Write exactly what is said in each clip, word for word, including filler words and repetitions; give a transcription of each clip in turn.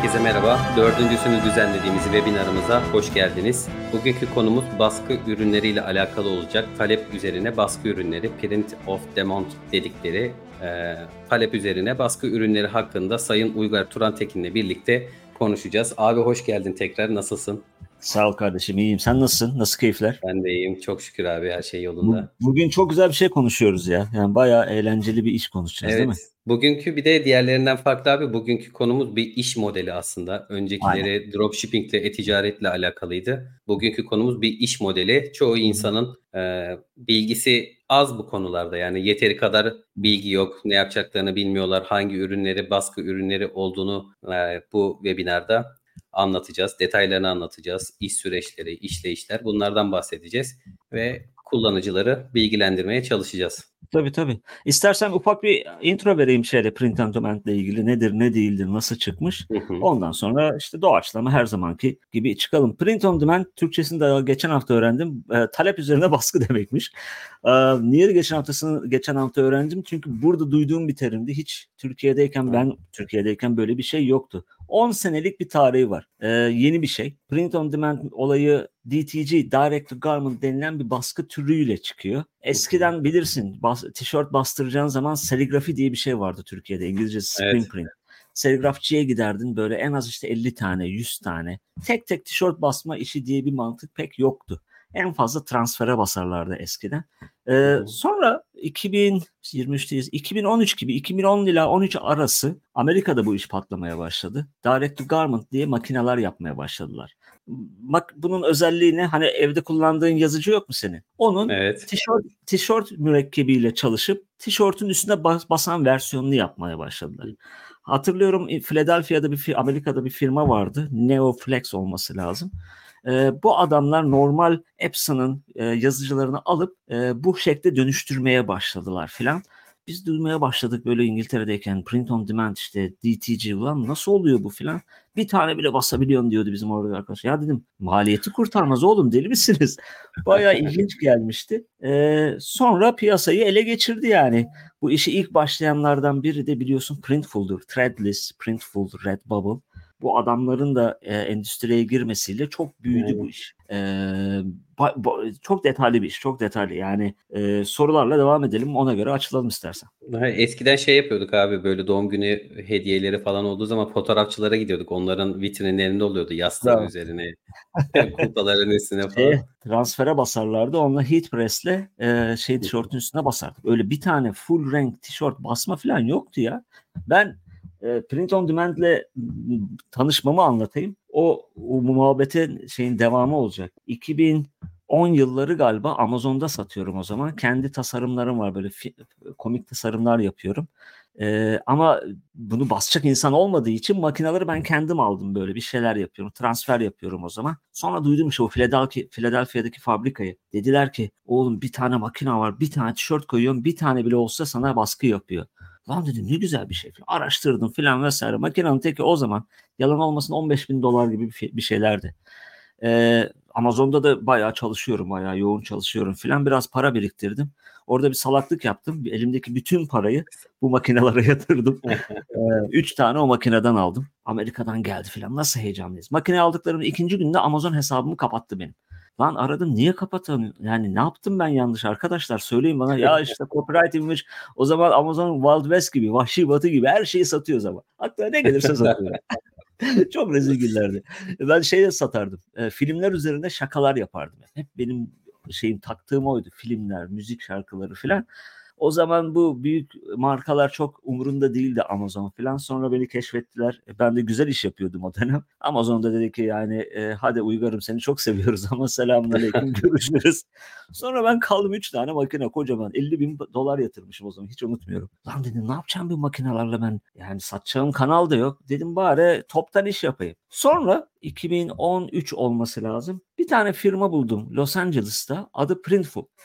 Herkese merhaba. Dördüncüsünü düzenlediğimiz webinarımıza hoş geldiniz. Bugünkü konumuz baskı ürünleriyle alakalı olacak. Talep üzerine baskı ürünleri, print of demand dedikleri e, talep üzerine baskı ürünleri hakkında Sayın Uygar Turan Tekin'le birlikte konuşacağız. Abi hoş geldin tekrar. Nasılsın? Sağ ol kardeşim, iyiyim. Sen nasılsın? Nasıl keyifler? Ben de iyiyim. Çok şükür abi, her şey Bu, yolunda. bugün çok güzel bir şey konuşuyoruz ya. Yani bayağı eğlenceli bir iş konuşacağız, değil mi? Evet. Bugünkü bir de diğerlerinden farklı abi. Bugünkü konumuz bir iş modeli aslında. Aynen. Öncekileri dropshipping ile e-ticaretle alakalıydı. Bugünkü konumuz bir iş modeli. Çoğu Hı hı. insanın e, bilgisi az bu konularda. Yani yeteri kadar bilgi yok. Ne yapacaklarını bilmiyorlar. Hangi ürünleri, baskı ürünleri olduğunu e, bu webinarda anlatacağız. Detaylarını anlatacağız. İş süreçleri, işleyişler, bunlardan bahsedeceğiz. Ve kullanıcıları bilgilendirmeye çalışacağız. Tabii tabii. İstersen ufak bir intro vereyim şeyle, print on demand ile ilgili. Nedir, ne değildir, nasıl çıkmış. Hı hı. Ondan sonra işte doğaçlama her zamanki gibi çıkalım. Print on demand Türkçesini de geçen hafta öğrendim. E, talep üzerine baskı demekmiş. E, niye geçen haftasını geçen hafta öğrendim? Çünkü burada duyduğum bir terimdi. Hiç Türkiye'deyken ben Türkiye'deyken böyle bir şey yoktu. on senelik bir tarihi var. E, yeni bir şey. Print on demand olayı D T G, Direct to Garment denilen bir baskı türüyle çıkıyor. Eskiden bilirsin, bas, tişört bastıracağın zaman serigrafi diye bir şey vardı Türkiye'de. İngilizcesi screen Evet. print. Serigrafçıya giderdin, böyle en az işte elli tane, yüz tane. Tek tek tişört basma işi diye bir mantık pek yoktu. En fazla transfere basarlardı eskiden. Ee, sonra iki bin yirmi üçteyiz. iki bin on üç gibi, iki bin on ila on üç arası Amerika'da bu iş patlamaya başladı. Direct to Garment diye makineler yapmaya başladılar. Bak, bunun özelliği ne? Hani evde kullandığın yazıcı yok mu senin? Onun Evet. tişört, tişört mürekkebiyle çalışıp tişörtün üstüne bas, basan versiyonunu yapmaya başladılar. Hatırlıyorum, Philadelphia'da bir Amerika'da bir firma vardı. Neoflex olması lazım. Ee, bu adamlar normal Epson'ın e, yazıcılarını alıp e, bu şekilde dönüştürmeye başladılar filan. Biz duymaya başladık böyle İngiltere'deyken, print on demand, işte D T G, ulan nasıl oluyor bu filan. Bir tane bile basabiliyorsun diyordu bizim orada arkadaş. Ya dedim, maliyeti kurtarmaz oğlum, deli misiniz? Bayağı ilginç gelmişti. Ee, sonra piyasayı ele geçirdi yani. Bu işi ilk başlayanlardan biri de biliyorsun Printful'dur. Threadless, Printful, Redbubble. Bu adamların da e, endüstriye girmesiyle çok büyüdü bu iş. E, ba, ba, çok detaylı bir iş, çok detaylı. Yani e, sorularla devam edelim, ona göre açılalım istersen. Daha eskiden şey yapıyorduk abi, böyle doğum günü hediyeleri falan olduğu zaman fotoğrafçılara gidiyorduk. Onların vitrinlerinde oluyordu, yastığın Bravo. üzerine, kupaların üstüne Şeye, falan. transfere basarlardı. Onunla heat press'le e, şey tişörtün üstüne basardık. Öyle bir tane full renk tişört basma falan yoktu ya. Ben e, print on demand'le tanışmamı anlatayım. O, o muhabbetin şeyin devamı olacak. iki bin on yılları galiba Amazon'da satıyorum o zaman. Kendi tasarımlarım var, böyle fi, komik tasarımlar yapıyorum. Ee, ama bunu basacak insan olmadığı için makineleri ben kendim aldım, böyle bir şeyler yapıyorum. Transfer yapıyorum o zaman. Sonra duydum işte o Philadelphia, Philadelphia'daki fabrikayı. Dediler ki oğlum, bir tane makine var, bir tane tişört koyuyorum, bir tane bile olsa sana baskı yapıyor. Lan dedim, ne güzel bir şey. Araştırdım filan vesaire. Makinenin teki o zaman, yalan olmasın, on beş bin dolar gibi bir şeylerdi. Ee, Amazon'da da bayağı çalışıyorum, bayağı yoğun çalışıyorum filan. Biraz para biriktirdim. Orada bir salaklık yaptım. Elimdeki bütün parayı bu makinelere yatırdım. Ee, üç tane o makineden aldım. Amerika'dan geldi filan. Nasıl heyecanlıyız. Makine aldıklarımın ikinci günde Amazon hesabımı kapattı benim. Lan aradım, niye kapatalım? Yani ne yaptım ben yanlış arkadaşlar? Söyleyin bana. Ya işte copyright image. O zaman Amazon Wild West gibi, Vahşi Batı gibi her şeyi satıyor zaman. Hatta ne gelirse satıyor. Çok rezil günlerdi. Ben şeye satardım. E, filmler üzerinde şakalar yapardım. Hep benim şeyim, taktığım oydu. Filmler, müzik şarkıları filan. O zaman bu büyük markalar çok umurunda değildi, Amazon filan. Sonra beni keşfettiler. E, Ben de güzel iş yapıyordum o dönem. Amazon da dedi ki yani e, hadi Uygar'ım, seni çok seviyoruz ama selamünaleyküm, görüşürüz. Sonra ben kaldım, üç tane makine, kocaman elli bin dolar yatırmışım o zaman, hiç unutmuyorum. Lan dedim, ne yapacağım bu makinelerle ben? Yani satacağım kanal da yok. Dedim bari toptan iş yapayım. Sonra iki bin on üç olması lazım. Bir tane firma buldum Los Angeles'ta, adı Printful.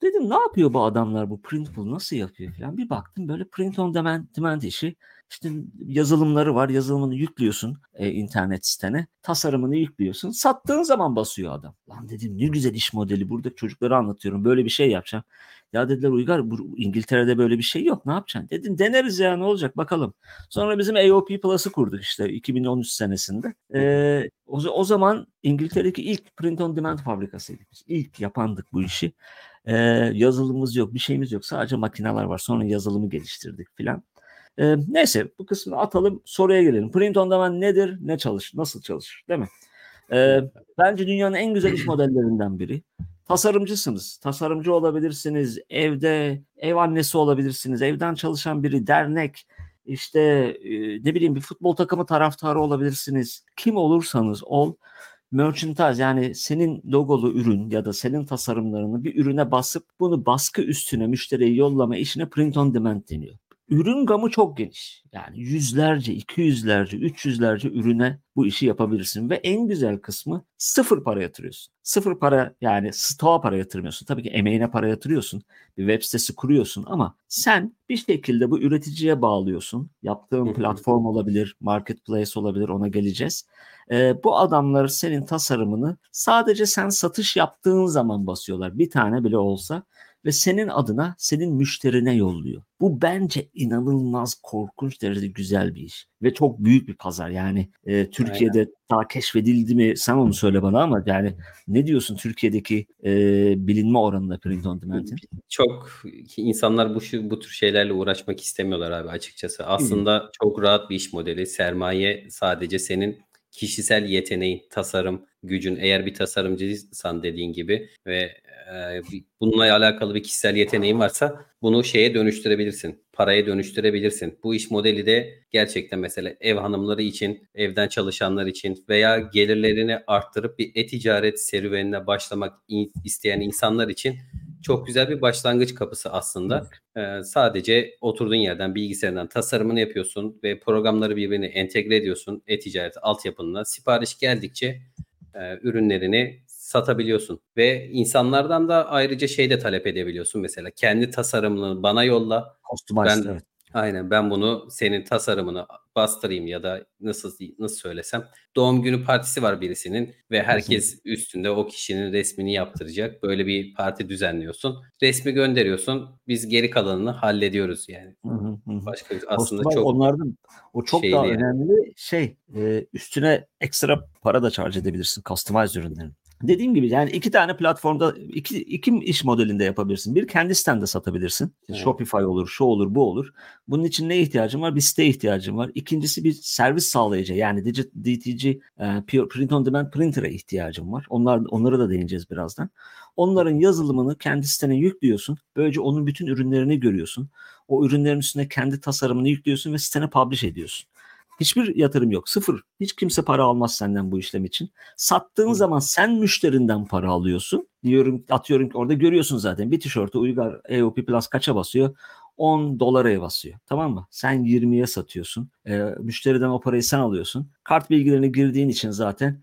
Dedim ne yapıyor bu adamlar, bu Printful nasıl yapıyor falan. Bir baktım böyle print on demand, demand işi. İşte yazılımları var. Yazılımını yüklüyorsun e, internet sitene. Tasarımını yüklüyorsun. Sattığın zaman basıyor adam. Lan dedim ne güzel iş modeli. Burada çocuklara anlatıyorum. Böyle bir şey yapacağım. Ya dediler Uygar bu, İngiltere'de böyle bir şey yok. Ne yapacaksın? Dedim deneriz ya ne olacak bakalım. Sonra bizim A O P Plus'ı kurduk işte iki bin on üç senesinde. Ee, o, o zaman İngiltere'deki ilk print on demand fabrikasıydık. Biz İlk yapandık bu işi. Ee, yazılımımız yok, bir şeyimiz yok. Sadece makineler var. Sonra yazılımı geliştirdik filan. Ee, neyse bu kısmını atalım. Soruya gelelim. Print on demand nedir? Ne çalışır? Nasıl çalışır? Değil mi? Ee, bence dünyanın en güzel iş modellerinden biri. Tasarımcısınız. Tasarımcı olabilirsiniz. Evde ev annesi olabilirsiniz. Evden çalışan biri, dernek, işte e, ne bileyim bir futbol takımı taraftarı olabilirsiniz. Kim olursanız ol. Merchandise yani senin logolu ürün ya da senin tasarımlarını bir ürüne basıp bunu baskı üstüne müşteriye yollama işine print on demand deniyor. Ürün gamı çok geniş. Yani yüzlerce, iki yüzlerce, üç yüzlerce ürüne bu işi yapabilirsin. Ve en güzel kısmı sıfır para yatırıyorsun. Sıfır para yani stoğa para yatırmıyorsun. Tabii ki emeğine para yatırıyorsun. Bir web sitesi kuruyorsun ama sen bir şekilde bu üreticiye bağlıyorsun. Yaptığın platform olabilir, marketplace olabilir, ona geleceğiz. Ee, bu adamlar senin tasarımını sadece sen satış yaptığın zaman basıyorlar. Bir tane bile olsa. Ve senin adına senin müşterine yolluyor. Bu bence inanılmaz korkunç derecede güzel bir iş. Ve çok büyük bir pazar. Yani e, Türkiye'de Aynen. daha keşfedildi mi sen onu söyle bana ama yani ne diyorsun Türkiye'deki e, bilinme oranına print on demand'in? Çok insanlar bu bu tür şeylerle uğraşmak istemiyorlar abi açıkçası. Aslında Hı. çok rahat bir iş modeli. Sermaye sadece senin kişisel yeteneğin, tasarım gücün. Eğer bir tasarımcıysan dediğin gibi ve e, bununla alakalı bir kişisel yeteneğin varsa bunu şeye dönüştürebilirsin. Paraya dönüştürebilirsin. Bu iş modeli de gerçekten mesela ev hanımları için, evden çalışanlar için veya gelirlerini arttırıp bir e-ticaret serüvenine başlamak isteyen insanlar için çok güzel bir başlangıç kapısı aslında. Ee, sadece oturduğun yerden bilgisayardan tasarımını yapıyorsun ve programları birbirine entegre ediyorsun. E-ticaret altyapınına sipariş geldikçe e, ürünlerini satabiliyorsun. Ve insanlardan da ayrıca şey de talep edebiliyorsun. Mesela kendi tasarımını bana yolla. Customized, ben evet. Aynen ben bunu senin tasarımını bastırayım ya da nasıl nasıl söylesem doğum günü partisi var birisinin ve herkes üstünde o kişinin resmini yaptıracak. Böyle bir parti düzenliyorsun. Resmi gönderiyorsun. Biz geri kalanını hallediyoruz yani. Hı hı hı. Başka aslında Customize çok onlardan o çok daha şeyli yani. önemli şey e, üstüne ekstra para da charge edebilirsin customize ürünlerin. Dediğim gibi yani iki tane platformda iki, iki iş modelinde yapabilirsin. Bir kendi sitende satabilirsin. Evet. Shopify olur, şu olur, bu olur. Bunun için ne ihtiyacın var? Bir siteye ihtiyacın var. İkincisi bir servis sağlayıcı yani D T G e, Print on Demand Printer'a ihtiyacın var. Onlar onlara da değineceğiz birazdan. Onların yazılımını kendi sitene yüklüyorsun. Böylece onun bütün ürünlerini görüyorsun. O ürünlerin üstüne kendi tasarımını yüklüyorsun ve sitene publish ediyorsun. Hiçbir yatırım yok. Sıfır. Hiç kimse para almaz senden bu işlem için. Sattığın Hı. zaman sen müşterinden para alıyorsun. Diyorum, atıyorum ki orada görüyorsun zaten. Bir tişörtü Uygar A O P Plus kaça basıyor? on dolara basıyor. Tamam mı? Sen yirmiye satıyorsun. E, müşteriden o parayı sen alıyorsun. Kart bilgilerini girdiğin için zaten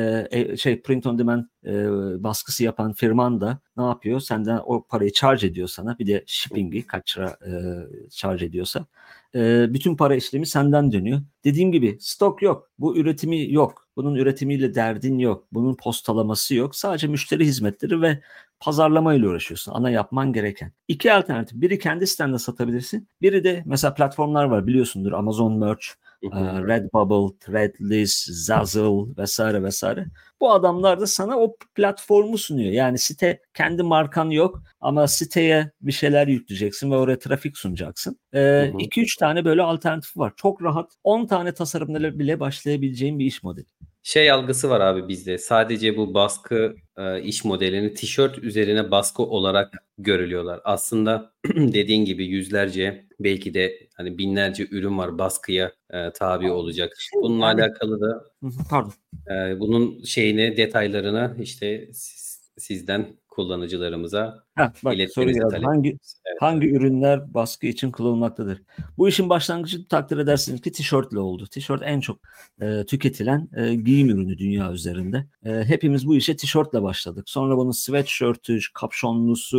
e, şey print on demand e, baskısı yapan firman da ne yapıyor? Senden o parayı charge ediyor sana. Bir de shipping'i kaç lira e, charge ediyorsa. E, bütün para işlemi senden dönüyor. Dediğim gibi stok yok. Bu üretimi yok. Bunun üretimiyle derdin yok. Bunun postalaması yok. Sadece müşteri hizmetleri ve pazarlamayla uğraşıyorsun. Ana yapman gereken. İki alternatif. Biri kendi sitende satabilirsin. Biri de mesela platformlar var biliyorsundur. Amazon Merch, Redbubble, Threadless, Zazzle vesaire vesaire. Bu adamlar da sana o platformu sunuyor. Yani site kendi markan yok ama siteye bir şeyler yükleyeceksin ve oraya trafik sunacaksın. iki üç tane böyle alternatif var. Çok rahat. on tane tasarımla bile başlayabileceğin bir iş modeli. Şey algısı var abi bizde. Sadece bu baskı e, iş modelini tişört üzerine baskı olarak görülüyorlar. Aslında dediğin gibi yüzlerce belki de hani binlerce ürün var baskıya e, tabi olacak. Bununla yani, alakalı da pardon. E, bunun şeyini detaylarını işte siz, sizden kullanıcılarımıza ha, bak, iletmenizi talep hangi evet. hangi ürünler baskı için kullanılmaktadır? Bu işin başlangıcı takdir edersiniz ki tişörtle oldu. Tişört en çok e, tüketilen e, giyim ürünü dünya üzerinde. E, hepimiz bu işe tişörtle başladık. Sonra bunun sweatshirt'ü, kapşonlusu,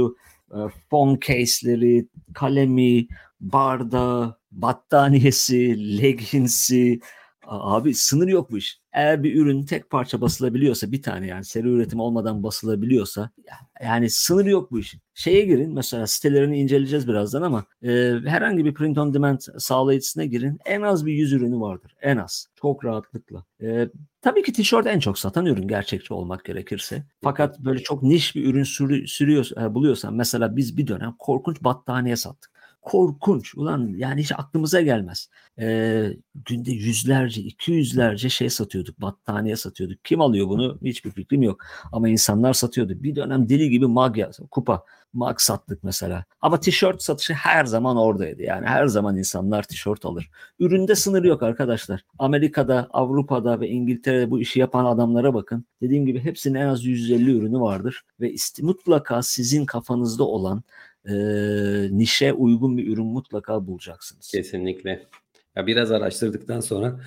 phone case'leri, kalemi, bardağı, battaniyesi, legginsi. Abi sınır yok bu iş. Eğer bir ürün tek parça basılabiliyorsa, bir tane yani seri üretim olmadan basılabiliyorsa, yani sınır yok bu işin. Şeye girin mesela, sitelerini inceleyeceğiz birazdan ama e, herhangi bir print on demand sağlayıcısına girin. En az bir yüz ürünü vardır. En az. Çok rahatlıkla. E, tabii ki tişört en çok satan ürün, gerçekçi olmak gerekirse. Fakat böyle çok niş bir ürün sürü, sürüyor, e, buluyorsan, mesela biz bir dönem korkunç battaniye sattık. Korkunç. Ulan yani hiç aklımıza gelmez. Ee, günde yüzlerce, iki yüzlerce şey satıyorduk. Battaniye satıyorduk. Kim alıyor bunu? Hiçbir fikrim yok. Ama insanlar satıyordu. Bir dönem deli gibi mag, kupa, mag sattık mesela. Ama tişört satışı her zaman oradaydı. Yani her zaman insanlar tişört alır. Üründe sınır yok arkadaşlar. Amerika'da, Avrupa'da ve İngiltere'de bu işi yapan adamlara bakın. Dediğim gibi hepsinin en az yüz elli ürünü vardır. Ve ist- mutlaka sizin kafanızda olan e, nişe uygun bir ürün mutlaka bulacaksınız. Kesinlikle. Ya biraz araştırdıktan sonra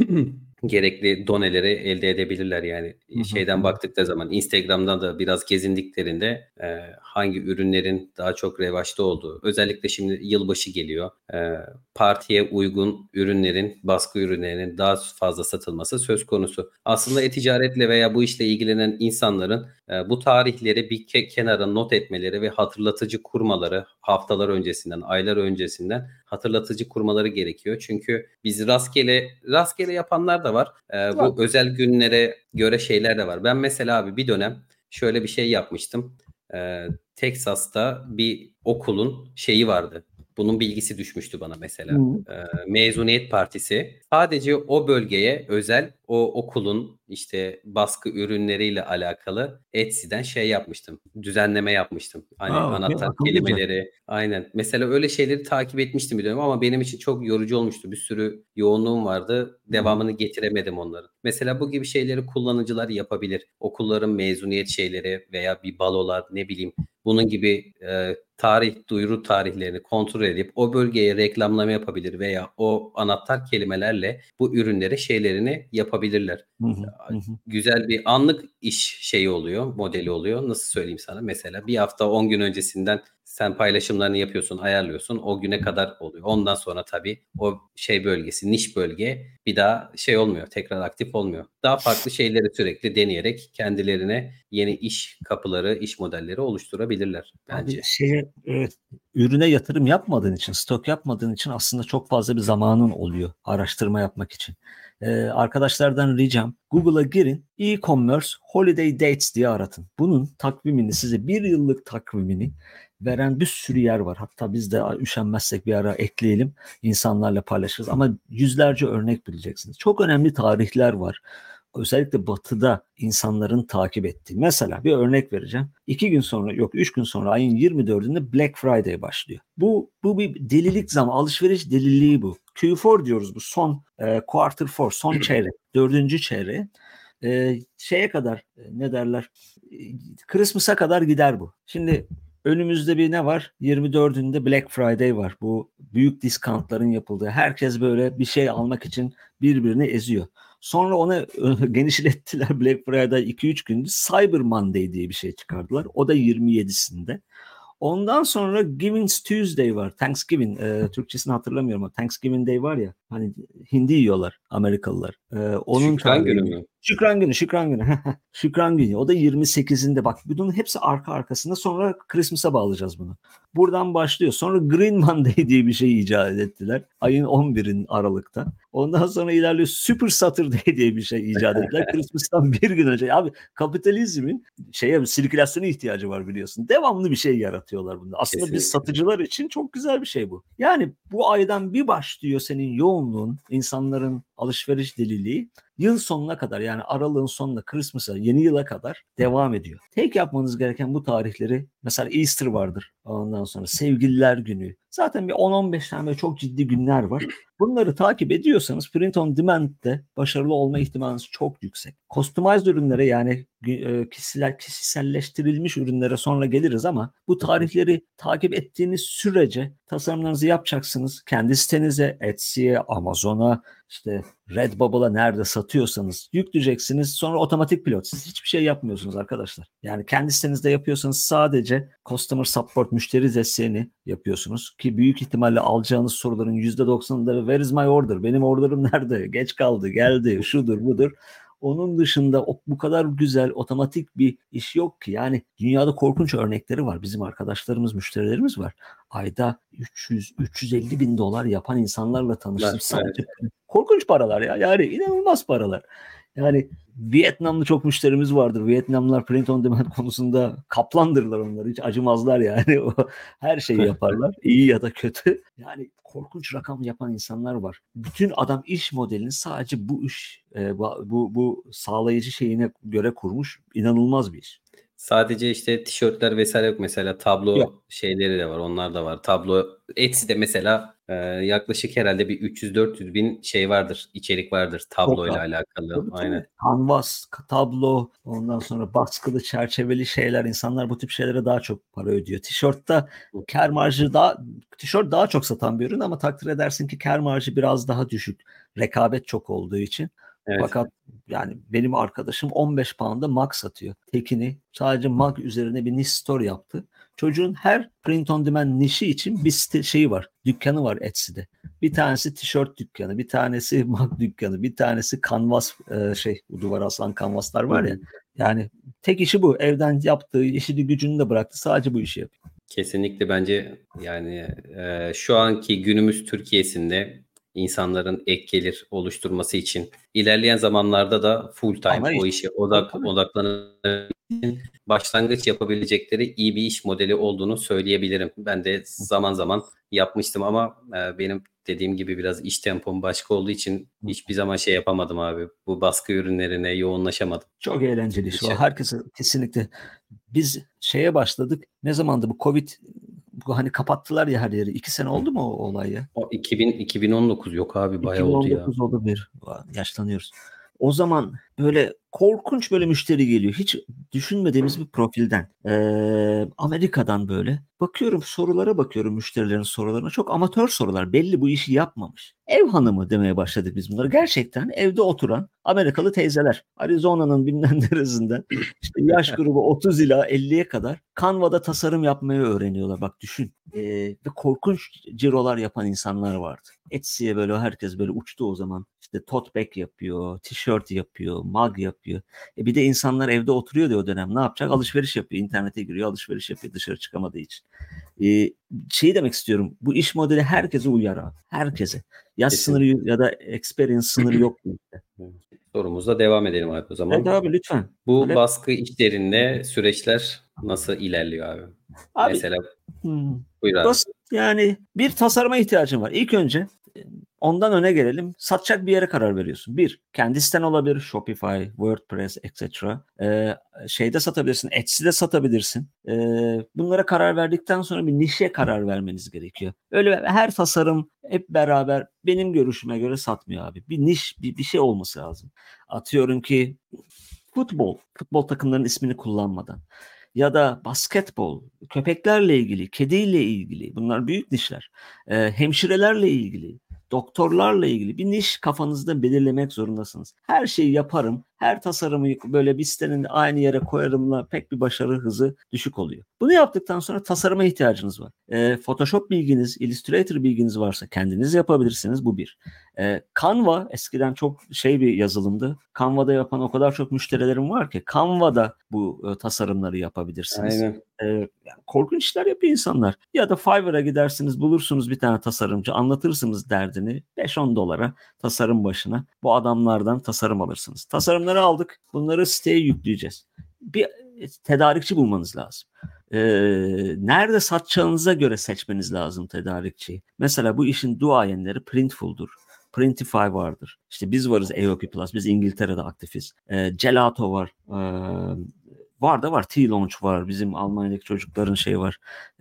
gerekli doneleri elde edebilirler yani. Hı hı, şeyden hı. baktıkları zaman, Instagram'dan da biraz gezindiklerinde e, hangi ürünlerin daha çok revaçta olduğu, özellikle şimdi yılbaşı geliyor, e, partiye uygun ürünlerin, baskı ürünlerinin daha fazla satılması söz konusu. Aslında e-ticaretle veya bu işle ilgilenen insanların e, bu tarihleri bir ke- kenara not etmeleri ve hatırlatıcı kurmaları, haftalar öncesinden, aylar öncesinden hatırlatıcı kurmaları gerekiyor. Çünkü biz rastgele rastgele yapanlar da var. Ee, bu özel günlere göre şeyler de var. Ben mesela abi bir dönem şöyle bir şey yapmıştım. Ee, Texas'ta bir okulun şeyi vardı. Bunun bilgisi düşmüştü bana mesela. Ee, mezuniyet partisi. Sadece o bölgeye özel, o okulun işte baskı ürünleriyle alakalı Etsy'den şey yapmıştım. Düzenleme yapmıştım. Hani Aa, anahtar kelimeleri. Aynen. Mesela öyle şeyleri takip etmiştim bir dönem ama benim için çok yorucu olmuştu. Bir sürü yoğunluğum vardı. Devamını getiremedim onların. Mesela bu gibi şeyleri kullanıcılar yapabilir. Okulların mezuniyet şeyleri veya bir balolar, ne bileyim, bunun gibi e, tarih, duyuru tarihlerini kontrol edip o bölgeye reklamlama yapabilir veya o anahtar kelimelerle bu ürünlere şeylerini yapabilirler. Hı hı, hı. Güzel bir anlık iş şeyi oluyor, modeli oluyor. Nasıl söyleyeyim sana? Mesela bir hafta on gün öncesinden sen paylaşımlarını yapıyorsun, ayarlıyorsun. O güne kadar oluyor. Ondan sonra tabii o şey bölgesi, niş bölge bir daha şey olmuyor. Tekrar aktif olmuyor. Daha farklı şeyleri sürekli deneyerek kendilerine yeni iş kapıları, iş modelleri oluşturabilirler bence. Abi şeye, evet, ürüne yatırım yapmadığın için, stok yapmadığın için aslında çok fazla bir zamanın oluyor araştırma yapmak için. Ee, arkadaşlardan ricam, Google'a girin, e-commerce holiday dates diye aratın. Bunun takvimini, size bir yıllık takvimini veren bir sürü yer var. Hatta biz de üşenmezsek bir ara ekleyelim, insanlarla paylaşırız. Ama yüzlerce örnek bileceksiniz. Çok önemli tarihler var. Özellikle batıda insanların takip ettiği. Mesela bir örnek vereceğim. İki gün sonra, yok üç gün sonra, ayın yirmi dördünde Black Friday başlıyor. Bu bu bir delilik zaman, alışveriş deliliği bu. Q dört diyoruz bu, son e, quarter four, son çeyrek, dördüncü çeyreğe. E, şeye kadar e, ne derler, e, Christmas'a kadar gider bu. Şimdi önümüzde bir ne var? yirmi dördünde Black Friday var. Bu büyük discountların yapıldığı. Herkes böyle bir şey almak için birbirini eziyor. Sonra ona genişlettiler, Black Friday iki üç gündü. Cyber Monday diye bir şey çıkardılar. O da yirmi yedisinde. Ondan sonra Giving Tuesday var. Thanksgiving. E, Türkçesini hatırlamıyorum ama Thanksgiving Day var ya. Hani hindi yiyorlar Amerikalılar. E, onun Şükran günü mü? Şükran günü, şükran günü. Şükran günü. O da yirmi sekizinde. Bak bunun hepsi arka arkasında. Sonra Christmas'a bağlayacağız bunu. Buradan başlıyor. Sonra Green Monday diye bir şey icat ettiler. Ayın on birinin Aralık'ta. Ondan sonra ilerliyor. Super Saturday diye bir şey icat ettiler. Christmas'tan bir gün önce. Abi kapitalizmin şeye, sirkülasyona ihtiyacı var biliyorsun. Devamlı bir şey yaratıyorlar bunda. Aslında Kesinlikle. Biz satıcılar için çok güzel bir şey bu. Yani bu aydan bir başlıyor senin yoğunluğun, insanların alışveriş deliliği. Yıl sonuna kadar, yani aralığın sonuna, Christmas'a, yeni yıla kadar devam ediyor. Tek yapmanız gereken bu tarihleri, mesela Easter vardır. Ondan sonra Sevgililer Günü. Zaten bir on on beş tane çok ciddi günler var. Bunları takip ediyorsanız print on demand'de başarılı olma ihtimaliniz çok yüksek. Customized ürünlere, yani kişisel, kişiselleştirilmiş ürünlere sonra geliriz ama bu tarihleri takip ettiğiniz sürece tasarımlarınızı yapacaksınız. Kendi sitenize, Etsy'ye, Amazon'a, işte Redbubble'a, nerede satıyorsanız yükleyeceksiniz. Sonra otomatik pilot. Siz hiçbir şey yapmıyorsunuz arkadaşlar. Yani kendi sitenizde yapıyorsanız sadece sadece customer support, müşteri desteğini yapıyorsunuz ki büyük ihtimalle alacağınız soruların yüzde doksanları where is my order? Benim orderım nerede? Geç kaldı, geldi, şudur budur. Onun dışında o, bu kadar güzel otomatik bir iş yok ki. Yani dünyada korkunç örnekleri var. Bizim arkadaşlarımız, müşterilerimiz var. Ayda üç yüz üç yüz elli bin dolar yapan insanlarla tanıştım. Evet, Sadece korkunç paralar ya. Yani inanılmaz paralar. Yani Vietnamlı çok müşterimiz vardır. Vietnamlılar print on demand konusunda kaplandırlar onları. Hiç acımazlar yani. O, her şeyi yaparlar. İyi ya da kötü. Yani korkunç rakam yapan insanlar var. Bütün adam iş modelini sadece bu iş, e, bu, bu, bu sağlayıcı şeyine göre kurmuş. İnanılmaz bir iş. Sadece işte tişörtler vesaire yok. Mesela tablo Yok. şeyleri de var. Onlar da var. Tablo Etsy'de mesela e, yaklaşık herhalde bir üç yüz dört yüz bin şey vardır. İçerik vardır tabloyla alakalı. Tabii, Aynen. tabii. Canvas, tablo, ondan sonra baskılı, çerçeveli şeyler. İnsanlar bu tip şeylere daha çok para ödüyor. Tişörtte kar marjı daha, tişört daha çok satan bir ürün ama takdir edersin ki kar marjı biraz daha düşük. Rekabet çok olduğu için. Evet. Fakat yani benim arkadaşım on beş pound'a mug satıyor. Tekini sadece mug üzerine bir niche store yaptı. Çocuğun her print on demand nişi için bir site şeyi var. Dükkanı var Etsy'de. Bir tanesi tişört dükkanı, bir tanesi mug dükkanı, bir tanesi kanvas e, şey bu duvara asılan kanvaslar var ya. Yani tek işi bu. Evden yaptığı işini gücünü de bıraktı. Sadece bu işi yapıyor. Kesinlikle bence yani e, şu anki günümüz Türkiye'sinde insanların ek gelir oluşturması için ilerleyen zamanlarda da full time Ama o iş- işe odak odaklanıp başlangıç yapabilecekleri iyi bir iş modeli olduğunu söyleyebilirim. Ben de zaman zaman yapmıştım ama e, benim dediğim gibi biraz iş tempom başka olduğu için hiçbir zaman şey yapamadım abi. Bu baskı ürünlerine yoğunlaşamadım. Çok eğlenceli iş o. Herkese kesinlikle. Biz şeye başladık. Ne zamandı bu Covid? Bu hani kapattılar ya her yeri. İki sene oldu mu o olay ya? O iki bin iki bin on dokuz yok abi bayağı oldu ya. iki bin on dokuz oldu bir. Yaşlanıyoruz. O zaman böyle korkunç böyle müşteri geliyor. Hiç düşünmediğimiz bir profilden. Ee, Amerika'dan böyle. Bakıyorum sorulara bakıyorum müşterilerin sorularına. Çok amatör sorular. Belli bu işi yapmamış. Ev hanımı demeye başladık biz bunları. Gerçekten evde oturan Amerikalı teyzeler. Arizona'nın bilmem neresinden. İşte yaş grubu otuz ila elliye kadar Canva'da tasarım yapmayı öğreniyorlar. Bak düşün. Ee, ve korkunç cirolar yapan insanlar vardı. Etsy'ye böyle herkes böyle uçtu o zaman. İşte tote bag yapıyor, tişört yapıyor, mug yapıyor. E bir de insanlar evde oturuyor diyor o dönem. Ne yapacak? Alışveriş yapıyor. İnternete giriyor, alışveriş yapıyor dışarı çıkamadığı için. Ee, şeyi demek istiyorum. Bu iş modeli herkese uyar abi. Herkese. Yaş Kesin. sınırı ya da experience sınırı yok. Sorumuzla devam edelim abi o zaman. Evet abi lütfen. Bu Öyle. baskı işlerinde süreçler nasıl ilerliyor abi? Abi, Mesela hmm, buyur abi. basit. Yani bir tasarıma ihtiyacın var. İlk önce ondan öne gelelim. Satacak bir yere karar veriyorsun. Bir, kendi siten olabilir. Shopify, WordPress, et cetera. Ee, şeyde satabilirsin. Etsy'de satabilirsin. Ee, bunlara karar verdikten sonra bir nişe karar vermeniz gerekiyor. Öyle her tasarım hep beraber benim görüşüme göre satmıyor abi. Bir niş, bir, bir şey olması lazım. Atıyorum ki futbol. Futbol takımlarının ismini kullanmadan. Ya da basketbol, köpeklerle ilgili, kediyle ilgili. Bunlar büyük nişler. Ee, hemşirelerle ilgili, doktorlarla ilgili bir niş kafanızda belirlemek zorundasınız. Her şeyi yaparım, her tasarımı böyle bir sitenin aynı yere koyarımla pek bir başarı hızı düşük oluyor. Bunu yaptıktan sonra tasarıma ihtiyacınız var. Ee, Photoshop bilginiz, Illustrator bilginiz varsa kendiniz yapabilirsiniz. Bu bir. Ee, Canva eskiden çok şey bir yazılımdı. Canva'da yapan o kadar çok müşterilerim var ki Canva'da bu e, tasarımları yapabilirsiniz. Aynen. Ee, yani korkunç işler yapıyor insanlar. Ya da Fiverr'a gidersiniz, bulursunuz bir tane tasarımcı, anlatırsınız derdini beş on dolara tasarım başına. Bu adamlardan tasarım alırsınız. Tasarımları aldık. Bunları siteye yükleyeceğiz. Bir tedarikçi bulmanız lazım. Ee, nerede satacağınıza göre seçmeniz lazım tedarikçiyi. Mesela bu işin duayenleri Printful'dur. Printify vardır. İşte biz varız A O P Plus. Biz İngiltere'de aktifiz. Ee, Gelato var. Ee, var da var. T-Launch var. Bizim Almanya'daki çocukların şey var.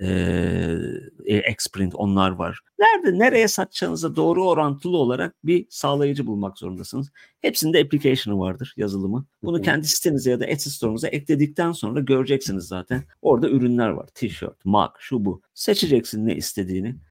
Ee, Xprint onlar var. Nerede, nereye satacağınıza doğru orantılı olarak bir sağlayıcı bulmak zorundasınız. Hepsinde application'ı vardır, yazılımı. Bunu kendi sitenize ya da Etsy store'unuza ekledikten sonra göreceksiniz zaten. Orada ürünler var. T-shirt, mug, şu bu. Seçeceksin ne istediğini.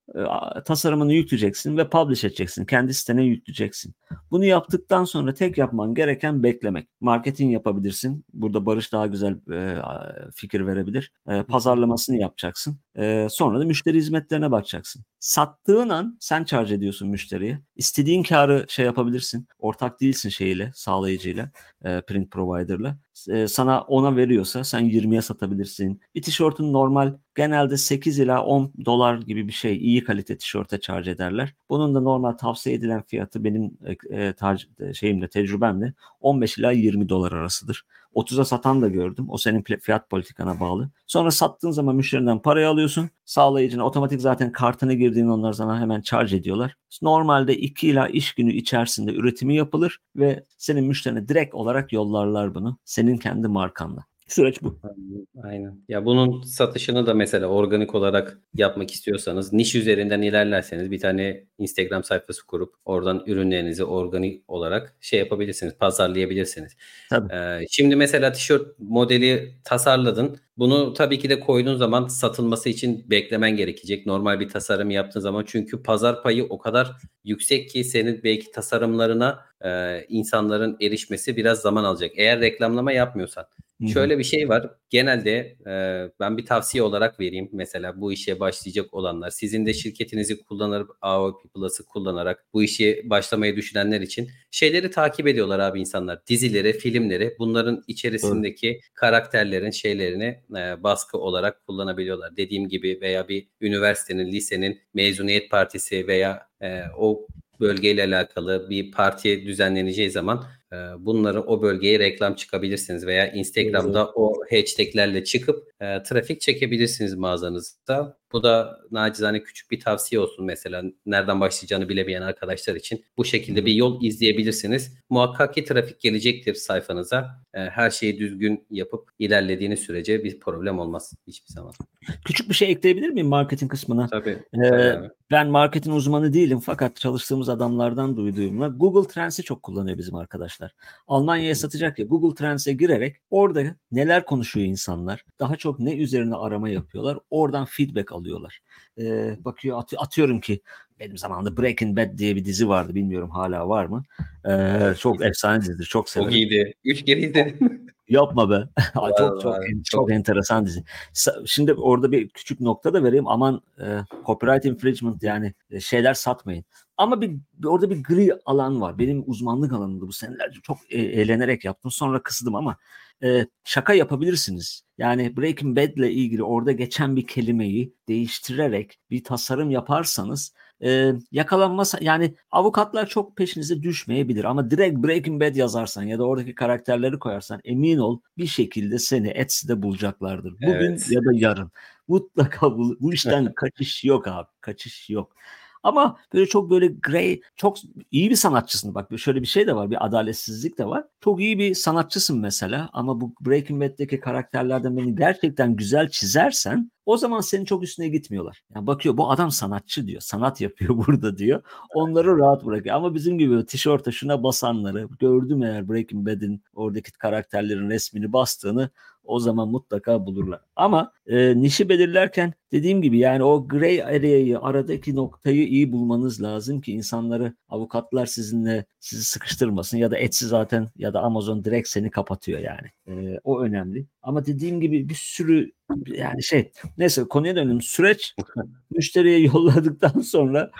e, tasarımını yükleyeceksin ve publish edeceksin. Kendi sitene yükleyeceksin. Bunu yaptıktan sonra tek yapman gereken beklemek. Marketing yapabilirsin. Burada Barış daha güzel e, fikir verebilir. E, pazarlamasını yapacaksın. E, sonra da müşteri hizmetlerine bakacaksın. Sattığın an sen charge ediyorsun müşteriye. İstediğin karı şey yapabilirsin. Ortak değilsin şeyle, sağlayıcıyla, e, print provider'la. E, sana ona veriyorsa sen yirmiye satabilirsin. Bir tişörtün normal genelde sekiz ila on dolar gibi bir şey iyi kalite tişörte charge ederler. Bunun da normal tavsiye edilen fiyatı benim e, tar- şeyimle, tecrübemle on beş ila yirmi dolar arasıdır. otuza satan da gördüm. O senin fiyat politikana bağlı. Sonra sattığın zaman müşteriden parayı alıyorsun. Sağlayıcına otomatik zaten kartını girdiğin onlar sana hemen charge ediyorlar. Normalde iki ila iş günü içerisinde üretimi yapılır ve senin müşterine direkt olarak yollarlar bunu. Senin kendi markanla. Süreç bu. Aynen. Ya bunun satışını da mesela organik olarak yapmak istiyorsanız, niş üzerinden ilerlerseniz bir tane Instagram sayfası kurup oradan ürünlerinizi organik olarak şey yapabilirsiniz, pazarlayabilirsiniz. Tabii. Ee, şimdi mesela tişört modeli tasarladın. Bunu tabii ki de koyduğun zaman satılması için beklemen gerekecek. Normal bir tasarım yaptığın zaman, çünkü pazar payı o kadar yüksek ki senin belki tasarımlarına e, insanların erişmesi biraz zaman alacak. Eğer reklamlama yapmıyorsan. Şöyle bir şey var. Genelde e, ben bir tavsiye olarak vereyim. Mesela bu işe başlayacak olanlar, sizin de şirketinizi kullanıp A O P Plus'ı kullanarak bu işe başlamayı düşünenler için şeyleri takip ediyorlar abi insanlar. Dizileri, filmleri, bunların içerisindeki evet. karakterlerin şeylerini e, baskı olarak kullanabiliyorlar. Dediğim gibi veya bir üniversitenin, lisenin mezuniyet partisi veya e, o bölgeyle alakalı bir parti düzenleneceği zaman bunları o bölgeye reklam çıkabilirsiniz veya Instagram'da evet. o hashtaglerle çıkıp e, trafik çekebilirsiniz mağazanızda. Bu da nacizane küçük bir tavsiye olsun mesela nereden başlayacağını bilemeyen arkadaşlar için. Bu şekilde bir yol izleyebilirsiniz. Muhakkak ki trafik gelecektir sayfanıza. E, her şeyi düzgün yapıp ilerlediğiniz sürece bir problem olmaz hiçbir zaman. Küçük bir şey ekleyebilir miyim marketing kısmına? Tabii. Ee, tabii abi. Ben marketing uzmanı değilim fakat çalıştığımız adamlardan duyduğumla Google Trends'i çok kullanıyor bizim arkadaşlar. Almanya'ya satacak ya, Google Trends'e girerek orada neler konuşuyor insanlar, daha çok ne üzerine arama yapıyorlar, oradan feedback alıyorlar. Ee, bakıyor at- atıyorum ki benim zamanımda Breaking Bad diye bir dizi vardı, bilmiyorum hala var mı? Ee, çok efsane dizidir, çok severim. Çok iyiydi. Üç kere izledim. Yapma be. Var, çok çok var. çok çok enteresan dizi. Şimdi orada bir küçük nokta da vereyim. Aman e, copyright infringement yani e, şeyler satmayın. Ama bir, bir orada bir gri alan var. Benim uzmanlık alanımda bu senelerce çok e, eğlenerek yaptım. Sonra kısdım ama e, şaka yapabilirsiniz. Yani Breaking Bad ile ilgili orada geçen bir kelimeyi değiştirerek bir tasarım yaparsanız Ee, yakalanmasa yani avukatlar çok peşinize düşmeyebilir ama direkt Breaking Bad yazarsan ya da oradaki karakterleri koyarsan emin ol bir şekilde seni Etsy'de bulacaklardır. Bugün Evet. ya da yarın. Mutlaka bu, bu işten kaçış yok abi. Kaçış yok. Ama böyle çok böyle grey, çok iyi bir sanatçısın. Bak şöyle bir şey de var, bir adaletsizlik de var. Çok iyi bir sanatçısın mesela ama bu Breaking Bad'deki karakterlerden beni gerçekten güzel çizersen o zaman senin çok üstüne gitmiyorlar. Yani bakıyor bu adam sanatçı diyor. Sanat yapıyor burada diyor. Onları rahat bırakıyor. Ama bizim gibi tişörte şuna basanları gördüm eğer Breaking Bad'in oradaki karakterlerin resmini bastığını o zaman mutlaka bulurlar. Ama e, nişi belirlerken dediğim gibi yani o gray area'yı aradaki noktayı iyi bulmanız lazım ki insanları avukatlar sizinle sizi sıkıştırmasın ya da Etsy zaten ya da Amazon direkt seni kapatıyor yani. E, o önemli. Ama dediğim gibi bir sürü yani şey neyse konuya dönelim. Süreç müşteriye yolladıktan sonra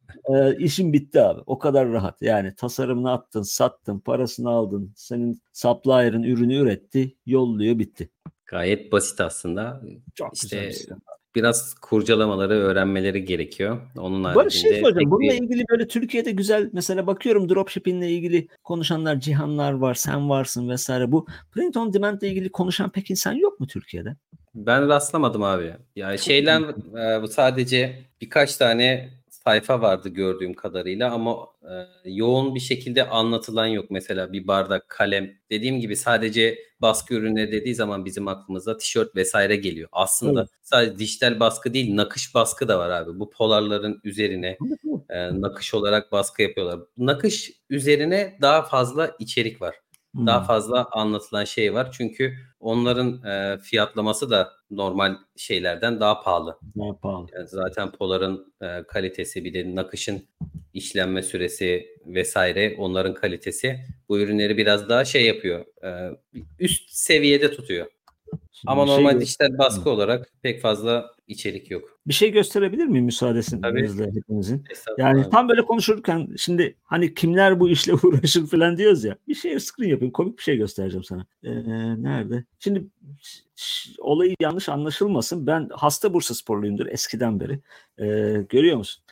e, işin bitti abi. O kadar rahat. Yani tasarımını attın, sattın, parasını aldın. Senin supplier'ın ürünü üretti, yolluyor, bitti. Gayet basit aslında. Çok işte güzel. biraz kurcalamaları öğrenmeleri gerekiyor. Onun Barış şey haricinde soracağım. Bununla bir... ilgili böyle Türkiye'de güzel mesela bakıyorum dropshipping ile ilgili konuşanlar, Cihanlar var, sen varsın vesaire. Bu print on demand ile ilgili konuşan pek insan yok mu Türkiye'de? Ben rastlamadım abi. Yani şeyden e, bu sadece birkaç tane sayfa vardı gördüğüm kadarıyla ama e, yoğun bir şekilde anlatılan yok. Mesela bir bardak, kalem. Dediğim gibi sadece baskı ürünleri dediği zaman bizim aklımıza tişört vesaire geliyor. Aslında Evet. sadece dijital baskı değil, nakış baskı da var abi. Bu polarların üzerine e, nakış olarak baskı yapıyorlar. Nakış üzerine daha fazla içerik var. Hmm. daha fazla anlatılan şey var. Çünkü onların e, fiyatlaması da normal şeylerden daha pahalı. Daha pahalı. Yani zaten Polar'ın e, kalitesi, bir de nakışın işlenme süresi vesaire, onların kalitesi bu ürünleri biraz daha şey yapıyor. E, üst seviyede tutuyor. Şimdi Ama bir şey normal gö- dijital baskı olarak pek fazla içerik yok. bir şey gösterebilir miyim Tabii. müsaadenizle hepinizin? Yani Estağfurullah. tam böyle konuşurken şimdi hani kimler bu işle uğraşır falan diyoruz ya. Bir şey screen yapayım. Komik bir şey göstereceğim sana. Ee, nerede? Şimdi ş- ş- olayı yanlış anlaşılmasın. Ben hasta Bursasporluyumdur eskiden beri. Ee, görüyor musun?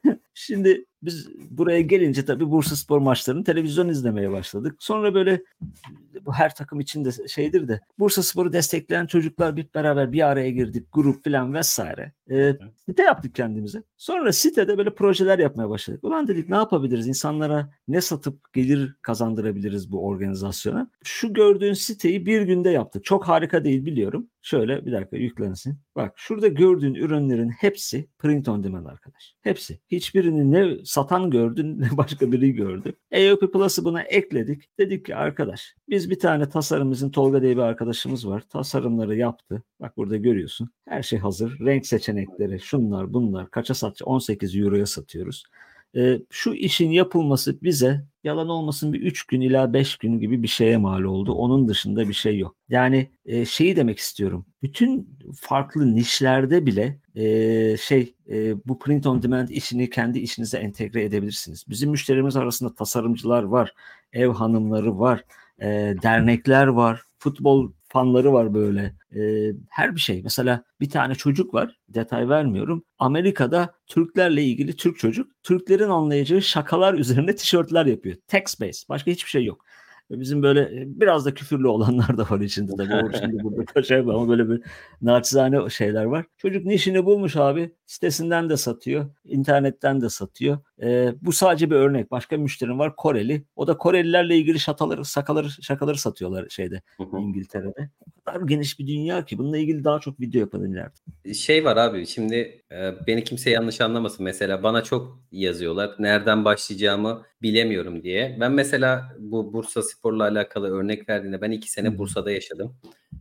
Şimdi biz buraya gelince tabii Bursaspor maçlarını televizyon izlemeye başladık. Sonra böyle bu her takım için de şeydir de Bursaspor'u destekleyen çocuklar bir beraber bir araya girdik. Grup falan vesaire. Ee, site yaptık kendimize. Sonra sitede böyle projeler yapmaya başladık. Ulan dedik ne yapabiliriz? İnsanlara ne satıp gelir kazandırabiliriz bu organizasyona? Şu gördüğün siteyi bir günde yaptık. Çok harika değil biliyorum. Şöyle bir dakika yüklensin. Bak şurada gördüğün ürünlerin hepsi print on demand arkadaş. Hepsi. Hiçbirini ne satan gördün ne başka biri gördü. A O P Plus'ı buna ekledik. Dedik ki arkadaş biz bir tane tasarımımızın Tolga diye bir arkadaşımız var. Tasarımları yaptı. Bak burada görüyorsun. Her şey hazır. Renk seçenekleri şunlar bunlar. Kaça satacağız? on sekiz euroya satıyoruz. Ee, şu işin yapılması bize yalan olmasın bir üç gün ila beş gün gibi bir şeye mal oldu. Onun dışında bir şey yok. Yani e, şeyi demek istiyorum. Bütün farklı nişlerde bile e, şey e, bu print on demand işini kendi işinize entegre edebilirsiniz. Bizim müşterimiz arasında tasarımcılar var, ev hanımları var, e, dernekler var, futbol fanları var böyle. E, her bir şey. Mesela bir tane çocuk var. Detay vermiyorum. Amerika'da Türklerle ilgili Türk çocuk Türklerin anlayacağı şakalar üzerine tişörtler yapıyor. Text based. Başka hiçbir şey yok. Bizim böyle biraz da küfürlü olanlar da var içinde tabii. O şimdi burada kaçar ama böyle bir naçizane şeyler var. Çocuk nişini bulmuş abi. Sitesinden de satıyor. İnternetten de satıyor. Ee, bu sadece bir örnek. Başka bir müşterim var Koreli. O da Korelilerle ilgili şakaları, şakaları, şakaları satıyorlar şeyde İngiltere'de. O kadar geniş bir dünya ki bununla ilgili daha çok video yapabilirler. Şey var abi, şimdi e, beni kimse yanlış anlamasın. Mesela bana çok yazıyorlar. Nereden başlayacağımı bilemiyorum diye. Ben mesela bu Bursaspor'la alakalı örnek verdiğinde ben iki sene Bursa'da yaşadım.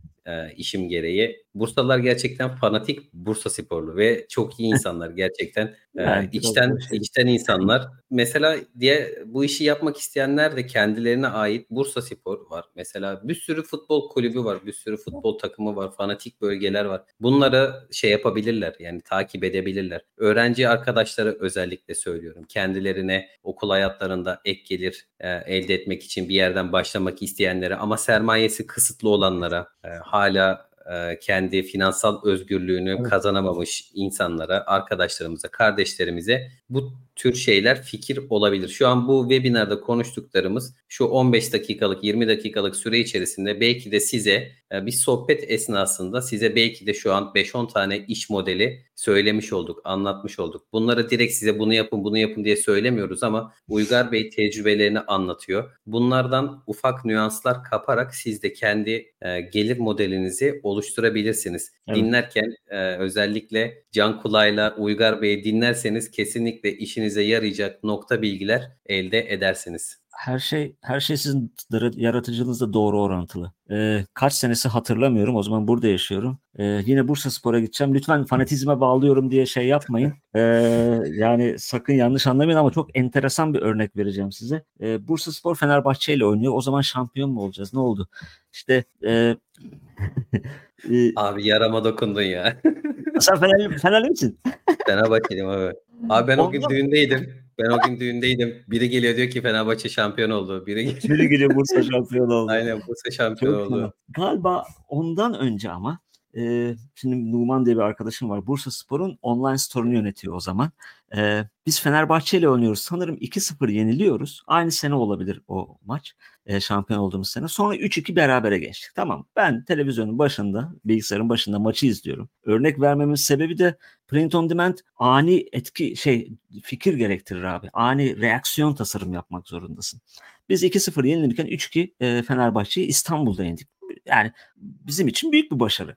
E, işim gereği. Bursalılar gerçekten fanatik Bursasporlu ve çok iyi insanlar gerçekten. E, Yani içten şey. içten insanlar. Mesela diye bu işi yapmak isteyenler de kendilerine ait Bursaspor var. Mesela bir sürü futbol kulübü var, bir sürü futbol takımı var, fanatik bölgeler var. Bunları şey yapabilirler, yani takip edebilirler. Öğrenci arkadaşlara özellikle söylüyorum. Kendilerine okul hayatlarında ek gelir e, elde etmek için bir yerden başlamak isteyenlere ama sermayesi kısıtlı olanlara, e, hala e, kendi finansal özgürlüğünü Evet. kazanamamış insanlara, arkadaşlarımıza, kardeşlerimize bu tür şeyler fikir olabilir. Şu an bu webinarda konuştuklarımız şu on beş dakikalık, yirmi dakikalık süre içerisinde belki de size e, bir sohbet esnasında size belki de şu an beş on tane iş modeli söylemiş olduk, anlatmış olduk. Bunları direkt size bunu yapın, bunu yapın diye söylemiyoruz ama Uygar Bey tecrübelerini anlatıyor. Bunlardan ufak nüanslar kaparak siz de kendi e, gelir modelinizi oluşturabilirsiniz. Evet. Dinlerken e, özellikle can kulağıyla Uygar Bey'i dinlerseniz kesinlikle işinize yarayacak nokta bilgiler elde edersiniz. Her şey her şey sizin yaratıcılığınızla doğru orantılı. Ee, kaç senesi hatırlamıyorum. O zaman burada yaşıyorum. Ee, yine Bursaspor'a gideceğim. Lütfen fanatizme bağlıyorum diye şey yapmayın. Ee, yani sakın yanlış anlamayın ama çok enteresan bir örnek vereceğim size. Ee, Bursaspor Fenerbahçe ile oynuyor. O zaman şampiyon mu olacağız? Ne oldu? İşte e, e, Abi yarama dokundun ya. sen Fenerli, Fenerli misin? Fenerbahçeliyim abi. Abi ben o gün Ondan düğündeydim. Ben o gün düğündeydim. Biri geliyor diyor ki Fenerbahçe şampiyon oldu. Biri biri geliyor. geliyor Bursa şampiyon oldu. Aynen Bursa şampiyon Çok fena. oldu. Galiba ondan önce ama e, şimdi Numan diye bir arkadaşım var. Bursaspor'un online store'unu yönetiyor o zaman. E, biz Fenerbahçe ile oynuyoruz. Sanırım iki sıfır yeniliyoruz. Aynı sene olabilir o maç. E, şampiyon olduğumuz sene. Sonra üç iki berabere geçtik. Tamam. Ben televizyonun başında, bilgisayarın başında maçı izliyorum. Örnek vermemin sebebi de print on demand ani etki şey fikir gerektirir abi. Ani reaksiyon tasarım yapmak zorundasın. Biz iki sıfır yenilirken üç iki e, Fenerbahçe'yi İstanbul'da yendik. Yani bizim için büyük bir başarı.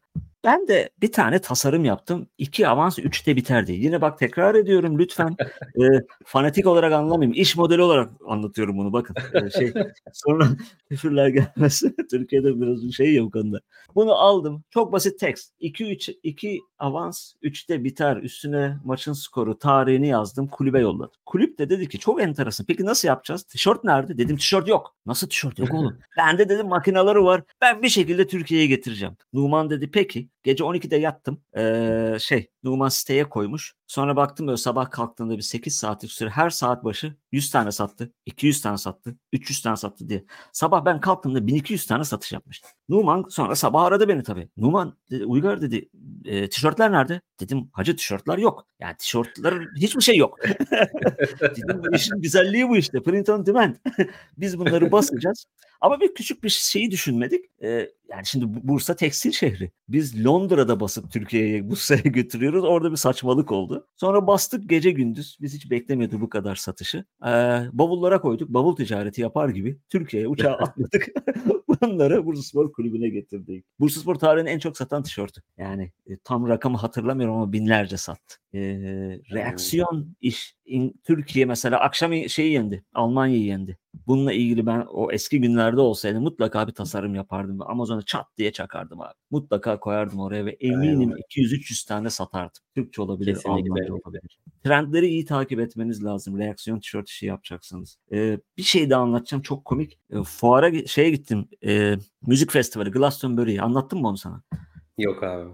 Ben de bir tane tasarım yaptım. iki avans üçte biterdi. Yine bak tekrar ediyorum lütfen. e, fanatik olarak anlamayayım. İş modeli olarak anlatıyorum bunu bakın. E, şey sonra küfürler gelmesin. Türkiye'de biraz şey ya bu konuda. Bunu aldım. Çok basit tekst. iki üç iki avans üçte biter. Üstüne maçın skoru, tarihini yazdım. Kulübe yolladım. Kulüp de dedi ki çok enteresan. Peki nasıl yapacağız? Tişört nerede? Dedim tişört yok. Nasıl tişört yok oğlum? Ben de dedim makinaları var. Ben bir şekilde Türkiye'ye getireceğim. Numan dedi peki. Gece on ikide yattım. Ee, şey Numan siteye koymuş. Sonra baktım böyle sabah kalktığında bir sekiz saatlik süre her saat başı yüz tane sattı. iki yüz tane sattı. üç yüz tane sattı diye. Sabah ben kalktığımda bin iki yüz tane satış yapmış. Numan sonra sabah aradı beni tabii. Numan dedi, Uygar dedi e, tişörtler nerede? Dedim hacı tişörtler yok. Yani tişörtler hiçbir şey yok. Dedim bu işin güzelliği bu işte. Print on demand. Biz bunları basacağız. Ama bir küçük bir şeyi düşünmedik. Ee, yani şimdi Bursa tekstil şehri. Biz Londra'da basıp Türkiye'ye Bursa'ya götürüyoruz. Orada bir saçmalık oldu. Sonra bastık gece gündüz. Biz hiç beklemiyorduk bu kadar satışı. Ee, bavullara koyduk. Bavul ticareti yapar gibi Türkiye'ye uçağa atladık. Bunları Bursaspor Kulübü'ne getirdik. Bursaspor tarihinin en çok satan tişörtü. Yani e, tam rakamı hatırlamıyorum ama binlerce sattı. Ee, reaksiyon iş. İn, Türkiye mesela akşam şeyi yendi. Almanya'yı yendi. Bununla ilgili ben o eski günlerde olsaydı mutlaka bir tasarım yapardım. Amazon'a çat diye çakardım abi. Mutlaka koyardım oraya ve eminim Aynen. iki yüz üç yüz tane satardım. Türkçe olabilir, Kesinlikle. Almanca olabilir. Trendleri iyi takip etmeniz lazım. Reaksiyon tişört işi yapacaksınız. Ee, bir şey daha anlatacağım. Çok komik. Ee, fuara şeye gittim. E, müzik festivali Glastonbury'yi. Anlattım mı onu sana? Yok abi.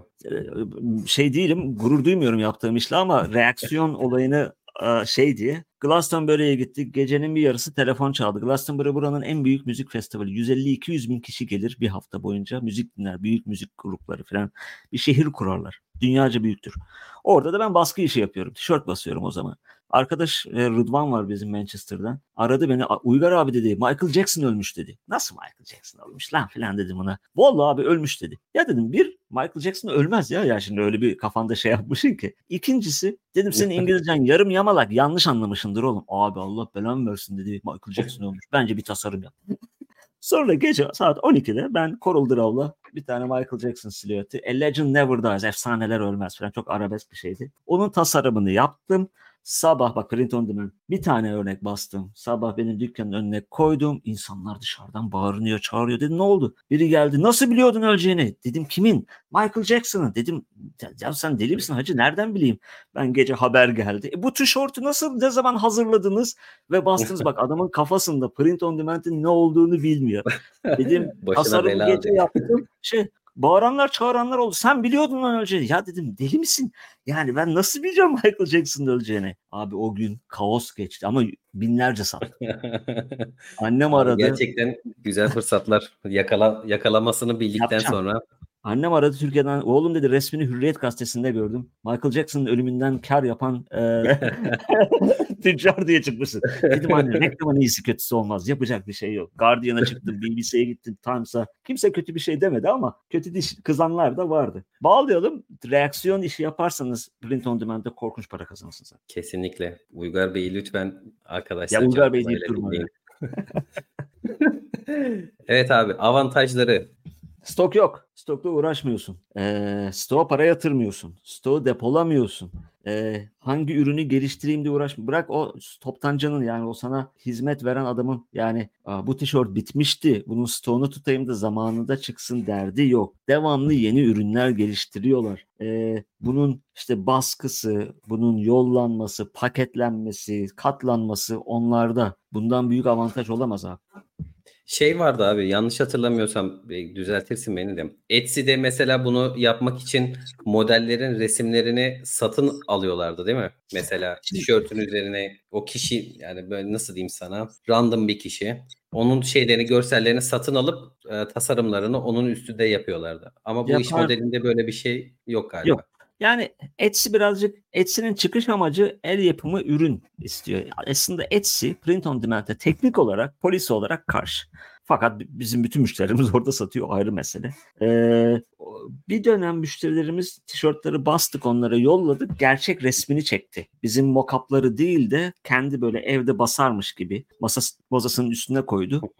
Şey değilim, gurur duymuyorum yaptığım işle ama reaksiyon olayını şey diye. Glastonbury'ye gittik. Gecenin bir yarısı telefon çaldı. Glastonbury buranın en büyük müzik festivali. yüz elli iki yüz bin kişi gelir bir hafta boyunca. Müzik dinler, büyük müzik grupları falan. Bir şehir kurarlar. Dünyaca büyüktür. Orada da ben baskı işi yapıyorum. Tişört basıyorum o zaman. Arkadaş e, Rıdvan var bizim Manchester'dan. Aradı beni. Uygar abi dedi. Michael Jackson ölmüş dedi. Nasıl Michael Jackson ölmüş lan filan dedim ona. Vallahi abi ölmüş dedi. Ya dedim bir Michael Jackson ölmez ya. Ya şimdi öyle bir kafanda şey yapmışsın ki. İkincisi dedim senin İngilizcen yarım yamalak yanlış anlamışsındır oğlum. Abi Allah belamı versin dedi. Michael Jackson ölmüş. Bence bir tasarım yap. Sonra gece saat on ikide ben Coral Draw'la bir tane Michael Jackson silüeti. A Legend Never Dies. Efsaneler ölmez falan. Çok arabesk bir şeydi. Onun tasarımını yaptım. Sabah bak print on demand bir tane örnek bastım. Sabah benim dükkanın önüne koydum. İnsanlar dışarıdan bağırıyor, çağırıyor. Dedim ne oldu? Biri geldi. Nasıl biliyordun öleceğini? Dedim kimin? Michael Jackson'ın. Dedim ya sen deli misin hacı? Nereden bileyim? Ben gece haber geldi. E, bu tişörtü nasıl ne zaman hazırladınız ve bastınız? Bak adamın kafasında print on demand'in ne olduğunu bilmiyor. Dedim tasarımı gece yaptım. Şey bağıranlar çağıranlar oldu. Sen biliyordun lan öleceğini. Ya dedim deli misin? Yani ben nasıl bileceğim Michael Jackson'ın öleceğini? Abi o gün kaos geçti ama binlerce sattı. Annem Abi aradı. gerçekten güzel fırsatlar yakala, yakalamasını bildikten Yapacağım. sonra. Annem aradı Türkiye'den. Oğlum dedi resmini Hürriyet gazetesinde gördüm. Michael Jackson'ın ölümünden kar yapan e, tüccar diye çıkmışsın. Dedim anne reklamın iyisi kötüsü olmaz. Yapacak bir şey yok. Guardian'a çıktım, B B C'ye gittim, Times'a. Kimse kötü bir şey demedi ama kötü diş, kızanlar da vardı. Bağlayalım. Reaksiyon işi yaparsanız print on demand'de korkunç para kazanırsınız. Kesinlikle. Uygar Bey lütfen arkadaşlar. Ya Uygar Bey deyip durma. Evet abi avantajları. Stok yok. Stokla uğraşmıyorsun. Ee, stoğa para yatırmıyorsun. Stoğu depolamıyorsun. Ee, hangi ürünü geliştireyim diye uğraşma. Bırak o toptancının yani o sana hizmet veren adamın yani bu tişört bitmişti. Bunun stoğunu tutayım da zamanında çıksın derdi yok. Devamlı yeni ürünler geliştiriyorlar. Ee, bunun işte baskısı, bunun yollanması, paketlenmesi, katlanması onlarda. Bundan büyük avantaj olamaz abi. Şey vardı abi yanlış hatırlamıyorsam düzeltirsin beni de. Etsy'de mesela bunu yapmak için modellerin resimlerini satın alıyorlardı değil mi? Mesela tişörtün üzerine o kişi yani böyle nasıl diyeyim sana random bir kişi onun şeylerini görsellerini satın alıp e, tasarımlarını onun üstünde yapıyorlardı. Ama bu Yapar. iş modelinde böyle bir şey yok galiba. Yok. Yani Etsy birazcık Etsy'nin çıkış amacı el yapımı ürün istiyor. Aslında Etsy print on demand'e teknik olarak polisi olarak karşı. Fakat bizim bütün müşterilerimiz orada satıyor ayrı mesele. Ee, bir dönem müşterilerimiz tişörtleri bastık onlara yolladık gerçek resmini çekti. Bizim mock-up'ları değil de kendi böyle evde basarmış gibi masas, masasının üstüne koydu.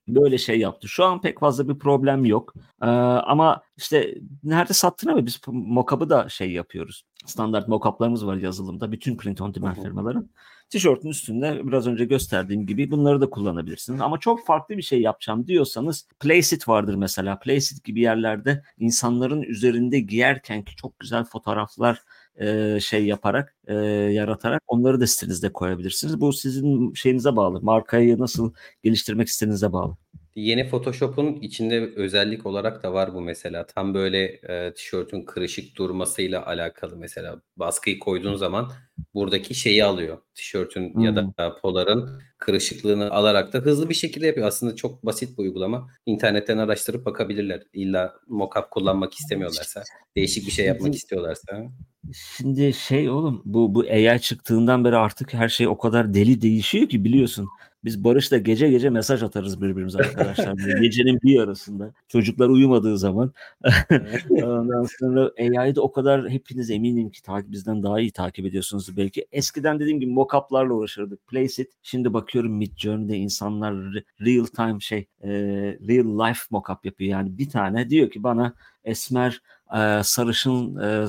Böyle şey yaptı. Şu an pek fazla bir problem yok. Ee, ama işte nerede sattığına mı biz mockup'ı da şey yapıyoruz. Standart mockup'larımız var yazılımda. Bütün print on demand firmaların. Tişörtün üstünde biraz önce gösterdiğim gibi bunları da kullanabilirsiniz. Ama çok farklı bir şey yapacağım diyorsanız Placeit vardır mesela. Placeit gibi yerlerde insanların üzerinde giyerken ki çok güzel fotoğraflar e, şey yaparak e, yaratarak onları da sitenizde koyabilirsiniz. Bu sizin şeyinize bağlı. Markayı nasıl geliştirmek istediğinize bağlı. Yeni Photoshop'un içinde özellik olarak da var bu mesela. Tam böyle e, tişörtün kırışık durmasıyla alakalı mesela. Baskıyı koyduğun zaman buradaki şeyi alıyor. Tişörtün Hmm. ya da poların kırışıklığını alarak da hızlı bir şekilde yapıyor. Aslında çok basit bir uygulama. İnternetten araştırıp bakabilirler. İlla mockup kullanmak istemiyorlarsa, değişik bir şey yapmak istiyorlarsa. Şimdi şey oğlum bu bu A I çıktığından beri artık her şey o kadar deli değişiyor ki biliyorsun. Biz Barış'la gece gece mesaj atarız birbirimize arkadaşlar. Böyle gecenin bir yarısında. Çocuklar uyumadığı zaman. Ondan sonra A I'de o kadar hepiniz eminim ki takip, bizden daha iyi takip ediyorsunuz belki. Eskiden dediğim gibi mock-up'larla uğraşırdık. Placeit. Şimdi bakıyorum Midjourney'de insanlar real time şey e, real life mock-up yapıyor. Yani bir tane diyor ki bana esmer e, sarışın e,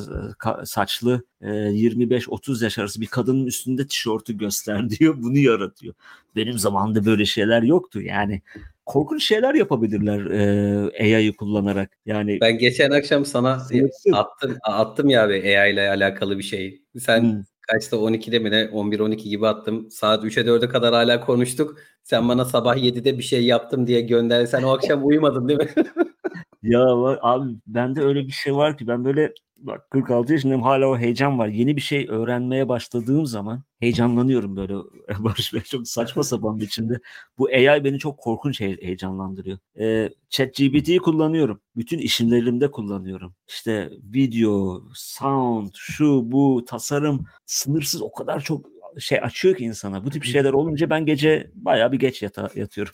saçlı e, yirmi beş otuz yaş arası bir kadının üstünde tişörtü göster diyor. Bunu yaratıyor. Benim zamanımda böyle şeyler yoktu. Yani korkunç şeyler yapabilirler e, A I'yı kullanarak. Yani Ben geçen akşam sana sınırsız. attım attım ya abi A I ile alakalı bir şey. Sen Hmm. kaçta on ikide mi ne on bir on iki gibi attım. Saat üçe dörde kadar hala konuştuk. Sen bana sabah yedide bir şey yaptım diye gönder. Sen o akşam uyumadın değil mi? Ya abi bende öyle bir şey var ki ben böyle bak kırk altı yaşındayım hala o heyecan var. Yeni bir şey öğrenmeye başladığım zaman heyecanlanıyorum böyle Barış Bey çok saçma sapan biçimde. Bu A I beni çok korkunç he- heyecanlandırıyor. Ee, ChatGPT'yi kullanıyorum. Bütün işimlerimde kullanıyorum. İşte video, sound, şu bu tasarım sınırsız o kadar çok şey açıyor ki insana. Bu tip şeyler olunca ben gece bayağı bir geç yata, yatıyorum.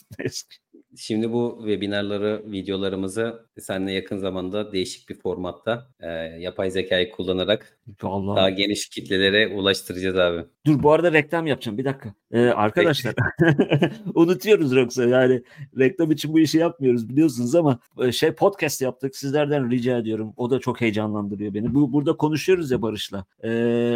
Şimdi bu webinarları, videolarımızı seninle yakın zamanda değişik bir formatta e, yapay zekayı kullanarak daha Vallahi. geniş kitlelere ulaştıracağız abi. Dur bu arada reklam yapacağım bir dakika. Ee, arkadaşlar unutuyoruz yoksa yani reklam için bu işi yapmıyoruz biliyorsunuz ama e, şey podcast yaptık sizlerden rica ediyorum. O da çok heyecanlandırıyor beni. Bu burada konuşuyoruz ya Barış'la. Ee,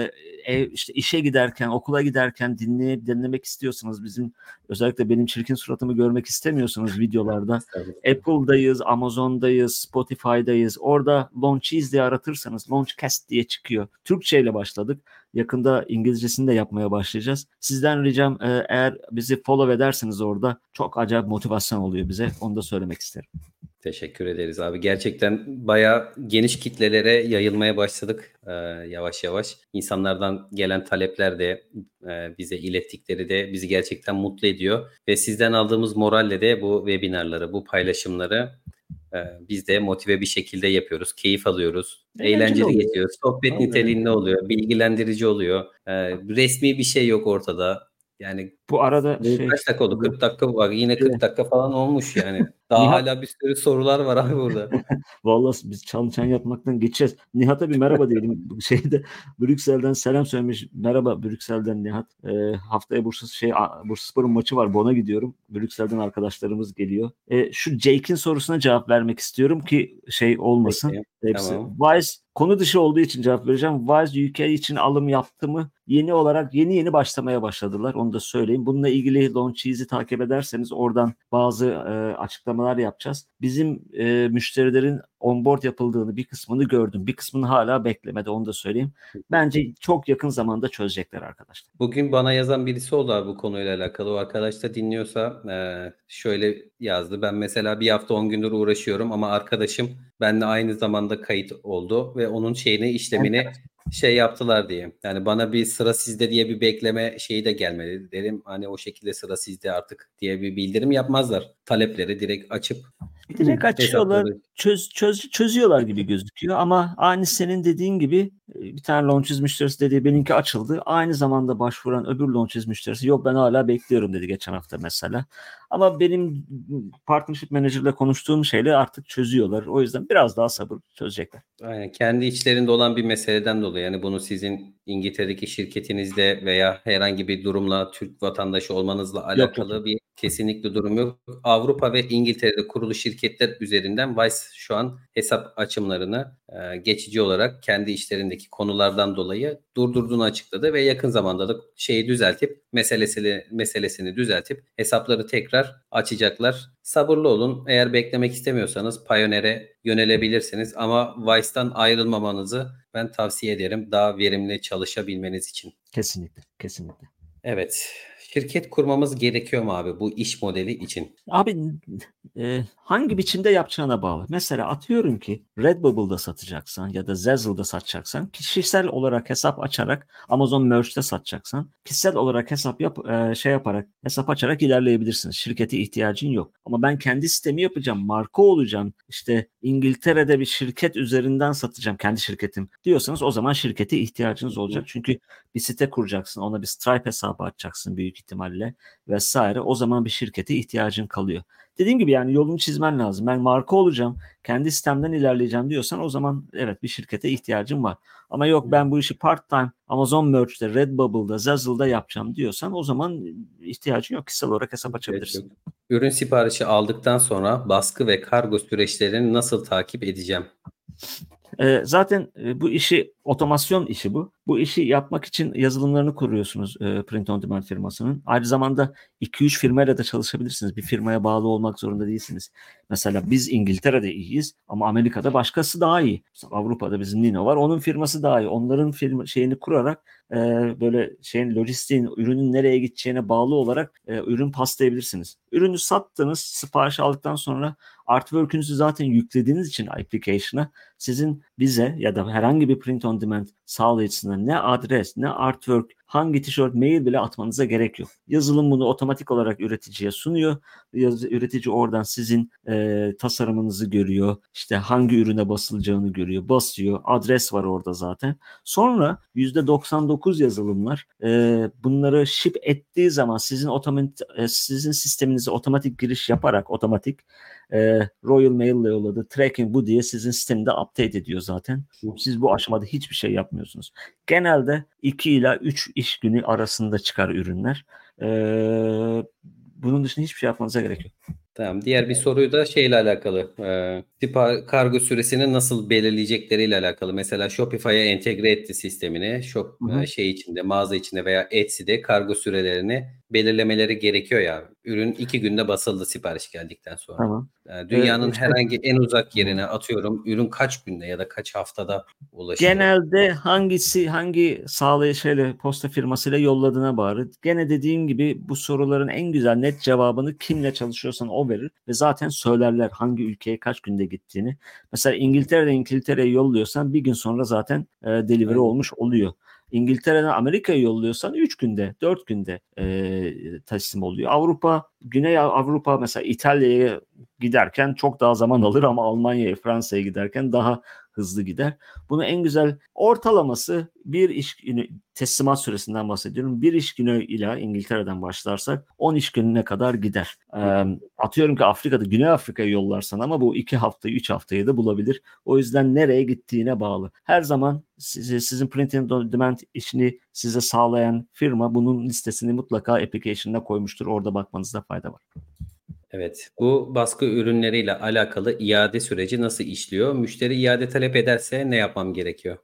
ev, işte işe giderken okula giderken dinleyip dinlemek istiyorsanız bizim özellikle benim çirkin suratımı görmek istemiyorsunuz videolarda. Apple'dayız, Amazon'dayız, Spotify'dayız. Orada Launchies diye aratırsanız Launchcast diye çıkıyor. Türkçe ile başladık. Yakında İngilizcesini de yapmaya başlayacağız. Sizden ricam e, eğer bizi follow ederseniz orada çok acayip motivasyon oluyor bize. Onu da söylemek isterim. Teşekkür ederiz abi. Gerçekten bayağı geniş kitlelere yayılmaya başladık e, yavaş yavaş. İnsanlardan gelen talepler de e, bize ilettikleri de bizi gerçekten mutlu ediyor. Ve sizden aldığımız moralle de bu webinarları, bu paylaşımları e, biz de motive bir şekilde yapıyoruz. Keyif alıyoruz. Eğlenceli Eğlenceli oluyor. geçiyor. Sohbet Aynen. niteliğinde oluyor. Bilgilendirici oluyor. E, resmi bir şey yok ortada. Yani Bu arada bu şey kaç dakika oldu? kırk dakika var. Yine kırk dakika falan olmuş yani. Daha Nihat hala bir sürü sorular var abi burada. vallahi biz çan çan yapmaktan geçeceğiz. Nihat'a bir merhaba diyelim. Şeyde Brüksel'den selam söylemiş. Merhaba Brüksel'den Nihat. Ee, haftaya Bursa şey Bursaspor'un maçı var. Bona gidiyorum. Brüksel'den arkadaşlarımız geliyor. Ee, şu Jake'in sorusuna cevap vermek istiyorum ki şey olmasın. Peki. Hepsi. Tamam. Wise konu dışı olduğu için cevap vereceğim. Wise U K için alım yaptı mı? Yeni olarak yeni yeni başlamaya başladılar. Onu da söyleyeyim. Bununla ilgili Launchies'i takip ederseniz oradan bazı e, açıklamalar yapacağız. Bizim e, müşterilerin onboard yapıldığını bir kısmını gördüm. Bir kısmını hala beklemedi. Onu da söyleyeyim. Bence çok yakın zamanda çözecekler arkadaşlar. Bugün bana yazan birisi oldu abi bu konuyla alakalı. O arkadaş da dinliyorsa e, şöyle yazdı. Ben mesela bir hafta on gündür uğraşıyorum ama arkadaşım benimle aynı zamanda kayıt oldu ve onun şeyini işlemini şey yaptılar diye. Yani bana bir sıra sizde diye bir bekleme şeyi de gelmedi. Dedim hani o şekilde sıra sizde artık diye bir bildirim yapmazlar. Talepleri direkt açıp Direkt açıyorlar, hesapları. çöz, çöz, çözüyorlar gibi gözüküyor ama aynı senin dediğin gibi bir tane Launches müşterisi dedi benimki açıldı. Aynı zamanda başvuran öbür Launches müşterisi yok ben hala bekliyorum dedi geçen hafta mesela. Ama benim partnership manager'la konuştuğum şeyle artık çözüyorlar. O yüzden biraz daha sabır çözecekler. Aynen. Kendi içlerinde olan bir meseleden dolayı yani bunu sizin İngiltere'deki şirketinizle veya herhangi bir durumla Türk vatandaşı olmanızla Yok yok. alakalı bir Kesinlikle durum yok. Avrupa ve İngiltere'de kurulu şirketler üzerinden Vice şu an hesap açımlarını e, geçici olarak kendi işlerindeki konulardan dolayı durdurduğunu açıkladı ve yakın zamanda da şeyi düzeltip meselesini meselesini düzeltip hesapları tekrar açacaklar. Sabırlı olun. Eğer beklemek istemiyorsanız Pioneer'e yönelebilirsiniz ama Vice'dan ayrılmamanızı ben tavsiye ederim daha verimli çalışabilmeniz için. Kesinlikle, kesinlikle. Evet. Şirket kurmamız gerekiyor mu abi bu iş modeli için? Abi e, hangi biçimde yapacağına bağlı. Mesela atıyorum ki Redbubble'da satacaksan ya da Zazzle'da satacaksan, kişisel olarak hesap açarak Amazon Merch'te satacaksan, kişisel olarak hesap yap e, şey yaparak hesap açarak ilerleyebilirsiniz. Şirkete ihtiyacın yok. Ama ben kendi sitemi yapacağım, marka olacağım, işte İngiltere'de bir şirket üzerinden satacağım kendi şirketim diyorsanız o zaman şirkete ihtiyacınız olacak. Çünkü bir site kuracaksın, ona bir Stripe hesabı açacaksın büyük ihtimalle vesaire. O zaman bir şirkete ihtiyacın kalıyor. Dediğim gibi yani yolunu çizmen lazım. Ben marka olacağım, kendi sistemden ilerleyeceğim diyorsan o zaman evet bir şirkete ihtiyacın var. Ama yok ben bu işi part time Amazon Merch'te, Redbubble'da, Zazzle'da yapacağım diyorsan o zaman ihtiyacın yok. Kişisel olarak hesap açabilirsin. Ürün siparişi aldıktan sonra baskı ve kargo süreçlerini nasıl takip edeceğim? E, zaten e, bu işi otomasyon işi bu. Bu işi yapmak için yazılımlarını kuruyorsunuz e, Print on Demand firmasının. Aynı zamanda iki üç firmayla da çalışabilirsiniz. Bir firmaya bağlı olmak zorunda değilsiniz. Mesela biz İngiltere'de iyiyiz ama Amerika'da başkası daha iyi. Mesela Avrupa'da bizim Nino var. Onun firması daha iyi. Onların firma şeyini kurarak e, böyle şeyin lojistiğin, ürünün nereye gideceğine bağlı olarak e, ürün paslayabilirsiniz. Ürünü sattınız, sipariş aldıktan sonra artwork'ünüzü zaten yüklediğiniz için application'a sizin bize ya da herhangi bir print on demand sağlayıcısına ne adres, ne artwork, hangi tişört, mail bile atmanıza gerek yok. Yazılım bunu otomatik olarak üreticiye sunuyor. Yaz, üretici oradan sizin e, tasarımınızı görüyor. İşte hangi ürüne basılacağını görüyor. Basıyor. Adres var orada zaten. Sonra yüzde doksan dokuz yazılımlar e, bunları ship ettiği zaman sizin otomatik e, sizin sisteminize otomatik giriş yaparak otomatik e, Royal Mail ile yolladı. Tracking bu diye sizin sistemde update ediyor zaten. Siz bu aşamada hiçbir şey yapmıyorsunuz. Genelde iki ila üç iş günü arasında çıkar ürünler. Ee, bunun dışında hiçbir şey yapmanıza gerek yok. Tamam. Diğer bir soruyu da şeyle alakalı. E, sipar kargo süresini nasıl belirleyecekleriyle alakalı. Mesela Shopify'a entegre etti sistemini. Shop Hı hı. e, şey içinde, mağaza içinde veya Etsy'de kargo sürelerini belirlemeleri gerekiyor ya. Ürün iki günde basıldı sipariş geldikten sonra. Tamam. E, dünyanın Ee, işte, herhangi en uzak yerine atıyorum ürün kaç günde ya da kaç haftada ulaşıyor? genelde hangisi hangi sağlayıcıyla posta firmasıyla yolladığına bağlı. Gene dediğim gibi bu soruların en güzel net cevabını kimle çalışıyorsan o verir ve zaten söylerler hangi ülkeye kaç günde gittiğini. Mesela İngiltere'den İngiltere'ye yolluyorsan bir gün sonra zaten e, delivery Aynen. olmuş oluyor. İngiltere'den Amerika'ya yolluyorsan üç günde, dört günde e, teslim oluyor. Avrupa, Güney Avrupa mesela İtalya'ya giderken çok daha zaman alır ama Almanya'ya, Fransa'ya giderken daha hızlı gider. Bunu en güzel ortalaması bir iş günü teslimat süresinden bahsediyorum. Bir iş günü ile İngiltere'den başlarsak on iş gününe kadar gider. Ee, atıyorum ki Afrika'da Güney Afrika'ya yollarsan ama bu iki haftayı üç haftayı da bulabilir. O yüzden nereye gittiğine bağlı. Her zaman size, sizin print on demand işini size sağlayan firma bunun listesini mutlaka application'ına koymuştur. Orada bakmanızda fayda var. Evet, bu baskı ürünleriyle alakalı iade süreci nasıl işliyor? Müşteri iade talep ederse ne yapmam gerekiyor?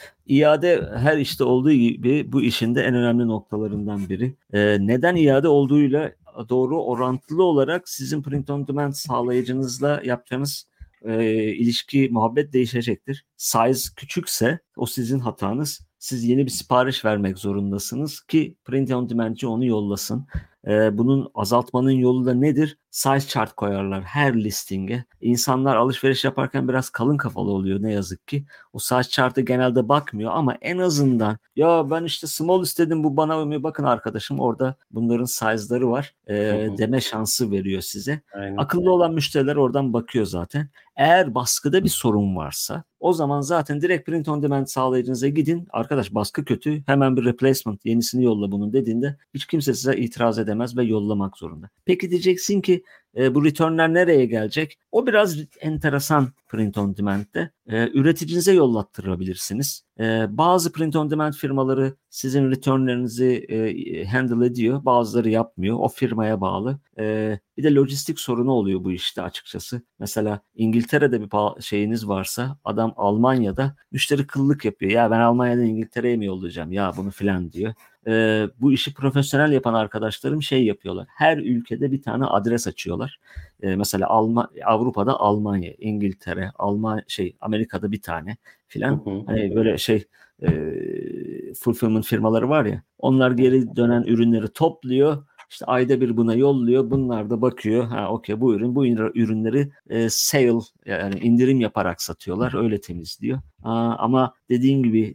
İade her işte olduğu gibi bu işin de en önemli noktalarından biri. Ee, neden iade olduğuyla doğru orantılı olarak sizin print on demand sağlayıcınızla yapacağınız e, ilişki, muhabbet değişecektir. Size küçükse o sizin hatanız. Siz yeni bir sipariş vermek zorundasınız ki print on demand'ci onu yollasın. Ee, bunun azaltmanın yolu da nedir? Size chart koyarlar her listinge. İnsanlar alışveriş yaparken biraz kalın kafalı oluyor ne yazık ki. O size chart'a genelde bakmıyor ama en azından ya ben işte small istedim bu bana uymuyor. Bakın arkadaşım orada bunların size'ları var e, deme şansı veriyor size. Aynen. Akıllı olan müşteriler oradan bakıyor zaten. Eğer baskıda bir sorun varsa o zaman zaten direkt print on demand sağlayıcınıza gidin. Arkadaş baskı kötü hemen bir replacement yenisini yolla bunun dediğinde hiç kimse size itiraz edemez ve yollamak zorunda. Peki diyeceksin ki E, bu returnler nereye gelecek? O biraz enteresan print on demand'de. E, üreticinize yollattırabilirsiniz. E, bazı print on demand firmaları sizin returnlerinizi e, handle ediyor. Bazıları yapmıyor. O firmaya bağlı. E, bir de lojistik sorunu oluyor bu işte açıkçası. Mesela İngiltere'de bir şeyiniz varsa adam Almanya'da müşteri kıllık yapıyor. Ya ben Almanya'dan İngiltere'ye mi yollayacağım? Ya bunu filan diyor. Ee, bu işi profesyonel yapan arkadaşlarım şey yapıyorlar. Her ülkede bir tane adres açıyorlar. Ee, mesela Alman, Avrupa'da Almanya, İngiltere, Alman şey Amerika'da bir tane filan. Hani böyle şey e, fulfillment firmaları var ya. Onlar geri dönen ürünleri topluyor. İşte ayda bir buna yolluyor. Bunlar da bakıyor. Ha okey bu ürün bu ürünleri e, sale yani indirim yaparak satıyorlar. Öyle temizliyor. Aa, ama dediğim gibi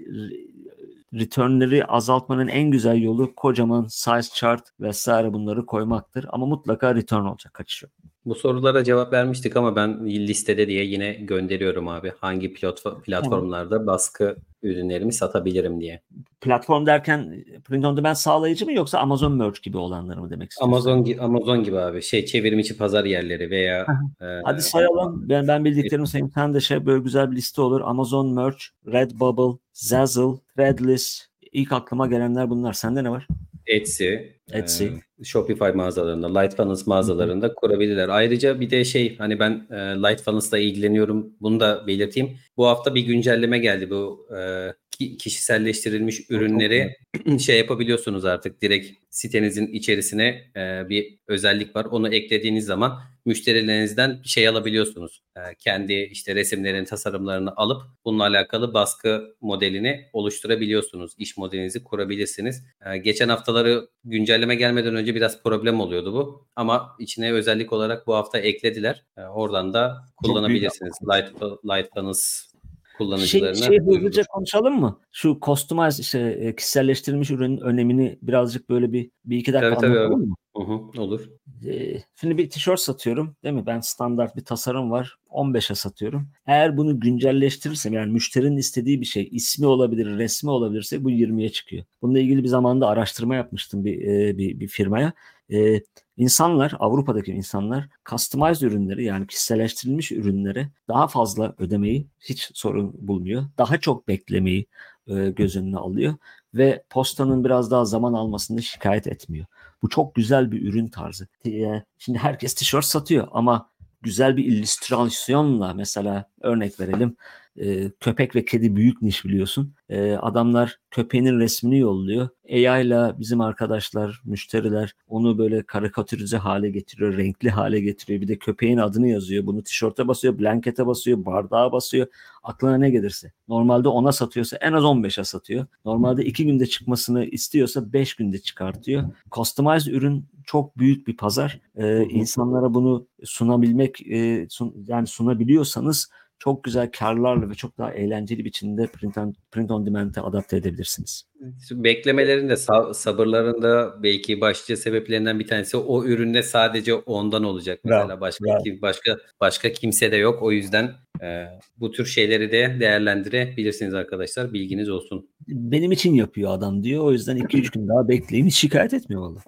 returnleri azaltmanın en güzel yolu kocaman size chart vesaire bunları koymaktır. Ama mutlaka return olacak. Kaçış yok. Bu sorulara cevap vermiştik ama ben listede diye yine gönderiyorum abi. Hangi platform, platformlarda tamam. baskı ürünlerimi satabilirim diye. Platform derken print on demand sağlayıcı mı yoksa Amazon Merch gibi olanları mı demek istiyorsun? Amazon Amazon gibi abi. Şey çevrimiçi pazar yerleri veya e, hadi sayalım. Ben ben bildiklerimi sayayım. Sen de şey böyle güzel bir liste olur. Amazon Merch, Redbubble, Zazzle, Threadless. İlk aklıma gelenler bunlar. Sende ne var? Etsy, Etsy. E, Shopify mağazalarında, Lightfunnels mağazalarında Hı-hı. kurabilirler. Ayrıca bir de şey hani ben e, Lightfunnels'la ilgileniyorum. Bunu da belirteyim. Bu hafta bir güncelleme geldi. Bu e, kişiselleştirilmiş ürünleri şey yapabiliyorsunuz artık. Direkt sitenizin içerisine e, bir özellik var. Onu eklediğiniz zaman müşterilerinizden şey alabiliyorsunuz. E, kendi işte resimlerin tasarımlarını alıp bununla alakalı baskı modelini oluşturabiliyorsunuz. İş modelinizi kurabilirsiniz. E, geçen haftaları güncelleme gelmeden önce biraz problem oluyordu bu. Ama içine özellik olarak bu hafta eklediler. E, oradan da kullanabilirsiniz. Light, Lightfunnels kullanıcılarına. Şey, şey hızlıca konuşalım mı? Şu customize işte kişiselleştirilmiş ürünün önemini birazcık böyle bir bir iki dakika tabii, anlatalım tabii. mı? Hı hı, olur. Ee, şimdi bir tişört satıyorum değil mi? Ben standart bir tasarım var. on beşe satıyorum. Eğer bunu güncelleştirirsem yani müşterinin istediği bir şey ismi olabilir, resmi olabilirse bu yirmiye çıkıyor. Bununla ilgili bir zamanda araştırma yapmıştım bir e, bir, bir firmaya. Ee, insanlar, Avrupa'daki insanlar customized ürünleri yani kişiselleştirilmiş ürünleri daha fazla ödemeyi hiç sorun bulmuyor. Daha çok beklemeyi e, göz önüne alıyor ve postanın biraz daha zaman almasını şikayet etmiyor. Bu çok güzel bir ürün tarzı. Şimdi herkes tişört satıyor ama güzel bir illüstrasyonla mesela örnek verelim. Ee, köpek ve kedi büyük niş biliyorsun. Ee, adamlar köpeğinin resmini yolluyor. A I ile bizim arkadaşlar, müşteriler onu böyle karikatürize hale getiriyor, renkli hale getiriyor. Bir de köpeğin adını yazıyor. Bunu tişörte basıyor, blankete basıyor, bardağa basıyor. Aklına ne gelirse. Normalde ona satıyorsa en az on beşe satıyor. Normalde iki günde çıkmasını istiyorsa beş günde çıkartıyor. Customized ürün çok büyük bir pazar. Ee, insanlara bunu sunabilmek, e, sun, yani sunabiliyorsanız çok güzel karlarla ve çok daha eğlenceli biçimde print on, print on demand'e adapte edebilirsiniz. Beklemelerin de sabırların da belki başlıca sebeplerinden bir tanesi o üründe sadece ondan olacak mesela bravo, başka bravo. başka başka kimse de yok. O yüzden e, bu tür şeyleri de değerlendirebilirsiniz arkadaşlar. Bilginiz olsun. Benim için yapıyor adam diyor. O yüzden iki üç gün daha bekleyin. Hiç şikayet etmiyor vallahi.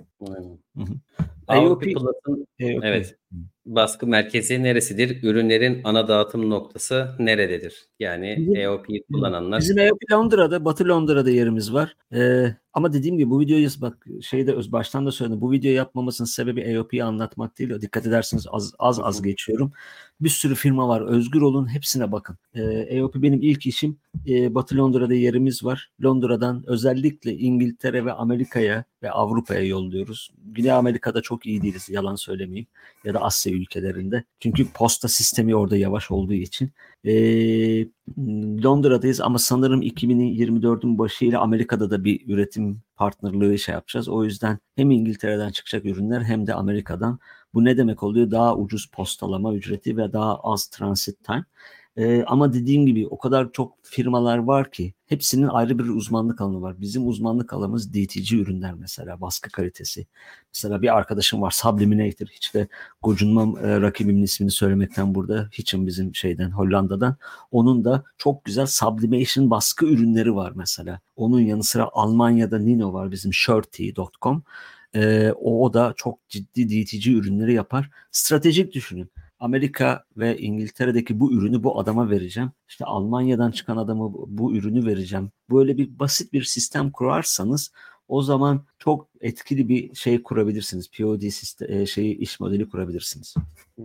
A O P Plus'ın evet. Baskı merkezi neresidir? Ürünlerin ana dağıtım noktası nerededir? Yani bizim, A O P kullananlar. Bizim A O P Londra'da, Batı Londra'da yerimiz var. Ee, ama dediğim gibi bu videoyu bak şeyde baştan da söyledim. Bu videoyu yapmamasının sebebi A O P'yi anlatmak değil. Dikkat ederseniz az az, az geçiyorum. Bir sürü firma var. Özgür olun. Hepsine bakın. Ee, A O P benim ilk işim. Ee, Batı Londra'da yerimiz var. Londra'dan özellikle İngiltere ve Amerika'ya ve Avrupa'ya yolluyoruz. Güney Amerika'da çok iyi değiliz. Yalan söylemeyeyim. Ya da Asya ülkelerinde. Çünkü posta sistemi orada yavaş olduğu için. Ee, Londra'dayız ama sanırım iki bin yirmi dördün başıyla Amerika'da da bir üretim partnerliği şey yapacağız. O yüzden hem İngiltere'den çıkacak ürünler hem de Amerika'dan. Bu ne demek oluyor? Daha ucuz postalama ücreti ve daha az transit time. Ee, ama dediğim gibi o kadar çok firmalar var ki hepsinin ayrı bir uzmanlık alanı var. Bizim uzmanlık alanımız D T G ürünler mesela baskı kalitesi. Mesela bir arkadaşım var Subliminator hiç de gocunmam e, rakibimin ismini söylemekten burada. Hiçim bizim şeyden Hollanda'dan. Onun da çok güzel sublimation baskı ürünleri var mesela. Onun yanı sıra Almanya'da Nino var bizim shirty nokta com. E, o, o da çok ciddi D T C ürünleri yapar. Stratejik düşünün. Amerika ve İngiltere'deki bu ürünü bu adama vereceğim. İşte Almanya'dan çıkan adama bu, bu ürünü vereceğim. Böyle bir basit bir sistem kurarsanız o zaman çok etkili bir şey kurabilirsiniz. P O D sistem, şeyi iş modeli kurabilirsiniz.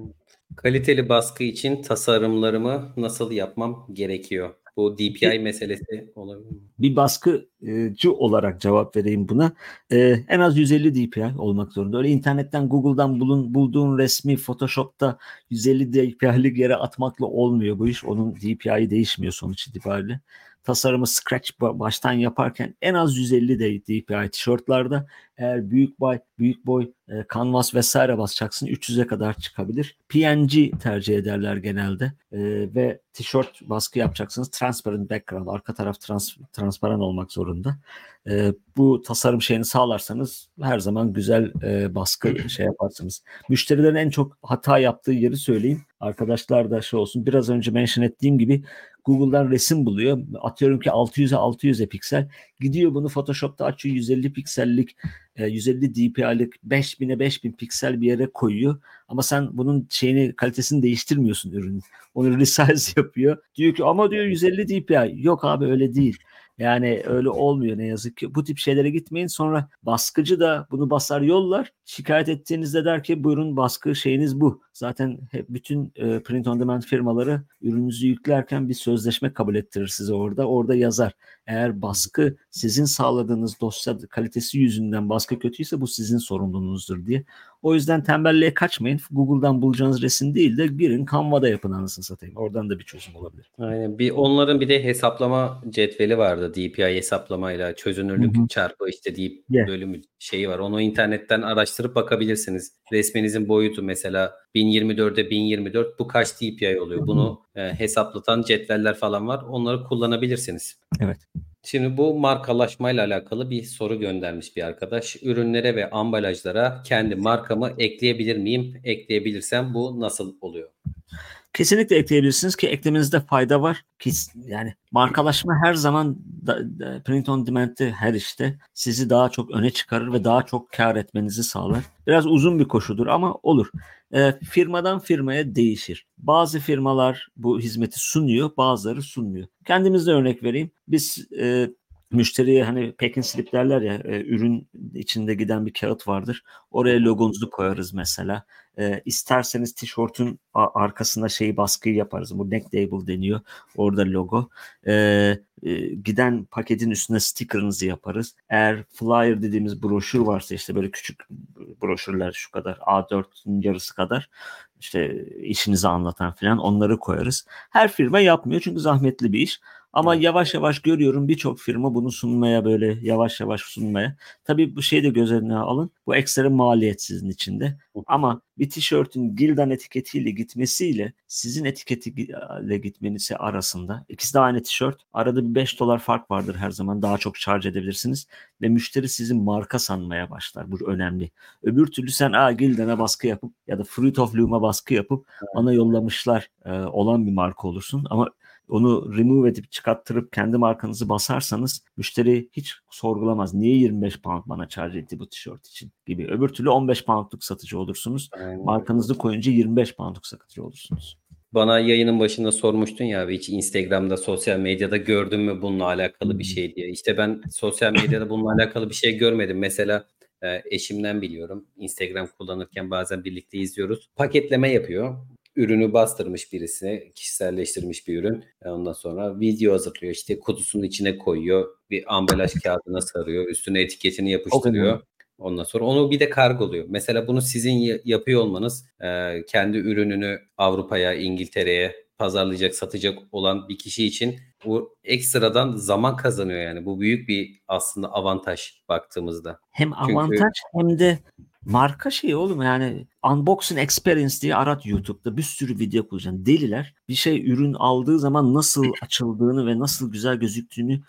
Kaliteli baskı için tasarımlarımı nasıl yapmam gerekiyor? Bu D P I meselesi olabilir mi? Bir baskıcı olarak cevap vereyim buna. Ee, en az yüz elli D P I olmak zorunda. Öyle internetten, Google'dan bulun, bulduğun resmi Photoshop'ta yüz elli D P I'lik yere atmakla olmuyor bu iş. Onun D P I'yi değişmiyor sonuç itibariyle. Tasarımı scratch baştan yaparken en az yüz elli D P I tişörtlerde, eğer büyük boy, büyük boy e, kanvas vesaire basacaksın üç yüze kadar çıkabilir. P N G tercih ederler genelde e, ve tişört baskı yapacaksınız. Transparent background, arka taraf trans, transparan olmak zorunda. E, bu tasarım şeyini sağlarsanız her zaman güzel e, baskı şey yaparsınız. Müşterilerin en çok hata yaptığı yeri söyleyeyim. Arkadaşlar da şey olsun. Biraz önce mention ettiğim gibi Google'dan resim buluyor. Atıyorum ki altı yüze altı yüze piksel. Gidiyor bunu Photoshop'ta açıyor, yüz elli piksellik, yüz elli D P I'lik beş bine beş bin piksel bir yere koyuyor. Ama sen bunun şeyini, kalitesini değiştirmiyorsun ürünün. Onu resize yapıyor. Diyor ki ama diyor yüz elli D P I. Yok abi, öyle değil. Yani öyle olmuyor ne yazık ki. Bu tip şeylere gitmeyin. Sonra baskıcı da bunu basar yollar. Şikayet ettiğinizde der ki buyurun baskı şeyiniz bu. Zaten hep bütün e, print on demand firmaları ürününüzü yüklerken bir sözleşme kabul ettirir size orada. Orada yazar. Eğer baskı sizin sağladığınız dosya kalitesi yüzünden baskı kötüyse bu sizin sorumluluğunuzdur diye. O yüzden tembelliğe kaçmayın. Google'dan bulacağınız resim değil de girin Canva'da yapın anasını satayım. Oradan da bir çözüm olabilir. Aynen. Bir onların bir de hesaplama cetveli vardı. D P I hesaplamayla çözünürlük Hı hı. çarpı işte deyip Yeah. bölümü şeyi var. Onu internetten araştırıp bakabilirsiniz. Resminizin boyutu mesela bin yirmi dörde bin yirmi dört, bu kaç D P I oluyor? Bunu e, hesaplatan cetveller falan var. Onları kullanabilirsiniz. Evet. Şimdi bu markalaşmayla alakalı bir soru göndermiş bir arkadaş. Ürünlere ve ambalajlara kendi markamı ekleyebilir miyim? Ekleyebilirsem bu nasıl oluyor? Kesinlikle ekleyebilirsiniz ki eklemenizde fayda var. Yani markalaşma her zaman da, da, print on demand'de her işte sizi daha çok öne çıkarır ve daha çok kar etmenizi sağlar. Biraz uzun bir koşudur ama olur. E, firmadan firmaya değişir. Bazı firmalar bu hizmeti sunuyor, bazıları sunmuyor. Kendimizde örnek vereyim. Biz e, müşteriye hani packing slip derler ya, e, ürün içinde giden bir kağıt vardır. Oraya logonuzu koyarız mesela. E, isterseniz tişörtün arkasına şeyi baskıyı yaparız. Bu neck label deniyor. Orada logo. E, e, giden paketin üstüne sticker'ınızı yaparız. Eğer flyer dediğimiz broşür varsa işte böyle küçük broşürler şu kadar A dört'ün yarısı kadar işte işinizi anlatan falan onları koyarız. Her firma yapmıyor çünkü zahmetli bir iş. Ama evet, yavaş yavaş görüyorum birçok firma bunu sunmaya, böyle yavaş yavaş sunmaya. Tabii bu şeyi de göz önüne alın. Bu ekstra maliyet sizin için de. Ama bir tişörtün Gildan etiketiyle gitmesiyle sizin etiketiyle gitmenizi arasında, ikisi de aynı tişört. Arada bir beş dolar fark vardır her zaman. Daha çok charge edebilirsiniz. Ve müşteri sizin marka sanmaya başlar. Bu önemli. Öbür türlü sen Aa, Gildan'a baskı yapıp ya da Fruit of Loom'a baskı yapıp bana yollamışlar e, olan bir marka olursun. Ama onu remove edip çıkarttırıp kendi markanızı basarsanız müşteri hiç sorgulamaz. Niye yirmi beş pound bana charge etti bu tişört için gibi. Öbür türlü on beş poundluk satıcı olursunuz. Aynen. Markanızı koyunca yirmi beş poundluk satıcı olursunuz. Bana yayının başında sormuştun ya abi, hiç Instagram'da, sosyal medyada gördün mü bununla alakalı bir şey diye. İşte ben sosyal medyada bununla alakalı bir şey görmedim. Mesela e, eşimden biliyorum. Instagram kullanırken bazen birlikte izliyoruz. Paketleme yapıyor. Ürünü bastırmış birisi, kişiselleştirmiş bir ürün. Ondan sonra video hazırlıyor. İşte kutusunun içine koyuyor. Bir ambalaj kağıdına sarıyor. Üstüne etiketini yapıştırıyor. Ondan sonra onu bir de kargoluyor. Mesela bunu sizin yapıyor olmanız e, kendi ürününü Avrupa'ya, İngiltere'ye pazarlayacak, satacak olan bir kişi için bu ekstradan zaman kazanıyor yani. Bu büyük bir aslında avantaj baktığımızda. Hem avantaj Çünkü... hem de marka şeyi oğlum, yani unboxing experience diye arat YouTube'da, bir sürü video koyacaksın. Deliler bir şey ürün aldığı zaman nasıl açıldığını ve nasıl güzel gözüktüğünü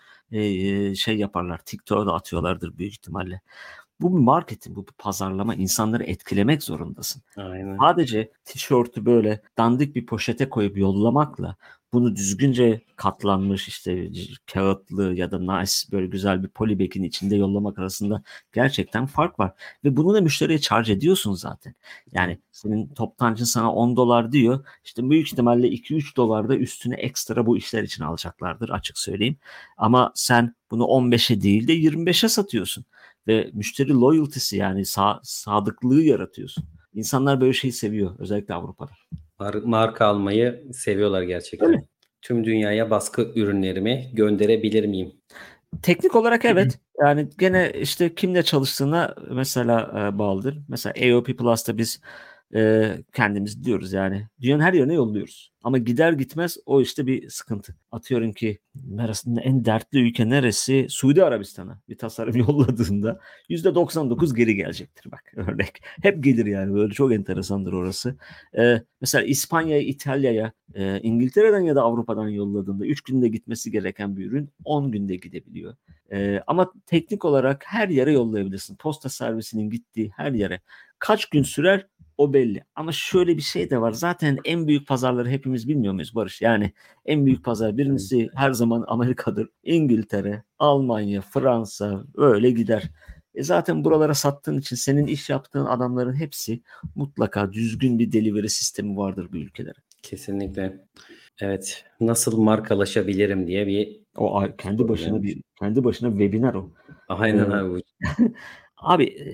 e, şey yaparlar. TikTok'a da atıyorlardır büyük ihtimalle. Bu bir marketing, bu bir pazarlama. İnsanları etkilemek zorundasın. Aynen. Sadece tişörtü böyle dandik bir poşete koyup yollamakla bunu düzgünce katlanmış işte kağıtlı ya da nice böyle güzel bir polybag'in içinde yollamak arasında gerçekten fark var. Ve bunu da müşteriye charge ediyorsun zaten. Yani senin toptancın sana on dolar diyor. İşte büyük ihtimalle iki üç dolar da üstüne ekstra bu işler için alacaklardır açık söyleyeyim. Ama sen bunu on beşe değil de yirmi beşe satıyorsun. Ve müşteri loyalty'si yani sa- sadıklığı yaratıyorsun. İnsanlar böyle şeyi seviyor özellikle Avrupa'da. Mar- marka almayı seviyorlar gerçekten. Öyle. Tüm dünyaya baskı ürünlerimi gönderebilir miyim? Teknik olarak evet. Yani gene işte kimle çalıştığına mesela e, bağlıdır. Mesela A O P Plus'ta biz e, kendimiz diyoruz yani. Dünyanın her yerine yolluyoruz. Ama gider gitmez o işte bir sıkıntı. Atıyorum ki arasında en dertli ülke neresi? Suudi Arabistan'a bir tasarım yolladığında yüzde doksan dokuz geri gelecektir bak örnek. Hep gelir yani böyle çok enteresandır orası. E, mesela İspanya'ya, İtalya'ya, e, İngiltere'den ya da Avrupa'dan yolladığında üç günde gitmesi gereken bir ürün on günde gidebiliyor. Ee, ama teknik olarak her yere yollayabilirsin. Posta servisinin gittiği her yere. Kaç gün sürer o belli. Ama şöyle bir şey de var. Zaten en büyük pazarları hepimiz bilmiyor muyuz Barış? Yani en büyük pazar birincisi her zaman Amerika'dır. İngiltere, Almanya, Fransa öyle gider. E zaten buralara sattığın için senin iş yaptığın adamların hepsi mutlaka düzgün bir delivery sistemi vardır bu ülkelere. Kesinlikle. Evet. Nasıl markalaşabilirim diye bir O a- kendi soru başına gelmiş. bir kendi başına webinar o. Aynen Ee, abi. Abi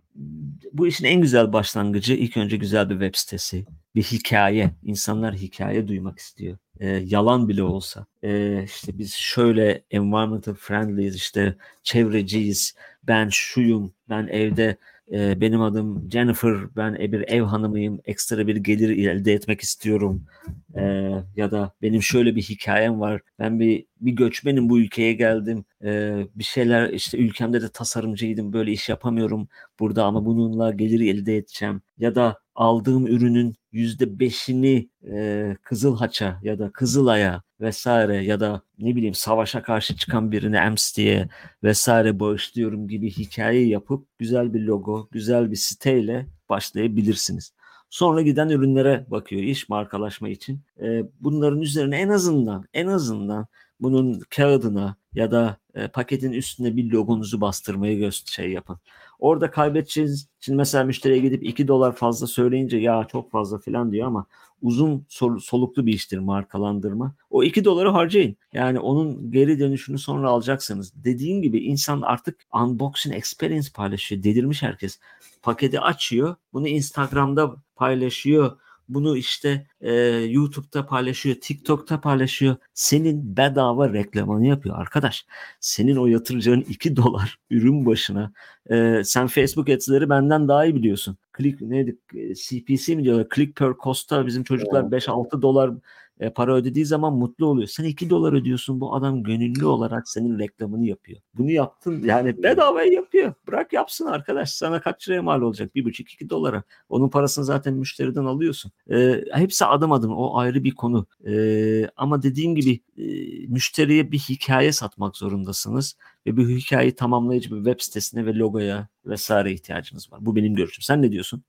bu işin en güzel başlangıcı ilk önce güzel bir web sitesi, bir hikaye. İnsanlar hikaye duymak istiyor. Ee, yalan bile olsa. Ee, işte biz şöyle environmental friendly'yiz, işte çevreciyiz, ben şuyum, ben evde e, benim adım Jennifer, ben bir ev hanımıyım, ekstra bir gelir elde etmek istiyorum. Ee, ya da benim şöyle bir hikayem var. Ben bir bir göçmenim bu ülkeye geldim. Ee, bir şeyler işte ülkemde de tasarımcıydım. Böyle iş yapamıyorum burada ama bununla gelir elde edeceğim. Ya da aldığım ürünün yüzde beşini e, Kızılhaç'a ya da Kızılay'a vesaire ya da ne bileyim savaşa karşı çıkan birine Amnesty'ye vesaire bağışlıyorum gibi hikaye yapıp güzel bir logo, güzel bir siteyle başlayabilirsiniz. Sonra giden ürünlere bakıyor iş markalaşma için. E, bunların üzerine en azından en azından bunun kağıdına ya da e, paketin üstüne bir logonuzu bastırmayı göster şey yapın. Orada kaybedeceğiniz için mesela müşteriye gidip iki dolar fazla söyleyince ya çok fazla falan diyor ama uzun sol- soluklu bir iştir markalandırma. O iki doları harcayın. Yani onun geri dönüşünü sonra alacaksınız. Dediğim gibi insan artık unboxing experience paylaşıyor. Delirmiş herkes. Paketi açıyor. Bunu Instagram'da paylaşıyor. Bunu işte e, YouTube'da paylaşıyor, TikTok'ta paylaşıyor. Senin bedava reklamını yapıyor arkadaş. Senin o yatıracağın iki dolar ürün başına. E, sen Facebook Ads'leri benden daha iyi biliyorsun. Click neydi? C P C mi diyorlar? Click per cost'a bizim çocuklar beş altı dolar e, para ödediği zaman mutlu oluyor. Sen iki dolar ödüyorsun. Bu adam gönüllü olarak senin reklamını yapıyor. Bunu yaptın yani bedavaya yapıyor. Bırak yapsın arkadaş. Sana kaç liraya mal olacak? Bir buçuk iki dolara. Onun parasını zaten müşteriden alıyorsun. E, hepsi adım adım. O ayrı bir konu. E, ama dediğim gibi e, müşteriye bir hikaye satmak zorundasınız. Ve bu hikayeyi tamamlayıcı bir web sitesine ve logoya vesaire ihtiyacınız var. Bu benim görüşüm. Sen ne diyorsun?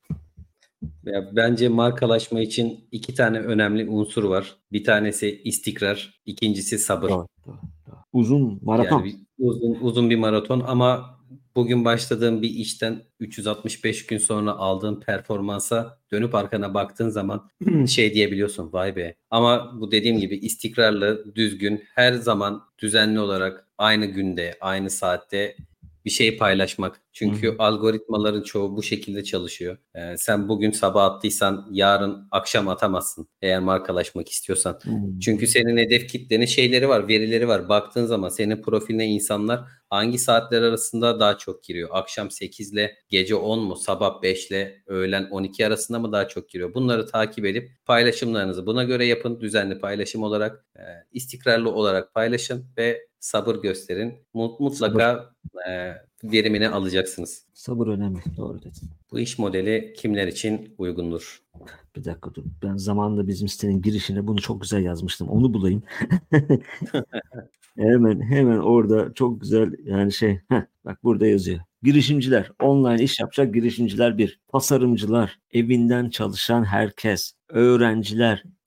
Ya bence markalaşma için iki tane önemli unsur var. Bir tanesi istikrar, ikincisi sabır. Doğru, doğru, doğru. Uzun Yani maraton. bir, uzun uzun bir maraton ama bugün başladığın bir işten üç yüz altmış beş gün sonra aldığın performansa dönüp arkana baktığın zaman şey diyebiliyorsun vay be. Ama bu dediğim gibi istikrarlı, düzgün, her zaman düzenli olarak aynı günde, aynı saatte bir şey paylaşmak. Çünkü Hı-hı. algoritmaların çoğu bu şekilde çalışıyor. Ee, sen bugün sabah attıysan yarın akşam atamazsın eğer markalaşmak istiyorsan. Çünkü senin hedef kitlenin şeyleri var, verileri var. Baktığın zaman senin profiline insanlar hangi saatler arasında daha çok giriyor? Akşam sekiz ile gece on mu? Sabah beş ile öğlen on iki arasında mı daha çok giriyor? Bunları takip edip paylaşımlarınızı buna göre yapın. Düzenli paylaşım olarak, e, istikrarlı olarak paylaşın ve sabır gösterin. Sabır. Mutlaka e, verimini alacaksınız. Sabır önemli. Doğru dedin. Bu iş modeli kimler için uygundur? Bir dakika dur. Ben zamanında bizim sitenin girişine bunu çok güzel yazmıştım. Onu bulayım. Hemen hemen orada çok güzel yani şey. Heh, bak burada yazıyor. Girişimciler, online iş yapacak girişimciler bir. Tasarımcılar, evinden çalışan herkes, öğrenciler,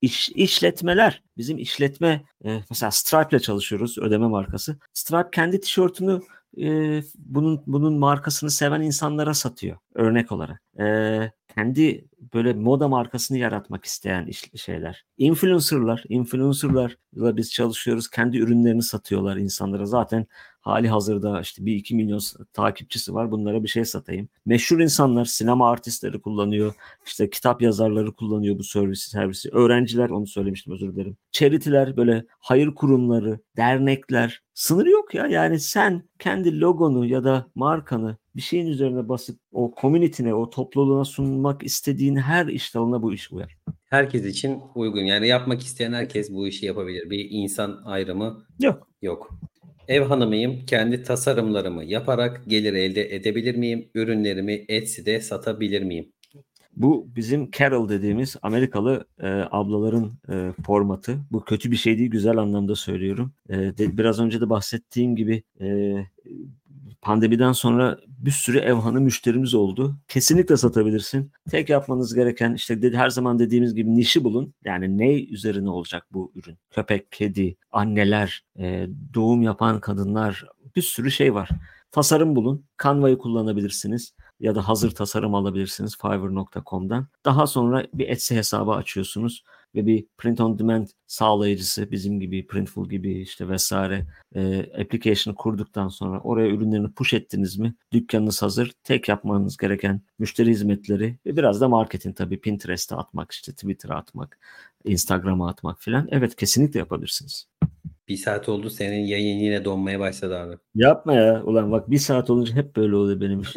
İş, işletmeler, bizim işletme e, mesela Stripe'le çalışıyoruz, ödeme markası. Stripe kendi tişörtünü e, bunun bunun markasını seven insanlara satıyor örnek olarak. E, kendi böyle moda markasını yaratmak isteyen iş, şeyler. Influencer'lar, influencer'larla biz çalışıyoruz. Kendi ürünlerini satıyorlar insanlara. Zaten hali hazırda işte bir iki milyon takipçisi var. Bunlara bir şey satayım. Meşhur insanlar, sinema artistleri kullanıyor. İşte kitap yazarları kullanıyor bu servisi, servisi. Öğrenciler, onu söylemiştim, özür dilerim. Charity'ler, böyle hayır kurumları, dernekler. Sınır yok ya. Yani sen kendi logonu ya da markanı bir şeyin üzerine basıp o community'ne, o topluluğuna sunmak istediğin her iş dalına bu iş uyar. Herkes için uygun. Yani yapmak isteyen herkes bu işi yapabilir. Bir insan ayrımı Yok. yok. Ev hanımıyım. Kendi tasarımlarımı yaparak gelir elde edebilir miyim? Ürünlerimi Etsy'de satabilir miyim? Bu bizim Carol dediğimiz Amerikalı e, ablaların e, formatı. Bu kötü bir şey değil, güzel anlamda söylüyorum. E, de, biraz önce de bahsettiğim gibi e, pandemiden sonra bir sürü ev hanı müşterimiz oldu. Kesinlikle satabilirsin. Tek yapmanız gereken işte dedi, her zaman dediğimiz gibi nişi bulun. Yani ne üzerine olacak bu ürün? Köpek, kedi, anneler, e, doğum yapan kadınlar, bir sürü şey var. Tasarım bulun. Canva'yı kullanabilirsiniz ya da hazır tasarım alabilirsiniz fiverr nokta com'dan. Daha sonra bir Etsy hesabı açıyorsunuz ve bir print on demand sağlayıcısı, bizim gibi, Printful gibi işte vesaire e, application kurduktan sonra oraya ürünlerini push ettiniz mi dükkanınız hazır. Tek yapmanız gereken müşteri hizmetleri ve biraz da marketing, tabii Pinterest'e atmak, işte Twitter'a atmak, Instagram'a atmak filan. Evet, kesinlikle yapabilirsiniz. Bir saat oldu, senin yayın yine donmaya başladı abi. Yapma ya. Ulan bak, bir saat olunca hep böyle oluyor benim iş.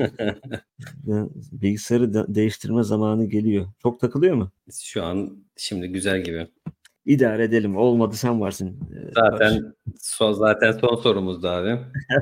Bilgisayarı da değiştirme zamanı geliyor. Çok takılıyor mu? Şu an şimdi güzel gibi. İdare edelim. Olmadı, sen varsın. Zaten son, zaten son sorumuzdu abi.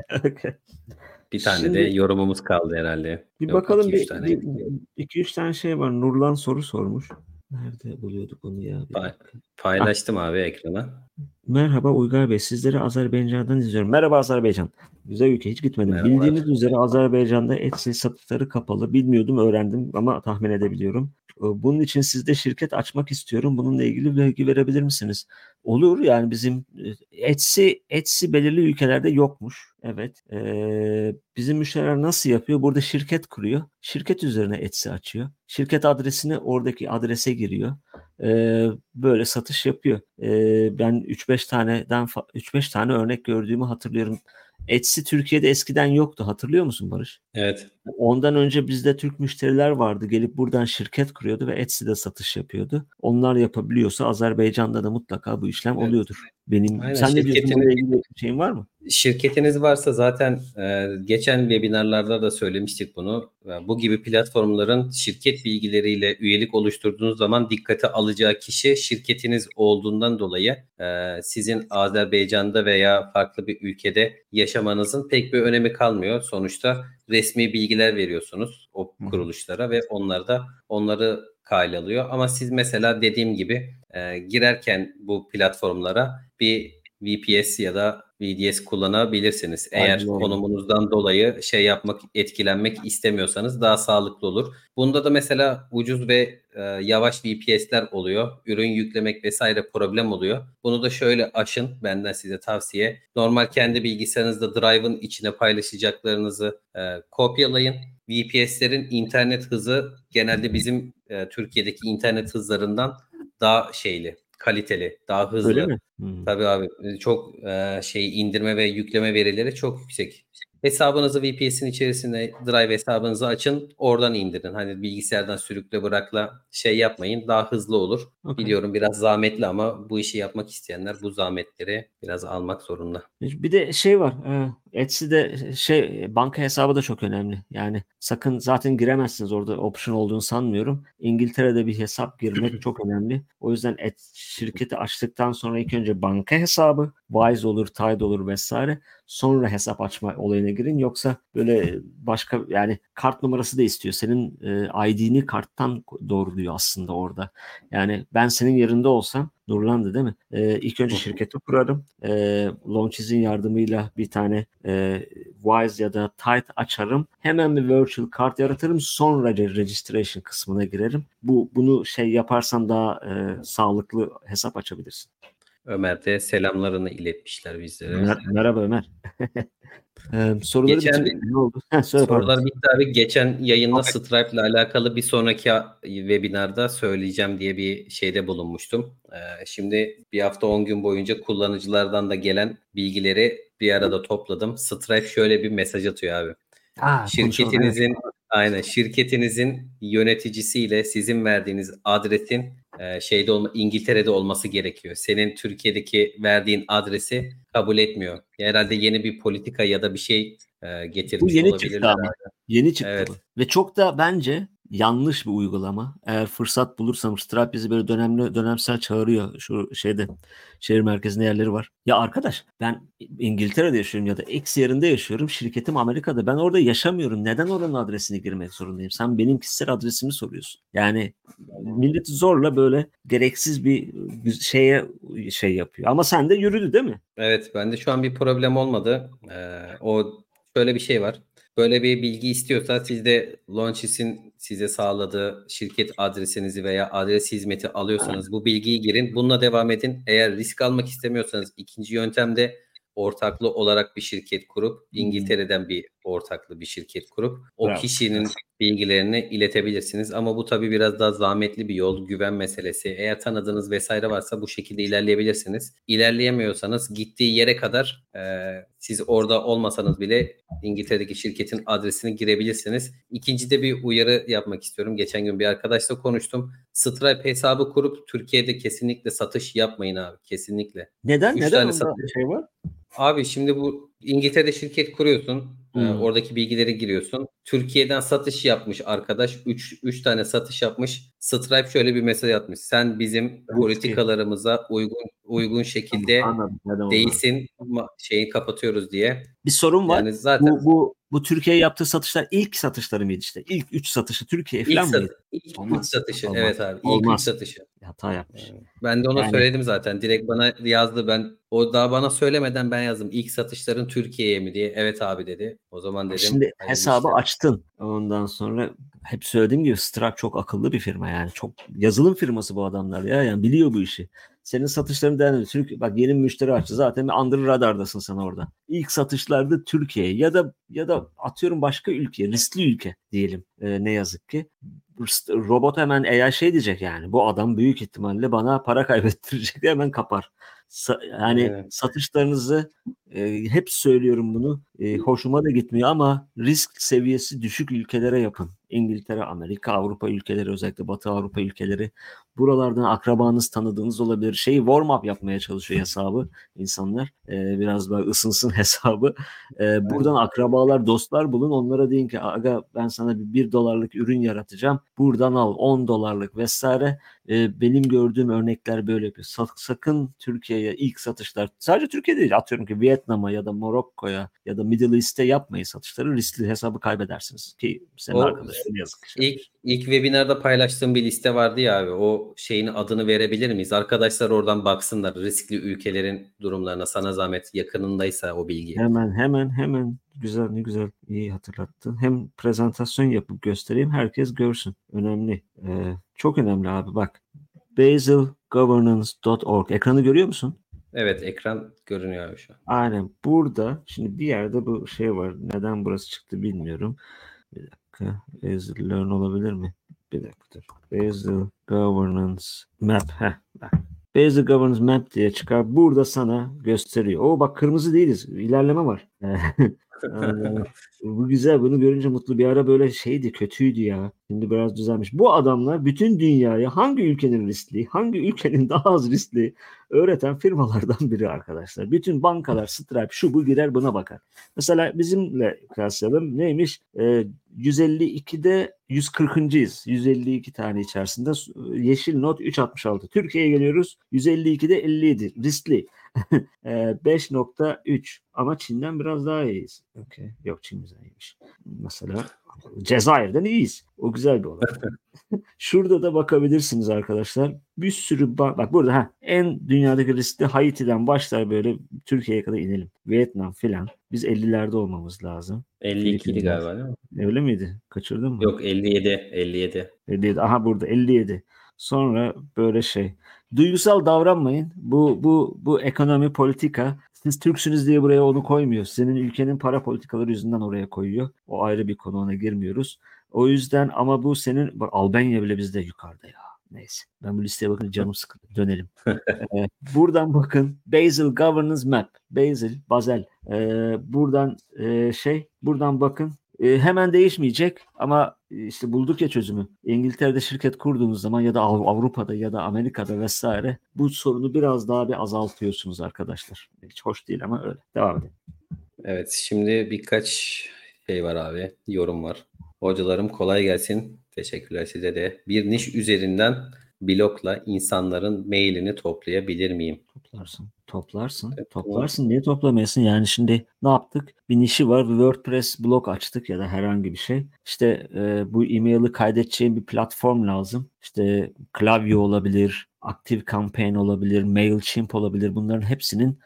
Bir tane de Şimdi yorumumuz kaldı herhalde. bir Yok, bakalım, iki üç bir, tane. bir iki üç tane şey var. Nurlan soru sormuş. Nerede buluyorduk onu ya? Bir Pa- dakika. Ah, paylaştım abi ekrana. merhaba Uygar Bey. Sizleri Azerbaycan'dan izliyorum. Merhaba Azerbaycan. Güzel ülke. Hiç gitmedim. Merhabalar. Bildiğiniz üzere Azerbaycan'da Etsy satışları kapalı. Bilmiyordum, öğrendim ama tahmin edebiliyorum. Bunun için sizde şirket açmak istiyorum. Bununla ilgili bilgi verebilir misiniz? Olur, yani bizim Etsy, Etsy belirli ülkelerde yokmuş. Evet. Ee, bizim müşteriler nasıl yapıyor? Burada şirket kuruyor. Şirket üzerine Etsy açıyor. Şirket adresini oradaki adrese giriyor. Ee, böyle satış yapıyor. Ee, ben üç beş taneden üç beş tane örnek gördüğümü hatırlıyorum. Etsy Türkiye'de eskiden yoktu. Hatırlıyor musun Barış? Evet. Ondan önce bizde Türk müşteriler vardı. Gelip buradan şirket kuruyordu ve Etsy'de satış yapıyordu. Onlar yapabiliyorsa Azerbaycan'da da mutlaka bu işlem Evet. oluyordur. Benim, Aynen, sen ne diyorsun? şirketiniz Onunla ilgili bir şeyin var mı? şirketiniz varsa zaten e, geçen webinarlarda da söylemiştik bunu. E, bu gibi platformların şirket bilgileriyle üyelik oluşturduğunuz zaman dikkate alacağı kişi şirketiniz olduğundan dolayı e, sizin Azerbaycan'da veya farklı bir ülkede yaşamanızın pek bir önemi kalmıyor. Sonuçta resmi bilgiler veriyorsunuz o kuruluşlara ve onlar da onları kale alıyor. Ama siz mesela dediğim gibi e, girerken bu platformlara bir V P S ya da V D S kullanabilirsiniz. Eğer Faydalı olur. konumunuzdan dolayı şey yapmak, etkilenmek istemiyorsanız daha sağlıklı olur. Bunda da mesela ucuz ve e, yavaş V P S'ler oluyor. Ürün yüklemek vesaire problem oluyor. Bunu da şöyle aşın, benden size tavsiye. Normal kendi bilgisayarınızda Drive'ın içine paylaşacaklarınızı e, kopyalayın. V P S'lerin internet hızı genelde bizim e, Türkiye'deki internet hızlarından daha şeyli, kaliteli, daha Öyle hızlı. mi? Hmm. Tabii abi, çok e, şey indirme ve yükleme verileri çok yüksek. Hesabınızı V P S'in içerisinde Drive hesabınızı açın, oradan indirin. Hani bilgisayardan sürükle bırakla şey yapmayın, daha hızlı olur. Okay. Biliyorum biraz zahmetli ama bu işi yapmak isteyenler bu zahmetleri biraz almak zorunda. Bir de şey var. e, Etsy'de şey, banka hesabı da çok önemli. Yani sakın, zaten giremezsiniz orada, option olduğunu sanmıyorum. İngiltere'de bir hesap girmek çok önemli. O yüzden et, şirketi açtıktan sonra ilk önce banka hesabı, Wise olur, Tide olur vesaire. Sonra hesap açma olayına girin. Yoksa böyle başka, yani kart numarası da istiyor. Senin e, I D'ni karttan doğruluyor aslında orada. Yani ben senin yerinde olsam Nurlan'dı değil mi? Ee, ilk önce şirketi kurarım. Ee, Launches'in yardımıyla bir tane e, Wise ya da Tide açarım. Hemen bir virtual card yaratırım. Sonra re- registration kısmına girerim. Bu bunu şey yaparsan daha e, sağlıklı hesap açabilirsin. Ömer de selamlarını iletmişler bizlere. Mer- Merhaba Ömer. Ee, soruları Geçen bitireyim. Ne oldu? Ha, söyle pardon. sorular bitti abi. Geçen yayında Okay. Stripe ile alakalı bir sonraki webinarda söyleyeceğim diye bir şeyde bulunmuştum. Ee, şimdi bir hafta on gün boyunca kullanıcılardan da gelen bilgileri bir arada topladım. Stripe şöyle bir mesaj atıyor abi. Ha, konuşalım. Evet. Şirketinizin aynen şirketinizin yöneticisiyle sizin verdiğiniz adresin e, şeyde olma, İngiltere'de olması gerekiyor. Senin Türkiye'deki verdiğin adresi kabul etmiyor. Herhalde yeni bir politika ya da bir şey e, Bu getirmiş yeni çıktı olabilirler ama. abi. Yeni çıktı Evet. bu. Ve çok da bence yanlış bir uygulama. Eğer fırsat bulursam Stripe bizi böyle dönemli dönemsel çağırıyor. Şu şeyde şehir merkezinde yerleri var. Ya arkadaş ben İngiltere'de yaşıyorum ya da X yerinde yaşıyorum. Şirketim Amerika'da. Ben orada yaşamıyorum. Neden oranın adresini girmek zorundayım? Sen benim kişisel adresimi soruyorsun. Yani millet zorla böyle gereksiz bir şeye şey yapıyor. Ama sen de yürüdü değil mi? Evet, bende şu an bir problem olmadı. Ee, o şöyle bir şey var. Böyle bir bilgi istiyorsa siz de Launches'in size sağladığı şirket adresinizi veya adres hizmeti alıyorsanız bu bilgiyi girin. Bununla devam edin. Eğer risk almak istemiyorsanız ikinci yöntemde ortaklı olarak bir şirket kurup İngiltere'den bir ortaklı bir şirket kurup o Bravo. kişinin bilgilerini iletebilirsiniz. Ama bu tabii biraz daha zahmetli bir yol, güven meselesi. Eğer tanıdığınız vesaire varsa bu şekilde ilerleyebilirsiniz. İlerleyemiyorsanız gittiği yere kadar e, siz orada olmasanız bile İngiltere'deki şirketin adresini girebilirsiniz. İkinci de bir uyarı yapmak istiyorum. Geçen gün bir arkadaşla konuştum. Stripe hesabı kurup Türkiye'de kesinlikle satış yapmayın abi. Kesinlikle. Neden? Üç Neden tane onda satış. şey var? Abi şimdi bu İngiltere'de şirket kuruyorsun. E, Hmm. oradaki bilgileri giriyorsun. Türkiye'den satış yapmış arkadaş. üç tane satış yapmış. Stripe şöyle bir mesaj atmış. Sen bizim politikalarımıza uygun uygun şekilde Anladım. Neden oldu? değilsin ama şeyi kapatıyoruz diye. Bir sorun var. Yani zaten Bu bu bu Türkiye'ye yaptığı satışlar ilk satışları mıydı işte? İlk üç satışı Türkiye ilk falan sat mıydı? ilk üç Olmaz. satışı. Olmaz. Evet abi. İlk üç Olmaz. satışı. Hata yapmış. Ben de ona Yani söyledim zaten. Direkt bana yazdı. Ben o daha bana söylemeden ben yazdım. İlk satışların Türkiye'ye mi diye. Evet abi dedi. O zaman dedim şimdi hayırlı hesabı işler. açtın. Ondan sonra hep söylediğim gibi Stripe çok akıllı bir firma yani. Çok yazılım firması bu adamlar ya. Yani biliyor bu işi. Senin satışların değerli. Türk bak yeni müşteri açtı. Zaten under radardasın sen orada. İlk satışlarda Türkiye ya da ya da atıyorum başka ülke, riskli ülke diyelim. Ee, ne yazık ki. Robot hemen A I şey diyecek yani. Bu adam büyük ihtimalle bana para kaybettirecek diye hemen kapar. Sa- yani Evet. satışlarınızı e, hep söylüyorum bunu. E, hoşuma da gitmiyor ama risk seviyesi düşük ülkelere yapın. İngiltere, Amerika, Avrupa ülkeleri özellikle Batı Avrupa ülkeleri. Buralardan akrabanız, tanıdığınız olabilir. Şeyi warm up yapmaya çalışıyor hesabı insanlar. E, biraz daha ısınsın hesabı. E, buradan akrabalar, dostlar bulun. Onlara deyin ki aga ben sana bir, bir dolarlık ürün yaratacağım. Buradan al on dolarlık vesaire. E, benim gördüğüm örnekler böyle yapıyor. Sak- sakın Türkiye'ye ilk satışlar sadece Türkiye değil atıyorum ki Vietnam'a ya da Morokko'ya ya da Middle East'e yapmayın satışları. Riskli hesabı kaybedersiniz ki senin O arkadaşın yazık. ilk ilk webinarda paylaştığım bir liste vardı ya abi. O şeyin adını verebilir miyiz? Arkadaşlar oradan baksınlar riskli ülkelerin durumlarına. Sana zahmet yakınındaysa o bilgi. Hemen hemen hemen güzel ne güzel iyi hatırlattın. Hem prezentasyon yapıp göstereyim herkes görsün. Önemli. Ee, çok önemli abi bak. basil governance dot org ekranı görüyor musun? Evet, ekran görünüyor abi şu an. Aynen burada şimdi bir yerde bu şey var. Neden burası çıktı bilmiyorum. Bir dakika. Basil Learn olabilir mi? Bir dakika dur. Basil Governance Map. Heh, bak. Basil Governance Map diye çıkar. Burada sana gösteriyor. O bak kırmızı değiliz. İlerleme var. Bu güzel. Bunu görünce mutlu. Bir ara böyle şeydi, kötüydü ya. Şimdi biraz düzelmiş. Bu adamlar bütün dünyaya hangi ülkenin riskli, hangi ülkenin daha az riskli öğreten firmalardan biri arkadaşlar. Bütün bankalar, Stripe, şu bu girer buna bakar. Mesela bizimle kıyaslayalım. Neymiş? Ee, yüz elli ikide yüz kırkıncıyız. yüz elli iki tane içerisinde. Yeşil not üç altmış altı. Türkiye'ye geliyoruz. yüz elli ikide elli yedi. Riskli. beş nokta üç ama Çin'den biraz daha iyiyiz. Okay. Yok Çin bizden iyiymiş. Mesela Cezayir'den iyiyiz. O güzel bir olay. Şurada da bakabilirsiniz arkadaşlar. Bir sürü ba- bak burada ha en dünyadaki riskli Haiti'den başlar böyle Türkiye'ye kadar inelim. Vietnam filan. Biz ellilerde olmamız lazım. elli iki idi Filipinler. galiba değil mi? Öyle miydi? Kaçırdın mı? Yok elli yedi. elli yedi. elli yedi. Aha burada elli yedi. Sonra böyle şey. Duygusal davranmayın. Bu bu bu ekonomi politika. Siz Türksünüz diye buraya onu koymuyor. Senin ülkenin para politikaları yüzünden oraya koyuyor. O ayrı bir konu, ona girmiyoruz. O yüzden ama bu senin bak Albanya bile bizde yukarıda ya. Neyse. Ben bu listeye bakın canım sıkıldı. Dönelim. Ee, buradan bakın. Basel Governance Map. Basel, Basel. Ee, buradan e, şey, buradan bakın. E, hemen değişmeyecek ama işte bulduk ya çözümü. İngiltere'de şirket kurduğunuz zaman ya da Av- Avrupa'da ya da Amerika'da vesaire bu sorunu biraz daha bir azaltıyorsunuz arkadaşlar. Hiç hoş değil ama öyle. Devam edelim. Evet, şimdi birkaç şey var abi, yorum var. Hocalarım kolay gelsin. Teşekkürler size de. Bir niş üzerinden blokla insanların mailini toplayabilir miyim? Toplarsın. Toplarsın. Evet, tamam. Toplarsın. Niye toplamayasın? Yani şimdi ne yaptık? Bir nişi var. WordPress blog açtık ya da herhangi bir şey. İşte e, bu e-mail'i kaydedeceğin bir platform lazım. İşte Klaviyo olabilir, Active Campaign olabilir, Mailchimp olabilir. Bunların hepsinin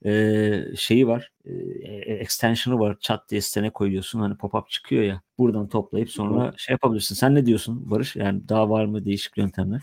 e, şeyi var. E, extension'ı var. Chat diye sitene koyuyorsun. Hani pop-up çıkıyor ya. Buradan toplayıp sonra şey yapabilirsin. Sen ne diyorsun Barış? Yani daha var mı değişik yöntemler?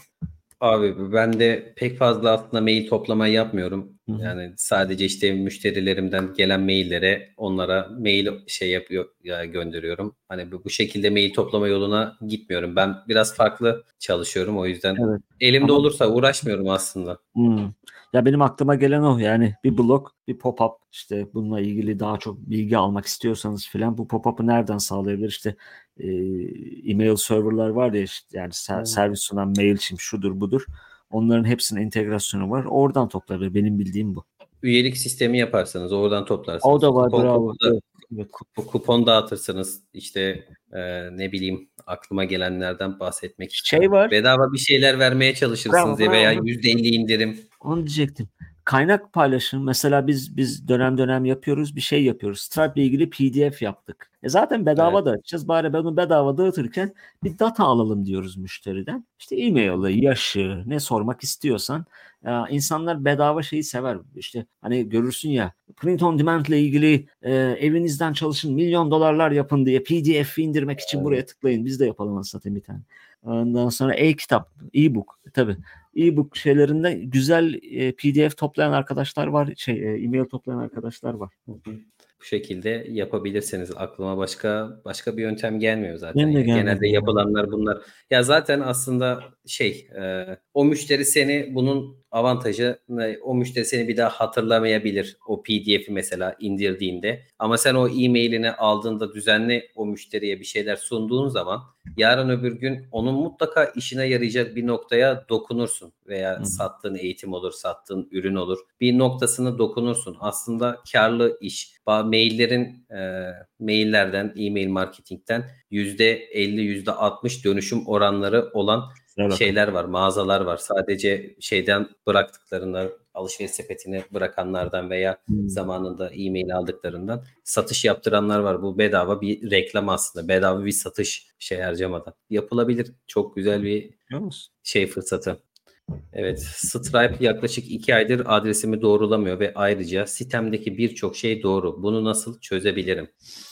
Abi ben de pek fazla aslında mail toplamayı yapmıyorum. Hı hı. Yani sadece işte müşterilerimden gelen maillere onlara mail şey yapıyor ya gönderiyorum. Hani bu, bu şekilde mail toplama yoluna gitmiyorum. Ben biraz farklı çalışıyorum o yüzden. Evet. Elimde Ama olursa uğraşmıyorum aslında. Hmm. Ya benim aklıma gelen o, yani bir blog, bir pop-up, işte bununla ilgili daha çok bilgi almak istiyorsanız filan bu pop-up'ı nereden sağlayabilir? İşte e, e-mail serverlar var ya, işte yani ser- Hmm. servis sunan Mailchimp şudur budur. Onların hepsinin entegrasyonu var. Oradan toplar. Benim bildiğim bu. Üyelik sistemi yaparsanız oradan O toplarsınız. da var, Kupon bravo. kupon, da, Evet, evet. kup- kupon dağıtırsınız. İşte e, ne bileyim aklıma gelenlerden bahsetmek Şey istiyorum. var. Bedava bir şeyler vermeye Bravo, çalışırsınız ya veya bravo. yüzde elli indirim. Onu diyecektim. Kaynak paylaşım. Mesela biz biz dönem dönem yapıyoruz. Bir şey yapıyoruz. Stripe ile ilgili P D F yaptık. E zaten Evet. bedava da açacağız. Bari ben onu bedava dağıtırken bir data alalım diyoruz müşteriden. İşte e-mail'ı, yaşı, ne sormak istiyorsan. Ya insanlar bedava şeyi sever. İşte hani görürsün ya, print on demand ile ilgili e, evinizden çalışın, milyon dolarlar yapın diye P D F indirmek için buraya tıklayın. Biz de yapalım aslında bir tane. Ondan sonra e-kitap, e-book tabii. E-book şeylerinde güzel e, P D F toplayan arkadaşlar var. Şey, e, e-mail toplayan arkadaşlar var. Bu şekilde yapabilirsiniz. Aklıma başka başka bir yöntem gelmiyor zaten. Benim de Ya gelmedi genelde ya. yapılanlar bunlar. Ya zaten aslında şey, e, o müşteri seni bunun avantajı ne? O müşteri seni bir daha hatırlamayabilir. O P D F'i mesela indirdiğinde. Ama sen o e-mailini aldığında düzenli o müşteriye bir şeyler sunduğun zaman yarın öbür gün onun mutlaka işine yarayacak bir noktaya dokunursun. Veya Hı. sattığın eğitim olur, sattığın ürün olur. Bir noktasını dokunursun. Aslında karlı iş. Maillerin e, maillerden, e-mail marketingten yüzde elli, yüzde altmış dönüşüm oranları olan Güzel bakın. şeyler var, mağazalar var. Sadece şeyden bıraktıklarından, alışveriş sepetine bırakanlardan veya Hmm. zamanında e-mail aldıklarından satış yaptıranlar var. Bu bedava bir reklam aslında. Bedava bir satış şey harcamadan. Yapılabilir. Çok güzel bir şey fırsatı. Evet, Stripe yaklaşık iki aydır adresimi doğrulamıyor ve ayrıca sitemdeki birçok şey doğru. Bunu nasıl çözebilirim?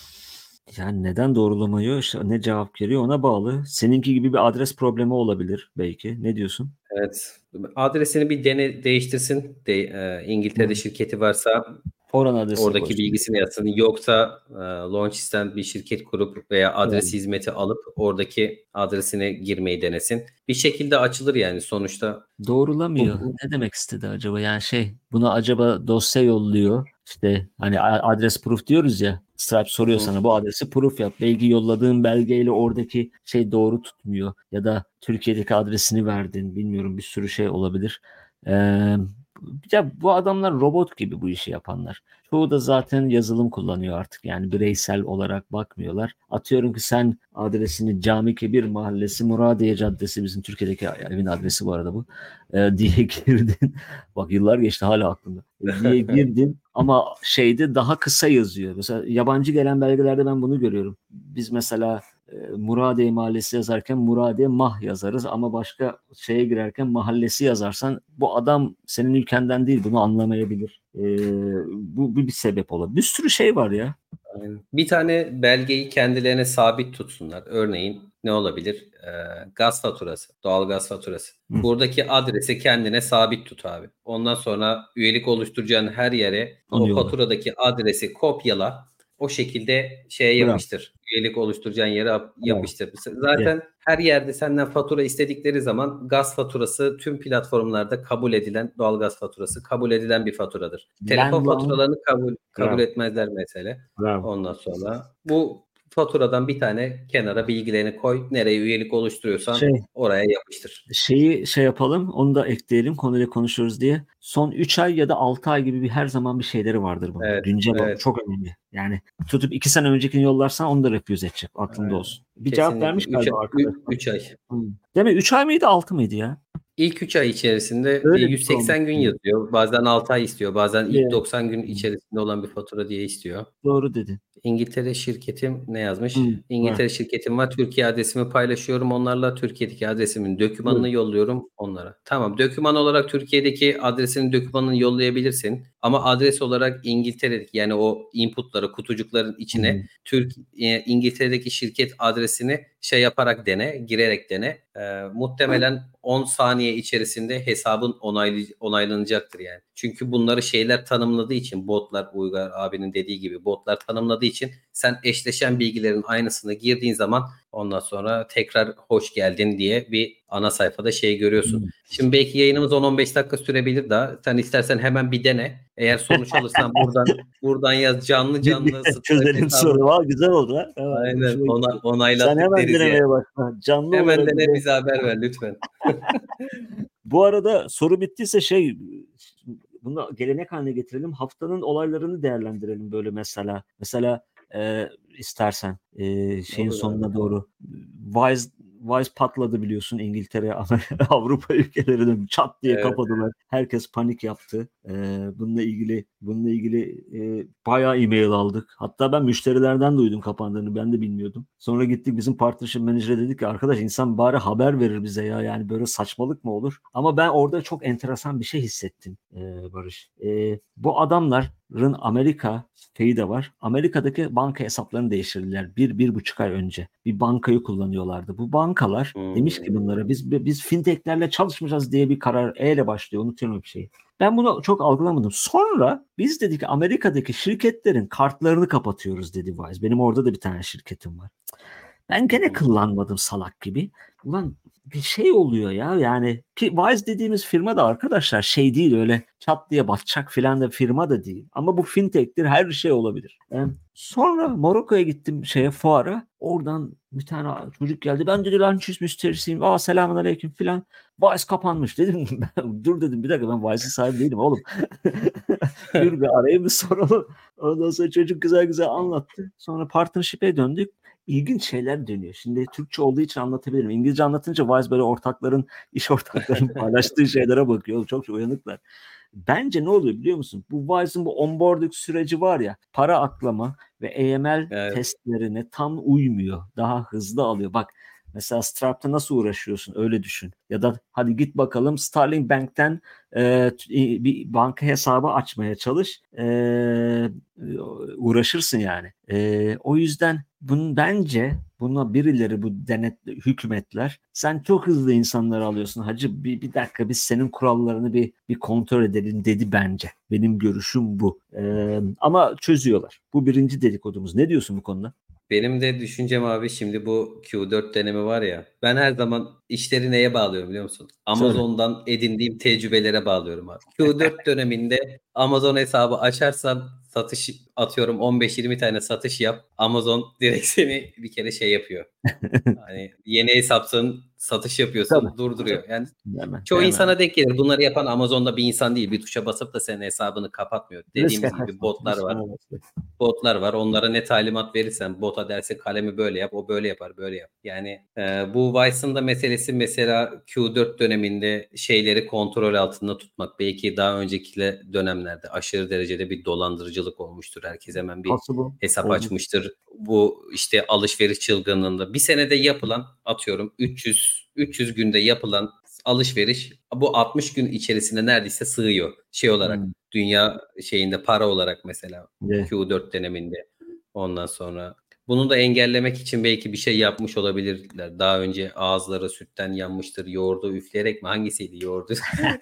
Yani neden doğrulamıyor? İşte ne cevap geliyor ona bağlı. Seninki gibi bir adres problemi olabilir belki. Ne diyorsun? Evet, adresini bir dene değiştirsin. De, e, İngiltere'de Hı. şirketi varsa Oran adresine oradaki koysun. bilgisini yazsın. Yoksa e, Launch'ten bir şirket kurup veya adres Yani. hizmeti alıp oradaki adresine girmeyi denesin. Bir şekilde açılır yani sonuçta. Doğrulamıyor. Bu, Ne demek istedi acaba? Yani şey, buna acaba dosya yolluyor. İşte hani a- adres proof diyoruz ya. Stripe soruyor bu, sana, bu adresi proof yap. Belki yolladığın belgeyle oradaki şey doğru tutmuyor. Ya da Türkiye'deki adresini verdin. Bilmiyorum, bir sürü şey olabilir. Ee, ya bu adamlar robot gibi bu işi yapanlar. Çoğu da zaten yazılım kullanıyor artık. Yani bireysel olarak bakmıyorlar. Atıyorum ki sen adresini Cami Kebir Mahallesi Muradiye Caddesi, bizim Türkiye'deki evin adresi bu arada bu, e, diye girdin. Bak yıllar geçti hala aklımda. E, diye girdin ama şeyde daha kısa yazıyor. Mesela yabancı gelen belgelerde ben bunu görüyorum. Biz mesela Muradiye Mahallesi yazarken Muradiye Mah yazarız ama başka şeye girerken mahallesi yazarsan bu adam senin ülkenden değil, bunu anlamayabilir. E, bu bir, bir sebep olabilir. Bir sürü şey var ya. Bir tane belgeyi kendilerine sabit tutsunlar. Örneğin ne olabilir? Ee, gaz faturası, doğal gaz faturası. Hı. Buradaki adresi kendine sabit tut abi. Ondan sonra üyelik oluşturacağın her yere Anlıyorum. o faturadaki adresi kopyala. O şekilde şeye yapıştır. Bravo. Üyelik oluşturacağın yere yapıştır. Bravo. Zaten evet. her yerde senden fatura istedikleri zaman gaz faturası tüm platformlarda kabul edilen, doğalgaz faturası kabul edilen bir faturadır. Ben Telefon faturalarını kabul kabul Bravo. etmezler mesela. Bravo. Ondan sonra bu faturadan bir tane kenara bilgilerini koy. Nereye üyelik oluşturuyorsan şey, oraya yapıştır. Şeyi şey yapalım, onu da ekleyelim konuyla konuşuyoruz diye. Son üç ay ya da altı ay gibi bir her zaman bir şeyleri vardır bunun. Evet, Güncel evet. Çok önemli. Yani tutup iki sene öncekini yollarsan onu da refüze edecek. Aklında evet. olsun. Bir Kesinlikle. Cevap vermiş galiba arkadaşlar. üç ay. Hmm. Değil mi? üç ay mıydı altı mıydı ya? İlk üç ay içerisinde Öyle yüz seksen gün yazıyor. Bazen altı ay istiyor. Bazen ilk evet. doksan gün içerisinde olan bir fatura diye istiyor. Doğru dedin. İngiltere şirketim ne yazmış? Hmm, İngiltere var. şirketim var. Türkiye adresimi paylaşıyorum onlarla. Türkiye'deki adresimin dokümanını hmm. yolluyorum onlara. Tamam. Doküman olarak Türkiye'deki adresinin dokümanını yollayabilirsin. Ama adres olarak İngiltere'deki yani o inputları, kutucukların içine hmm. Türk e, İngiltere'deki şirket adresini şey yaparak dene, girerek dene. E, muhtemelen on saniye içerisinde hesabın onaylı, onaylanacaktır yani. Çünkü bunları şeyler tanımladığı için botlar, Uygar abinin dediği gibi botlar tanımladığı için sen eşleşen bilgilerin aynısını girdiğin zaman ondan sonra tekrar hoş geldin diye bir ana sayfada şey görüyorsun. Hmm. Şimdi belki yayınımız on on beş dakika sürebilir daha. Sen istersen hemen bir dene. Eğer sonuç alırsan buradan buradan yaz canlı canlı çözelim soru. Valla güzel oldu ha. Evet, Aynen. Ona, onaylattık Sen hemen denemeye yani. başla. Canlı hemen olarak dene bize haber ver lütfen. Bu arada soru bittiyse şey bunu gelenek haline getirelim. Haftanın olaylarını değerlendirelim böyle mesela. Mesela e, istersen e, şeyin Olur sonuna abi. doğru. Wise Wise patladı biliyorsun İngiltere, Avrupa ülkelerinin çat diye evet. kapadılar. Herkes panik yaptı. Ee, bununla ilgili bununla ilgili e, bayağı e-mail aldık. Hatta ben müşterilerden duydum kapandığını. Ben de bilmiyordum. Sonra gittik bizim partnership manager'e dedik ki arkadaş insan bari haber verir bize ya. Yani böyle saçmalık mı olur? Ama ben orada çok enteresan bir şey hissettim ee, Barış. Ee, bu adamların Amerika şeyi de var. Amerika'daki banka hesaplarını değiştirdiler. Bir, bir buçuk ay önce. Bir bankayı kullanıyorlardı. Bu bankalar hmm. demiş ki bunlara biz biz fintechlerle çalışmayacağız diye bir karar E ile başlıyor. Unutuyorum bir şeyi. Ben bunu çok algılamadım. Sonra biz dedik ki Amerika'daki şirketlerin kartlarını kapatıyoruz dedi Wise. Benim orada da bir tane şirketim var. Ben gene kıllanmadım salak gibi. Ulan bir şey oluyor ya yani ki Wise dediğimiz firma da arkadaşlar şey değil öyle çat diye batacak filan da firma da değil. Ama bu fintech'tir her şey olabilir. Yani sonra Morocco'ya gittim şeye fuara. Oradan bir tane çocuk geldi. Ben dedi Lançüz müşterisiyim. Aa selamünaleyküm filan. Wise kapanmış dedim. Dur dedim bir dakika ben Wise'ın sahibi değilim oğlum. Dur bir arayayım bir soralım. Ondan sonra çocuk güzel güzel anlattı. Sonra partnership'e döndük. İlginç şeyler dönüyor. Şimdi Türkçe olduğu için anlatabilirim. İngilizce anlatınca Wise böyle ortakların, iş ortaklarının paylaştığı şeylere bakıyor. Çok uyanıklar. Bence ne oluyor biliyor musun? Bu Wise'ın bu onboarding süreci var ya, para aklama ve A M L evet. testlerine tam uymuyor. Daha hızlı alıyor. Bak mesela Stripe'ta nasıl uğraşıyorsun öyle düşün. Ya da hadi git bakalım Starling Bank'ten e, bir banka hesabı açmaya çalış. E, uğraşırsın yani. E, o yüzden bunun bence buna birileri bu denet hükümetler sen çok hızlı insanları alıyorsun hacı bir, bir dakika biz senin kurallarını bir bir kontrol edelim dedi bence. Benim görüşüm bu. E, ama çözüyorlar. Bu birinci dedikodumuz. Ne diyorsun bu konuda? Benim de düşüncem abi şimdi bu Q dört dönemi var ya ben her zaman işleri neye bağlıyorum biliyor musun? Amazon'dan Söyle. edindiğim tecrübelere bağlıyorum abi. Q dört döneminde Amazon hesabı açarsan satış atıyorum on beş yirmi tane satış yap. Amazon direkt seni bir kere şey yapıyor. Hani yeni hesapsın satış yapıyorsun Tabii. durduruyor. Yani hemen, çoğu hemen. insana denk gelir. Bunları yapan Amazon'da bir insan değil. Bir tuşa basıp da senin hesabını kapatmıyor. Dediğimiz Risk gibi botlar var. Botlar var. Onlara ne talimat verirsen bota derse kalemi böyle yap. O böyle yapar böyle yap. Yani e, bu Wise'ın da meselesi mesela Q dört döneminde şeyleri kontrol altında tutmak. Belki daha önceki dönemlerde aşırı derecede bir dolandırıcı çılgıncılık olmuştur. Herkes hemen bir Possible. hesap Oldu. açmıştır. Bu işte alışveriş çılgınlığında bir senede yapılan, atıyorum üç yüz üç yüz günde yapılan alışveriş bu altmış gün içerisinde neredeyse sığıyor. Şey olarak Hmm. dünya şeyinde para olarak mesela Yeah. Q dört döneminde. Ondan sonra bunu da engellemek için belki bir şey yapmış olabilirler. Daha önce ağızları sütten yanmıştır. Yoğurdu üfleyerek mi? Hangisiydi yoğurdu?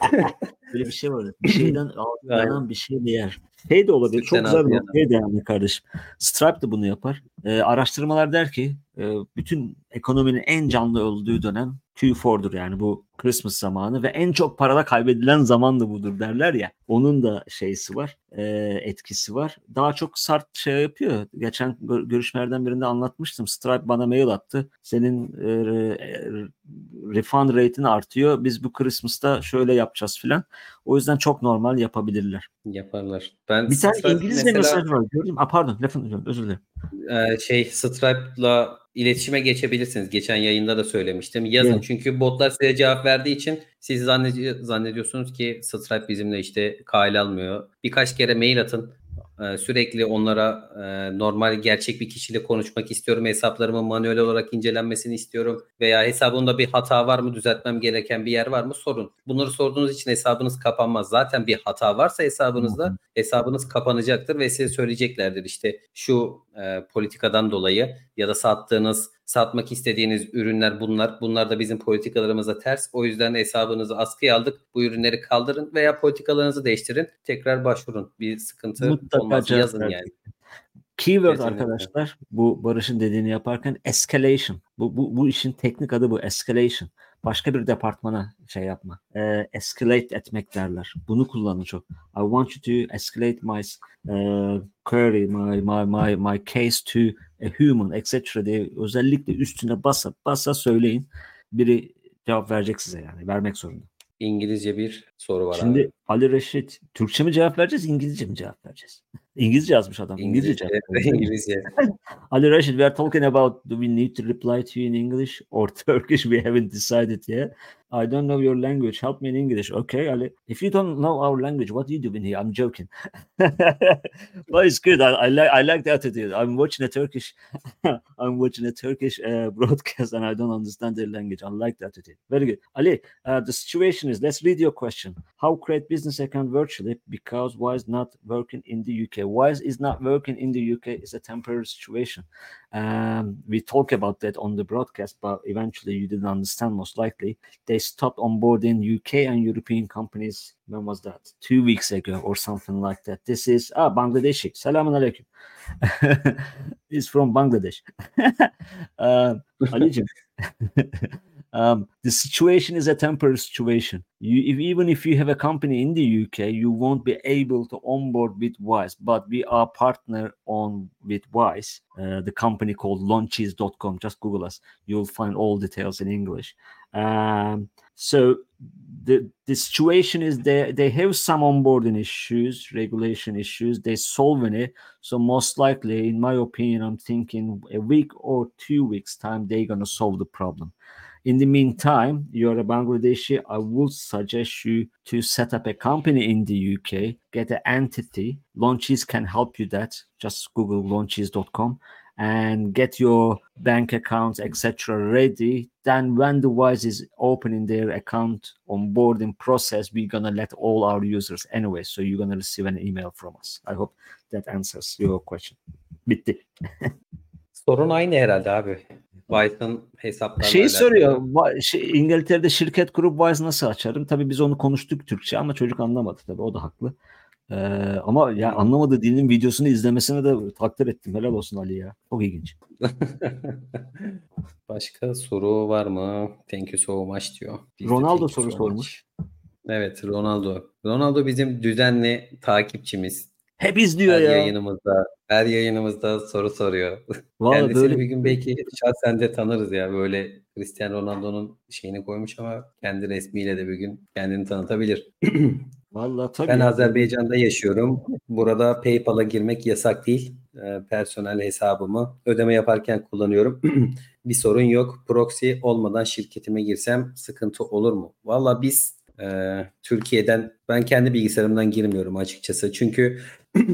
Böyle bir şey var. Bir şeyden ağzı Aynen. yanan bir şeyle yer. Şey de olabilir. Sütten Çok güzel ağzı bir yanan. noktaya değindi kardeşim. Stripe de bunu yapar. Ee, araştırmalar der ki e, bütün ekonominin en canlı olduğu dönem Q dört'dür yani bu Christmas zamanı ve en çok parada kaybedilen zaman da budur derler ya. Onun da şeysi var, e, etkisi var. Daha çok sert şey yapıyor. Geçen gö- görüşmelerden birinde anlatmıştım. Stripe bana mail attı. Senin e, e, refund rate'in artıyor. Biz bu Christmas'ta şöyle yapacağız filan. O yüzden çok normal yapabilirler. Yaparlar. Ben Bir tane Stripe İngilizce mesela mesaj var. Gördüm. Aa, pardon lafını özür dilerim. e, şey Stripe'la iletişime geçebilirsiniz. Geçen yayında da söylemiştim. Yazın Evet. çünkü botlar size cevap verdiği için siz zannedi- zannediyorsunuz ki Stripe bizimle işte kale almıyor. Birkaç kere mail atın. E, sürekli onlara e, normal gerçek bir kişiyle konuşmak istiyorum. Hesaplarımın manuel olarak incelenmesini istiyorum. Veya hesabımda bir hata var mı? Düzeltmem gereken bir yer var mı? Sorun. Bunları sorduğunuz için hesabınız kapanmaz. Zaten bir hata varsa hesabınızda hesabınız kapanacaktır ve size söyleyeceklerdir. İşte şu e, politikadan dolayı ya da sattığınız, satmak istediğiniz ürünler bunlar. Bunlar da bizim politikalarımıza ters. O yüzden hesabınızı askıya aldık. Bu ürünleri kaldırın veya politikalarınızı değiştirin. Tekrar başvurun. Bir sıkıntı Mutlaka olmaz. cevap Yazın ver. yani. Keyword Kesinlikle. arkadaşlar bu Barış'ın dediğini yaparken escalation. Bu, bu, bu işin teknik adı bu escalation. Başka bir departmana şey yapma. E, escalate etmek derler. Bunu kullanın çok. I want you to escalate my uh, query, my, my, my, my case to a human, et cetera diye özellikle üstüne basa basa söyleyin. Biri cevap verecek size yani. Vermek zorunda. İngilizce bir soru var abi. Şimdi Ali Reşit, Türkçe mi cevap vereceğiz, İngilizce mi cevap vereceğiz? İngilizce yazmış adam. İngilizce İngilizce. cevap vereceğiz. İngilizce. Ali Rashid, we are talking about do we need to reply to you in English or Turkish? We haven't decided yet. I don't know your language. Help me in English. Okay, Ali. If you don't know our language, what are you doing here? I'm joking. But it's good. I, I like I like the attitude. I'm watching a Turkish I'm watching a Turkish uh, broadcast and I don't understand their language. I like the attitude. Very good. Ali, uh, the situation is, let's read your question. How create business account virtually because Wise not working in the U K? Wise is not working in the U K. It's a temporary situation. Um, we talk about that on the broadcast, but eventually you didn't understand most likely. They stopped onboarding U K and European companies. When was that? Two weeks ago or something like that. This is ah Bangladeshi. Selamun alaikum. He's from Bangladesh. uh, Alicim. Um, the situation is a temporary situation. You, if, even if you have a company in the U K, you won't be able to onboard with Wise. But we are partner on with Wise, uh, the company called launches dot com. Just Google us. You'll find all details in English. Um, so the the situation is they they have some onboarding issues, regulation issues. They're solving it. So most likely, in my opinion, I'm thinking a week or two weeks time they're gonna solve the problem. In the meantime, you're a Bangladeshi, I would suggest you to set up a company in the U K, get an entity. Launches can help you that. Just Google launches dot com and get your bank accounts, et cetera ready. Then when the Wise is opening their account onboarding process, we're going to let all our users anyway. So you're going to receive an email from us. I hope that answers your question. Bitti. Sorun aynı herhalde abi. Wise'ın hesaplarla Şeyi alakalı. soruyor. va- Şey, İngiltere'de şirket kurup Wise nasıl açarım? Tabii biz onu konuştuk Türkçe ama çocuk anlamadı tabii. O da haklı. Ee, ama ya Hmm. anlamadığı dilin videosunu izlemesine de takdir ettim. Helal olsun Ali ya. Çok ilginç. Başka soru var mı? Thank you so much diyor. Biz de Ronaldo thank you soru so sormuş. much. Evet, Ronaldo. Ronaldo bizim düzenli takipçimiz. Hep izliyor Her ya. yayınımızda, her yayınımızda soru soruyor. Vallahi Kendisini böyle bir gün belki şahsen de tanırız ya. Böyle Cristiano Ronaldo'nun şeyini koymuş ama kendi resmiyle de bir gün kendini tanıtabilir. vallahi tabii Ben ya böyle. Azerbaycan'da yaşıyorum. Burada PayPal'a girmek yasak değil. Ee, personel hesabımı ödeme yaparken kullanıyorum. Bir sorun yok. Proxy olmadan şirketime girsem sıkıntı olur mu? Valla biz e, Türkiye'den ben kendi bilgisayarımdan girmiyorum açıkçası. Çünkü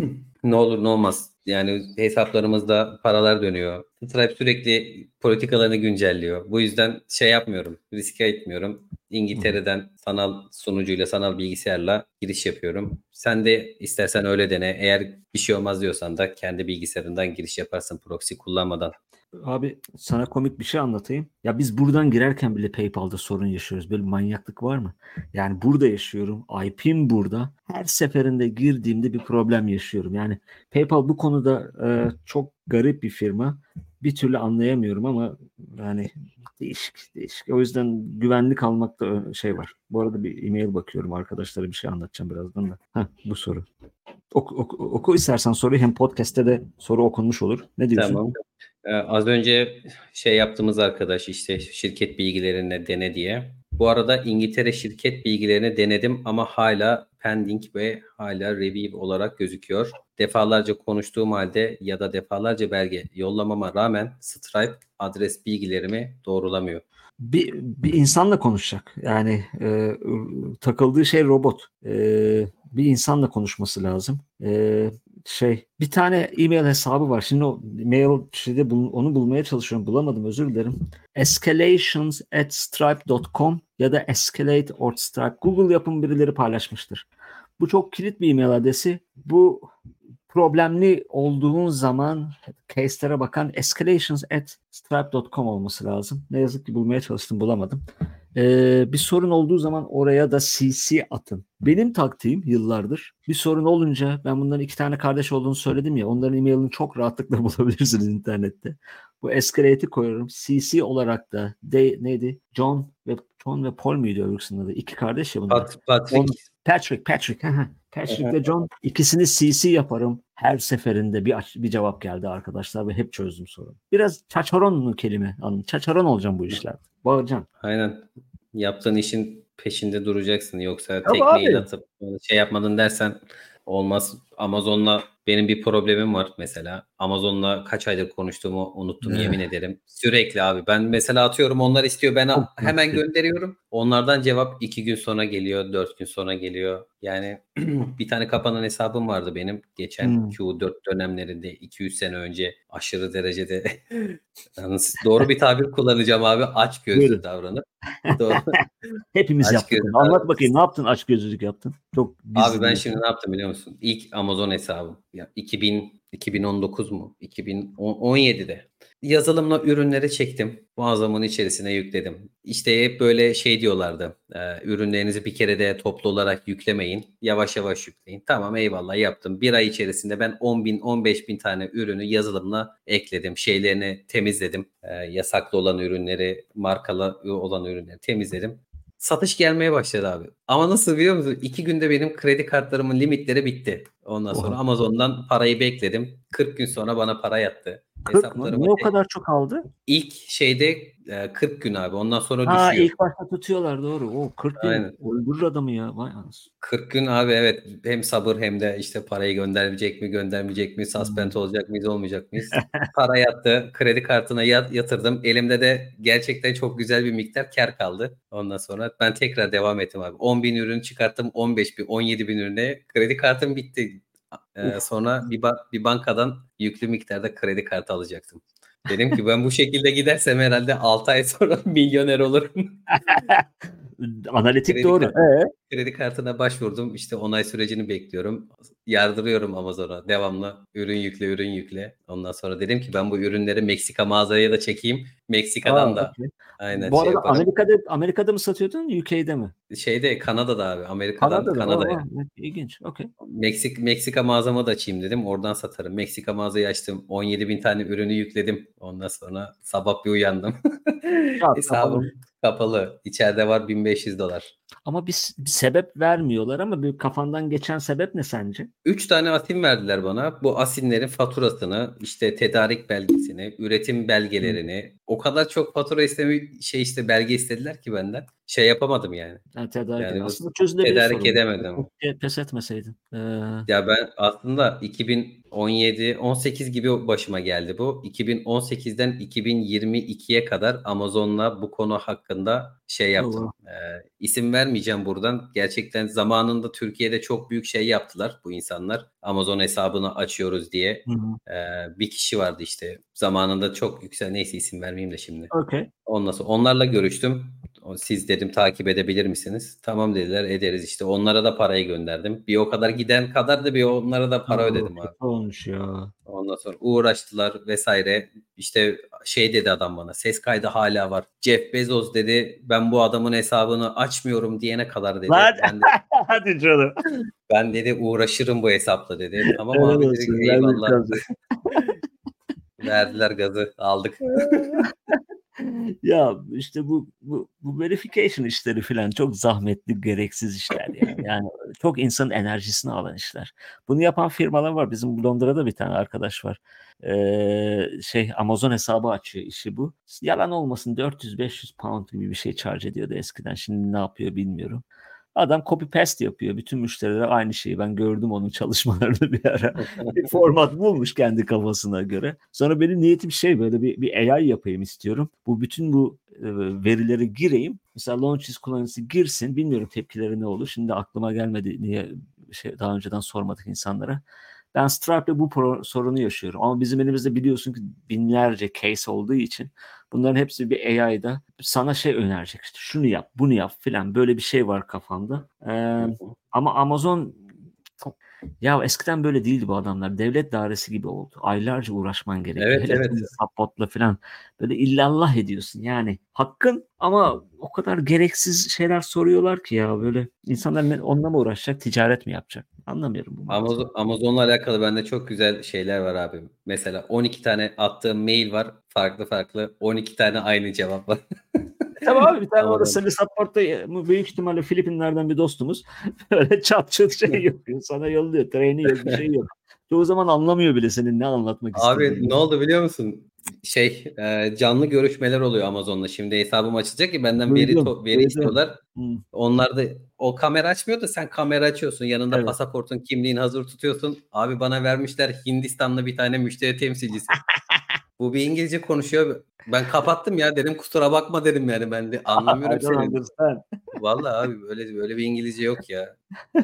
Ne olur ne olmaz. Yani hesaplarımızda paralar dönüyor. Stripe sürekli politikalarını güncelliyor. Bu yüzden şey yapmıyorum. Riske etmiyorum. İngiltere'den sanal sunucuyla, sanal bilgisayarla giriş yapıyorum. Sen de istersen öyle dene. Eğer bir şey olmaz diyorsan da kendi bilgisayarından giriş yaparsın proxy kullanmadan. Abi sana komik bir şey anlatayım. Ya biz buradan girerken bile PayPal'da sorun yaşıyoruz. Böyle bir manyaklık var mı? Yani burada yaşıyorum. I P'm burada. Her seferinde girdiğimde bir problem yaşıyorum. Yani PayPal bu konuda e, çok garip bir firma. Bir türlü anlayamıyorum ama yani değişik değişik. O yüzden güvenlik almakta ö- şey var. Bu arada bir e-mail bakıyorum. Arkadaşlara bir şey anlatacağım birazdan da. Heh, bu soru. Oku, oku, oku istersen soruyu, hem podcast'te de soru okunmuş olur. Ne diyorsun? Tamam. Ee, az önce şey yaptığımız arkadaş işte şirket bilgilerini dene diye. Bu arada İngiltere şirket bilgilerini denedim ama hala pending ve hala review olarak gözüküyor. Defalarca konuştuğum halde ya da defalarca belge yollamama rağmen Stripe adres bilgilerimi doğrulamıyor. Bir, bir insanla konuşacak. Yani e, takıldığı şey robot. E, bir insanla konuşması lazım. E, şey bir tane e-mail hesabı var. Şimdi o mail şeyde bul- onu bulmaya çalışıyorum. Bulamadım, özür dilerim. escalations at stripe dot com ya da escalate or stripe. Google yapım birileri paylaşmıştır. Bu çok kilit bir e-mail adresi. Bu problemli olduğun zaman case'lere bakan escalations at stripe dot com olması lazım. Ne yazık ki bulmaya çalıştım, bulamadım. Ee, bir sorun olduğu zaman oraya da C C atın. Benim taktiğim yıllardır, bir sorun olunca, ben bunların iki tane kardeş olduğunu söyledim ya, onların e-mailini çok rahatlıkla bulabilirsiniz internette. Bu escalate'i koyuyorum. C C olarak da de, neydi? John ve John ve Paul muydu öbürsünün adı? İki kardeş ya bunlar. Pat, Patrick. On, Patrick, Patrick. Patrick ve John, ikisini C C yaparım. Her seferinde bir bir cevap geldi arkadaşlar ve hep çözdüm sorunu. Biraz çaçaron mu kelime? Anladın? Çaçaron olacağım bu işlerde. Bağıracağım. Aynen. Yaptığın işin peşinde duracaksın. Yoksa Tabii tek mail abi. atıp şey yapmadın dersen olmaz. Amazon'la benim bir problemim var mesela. Amazon'la kaç aydır konuştuğumu unuttum, Eh, yemin ederim. Sürekli abi. Ben mesela atıyorum, onlar istiyor. Ben çok hemen basit. gönderiyorum. Onlardan cevap iki gün sonra geliyor, dört gün sonra geliyor. Yani bir tane kapanan hesabım vardı benim. Geçen Hmm. Q dört dönemlerinde iki üç sene önce aşırı derecede yalnız doğru bir tabir kullanacağım abi. Aç gözlü Buyurun. davranıp doğru. Hepimiz Aç yaptık gözlü onu. Anlat davranıp. bakayım, ne yaptın, aç gözlülük yaptın? Çok Abi gizli ben değil. şimdi ne yaptım biliyor musun? İlk Amazon hesabım. Ya iki bin, iki bin on dokuz mu? iki bin on yedide. Yazılımla ürünleri çektim. Mağazamın içerisine yükledim. İşte hep böyle şey diyorlardı. E, ürünlerinizi bir kere de toplu olarak yüklemeyin. Yavaş yavaş yükleyin. Tamam, eyvallah, yaptım. Bir ay içerisinde ben on bin, on beş bin tane ürünü yazılımla ekledim. Şeylerini temizledim. E, yasaklı olan ürünleri, markalı olan ürünleri temizledim. Satış gelmeye başladı abi. Ama nasıl biliyor musun? İki günde benim kredi kartlarımın limitleri bitti. Ondan sonra Oha. Amazon'dan parayı bekledim. kırk gün sonra bana para yattı. kırk mı? Hesaplarıma Niye o tek- kadar çok aldı? ilk şeyde e, kırk gün abi. Ondan sonra Ha, düşüyor. ilk başta tutuyorlar, doğru. O kırk gün Aynen. öldürür adamı ya. Vay anasını. kırk gün abi, evet. Hem sabır hem de işte parayı göndermeyecek mi, göndermeyecek mi, suspend Hmm. olacak mıyız, olmayacak mıyız? Para yattı. Kredi kartına yat, yatırdım. Elimde de gerçekten çok güzel bir miktar kar kaldı. Ondan sonra ben tekrar devam ettim abi. on bin ürün çıkarttım. on beş bin, on yedi bin ürüne. Kredi kartım bitti. Ee, Uf. sonra bir, ba- bir bankadan yüklü miktarda kredi kartı alacaktım. Dedim ki ben bu şekilde gidersem herhalde altı ay sonra milyoner olurum. Analitik Kredi doğru. kartı Ee? kredi kartına başvurdum. İşte onay sürecini bekliyorum. Yardırıyorum Amazon'a. Devamlı ürün yükle, ürün yükle. Ondan sonra dedim ki ben bu ürünleri Meksika mağazaya da çekeyim. Aa, Meksika'dan da okey. aynen Bu şey arada yaparım. Amerika'da Amerika'da mı satıyordun, U K'de mi? Şeyde Kanada'da abi. Amerika'dan Kanada'da. Aa, Kanada'ya. aa, evet, ilginç. Okey. Meksik, Meksika mağazamı da açayım dedim. Oradan satarım. Meksika mağazayı açtım. on yedi bin tane ürünü yükledim. Ondan sonra sabah bir uyandım. Kağıt kapalı. Hesabım kapalı. İçeride var bin beş yüz dolar. Ama bir, bir sebep vermiyorlar, ama bir kafandan geçen sebep ne sence? Üç tane asim verdiler bana. Bu asimlerin faturasını, işte tedarik belgesini, üretim Hı. belgelerini, o kadar çok fatura istemi şey işte belge istediler ki benden. Şey yapamadım yani. Yani tedarik et. Yani bu Aslında çözülebilir tedarik sorun. edemedim. Keşke pes etmeseydin. Ee, Ya ben aslında iki bin on yedi on sekiz gibi başıma geldi bu. iki bin on sekizden iki bin yirmi ikiye kadar Amazon'la bu konu hakkında şey yaptım. Allah. Ee, isim vermeyeceğim buradan. Gerçekten zamanında Türkiye'de çok büyük şey yaptılar bu insanlar. Amazon hesabını açıyoruz diye. Hı hı. Ee, bir kişi vardı işte. Zamanında çok yüksek. Neyse isim vermeyeyim de şimdi. Okay. Ondan sonra onlarla görüştüm. Siz dedim takip edebilir misiniz? Tamam dediler, ederiz işte. Onlara da parayı gönderdim. Bir o kadar giden kadar da bir onlara da para Aa, ödedim abi. kötü olmuş ya. Ondan sonra uğraştılar vesaire. İşte şey dedi adam bana, ses kaydı hala var. Jeff Bezos dedi, ben bu adamın hesabını açmıyorum diyene kadar dedi. Lan Ben de, hadi canım. ben dedi uğraşırım bu hesapla dedi. Tamam Helal abi dedik, olsun. Vermiş eyvallah. gazı. Verdiler gazı, aldık. Ya işte bu, bu bu verification işleri falan çok zahmetli, gereksiz işler ya. Yani çok insanın enerjisini alan işler. Bunu yapan firmalar var. Bizim Londra'da bir tane arkadaş var. Ee, şey Amazon hesabı açıyor, işi bu. Yalan olmasın dört yüz beş yüz pound gibi bir şey charge ediyordu eskiden. Şimdi ne yapıyor bilmiyorum. Adam copy paste yapıyor. Bütün müşterilere aynı şeyi. Ben gördüm onun çalışmalarını bir ara. Bir format bulmuş kendi kafasına göre. Sonra benim niyetim şey, böyle bir, bir A I yapayım istiyorum. Bu bütün bu e, verileri gireyim. Mesela Launches kullanıcısı girsin. Bilmiyorum tepkileri ne olur. Şimdi aklıma gelmedi. Niye şey daha önceden sormadık insanlara. Ben Stripe'le bu pro- sorunu yaşıyorum. Ama bizim elimizde biliyorsun ki binlerce case olduğu için bunların hepsi bir A I'da sana şey önerecek. İşte şunu yap, bunu yap filan. Böyle bir şey var kafamda. Ee, ama Amazon ya eskiden böyle değildi bu adamlar. Devlet dairesi gibi oldu. Aylarca uğraşman gerekiyor. Evet Hele evet. support falan böyle illallah ediyorsun. Yani hakkın ama o kadar gereksiz şeyler soruyorlar ki ya, böyle insanlar ne, onunla mı uğraşacak, ticaret mi yapacak? Anlamıyorum bu mantığı. Amazon, Amazon'la alakalı bende çok güzel şeyler var abi. Mesela on iki tane attığım mail var. Farklı farklı. on iki tane aynı cevap var. Tabii abi, bir tane orada Amazon. seni support'ta büyük ihtimalle Filipinler'den bir dostumuz böyle çat çat şey yapıyor. Sana yolluyor. Treni yok, bir şey yok. Çoğu zaman anlamıyor bile senin ne anlatmak istediğini. Abi ne oldu biliyor musun? Şey e, canlı görüşmeler oluyor Amazon'da. Şimdi hesabım açılacak ya, benden veri Duydum, to- veri duydum. istiyorlar. Hmm, Onlar da o kamera açmıyor da sen kamera açıyorsun. Yanında evet. pasaportun, kimliğin hazır tutuyorsun. Abi bana vermişler Hindistanlı bir tane müşteri temsilcisi. Bu bir İngilizce konuşuyor. Ben kapattım ya, dedim kusura bakma dedim, yani ben de I anlamıyorum don't seni. understand. Vallahi abi böyle böyle bir İngilizce yok ya.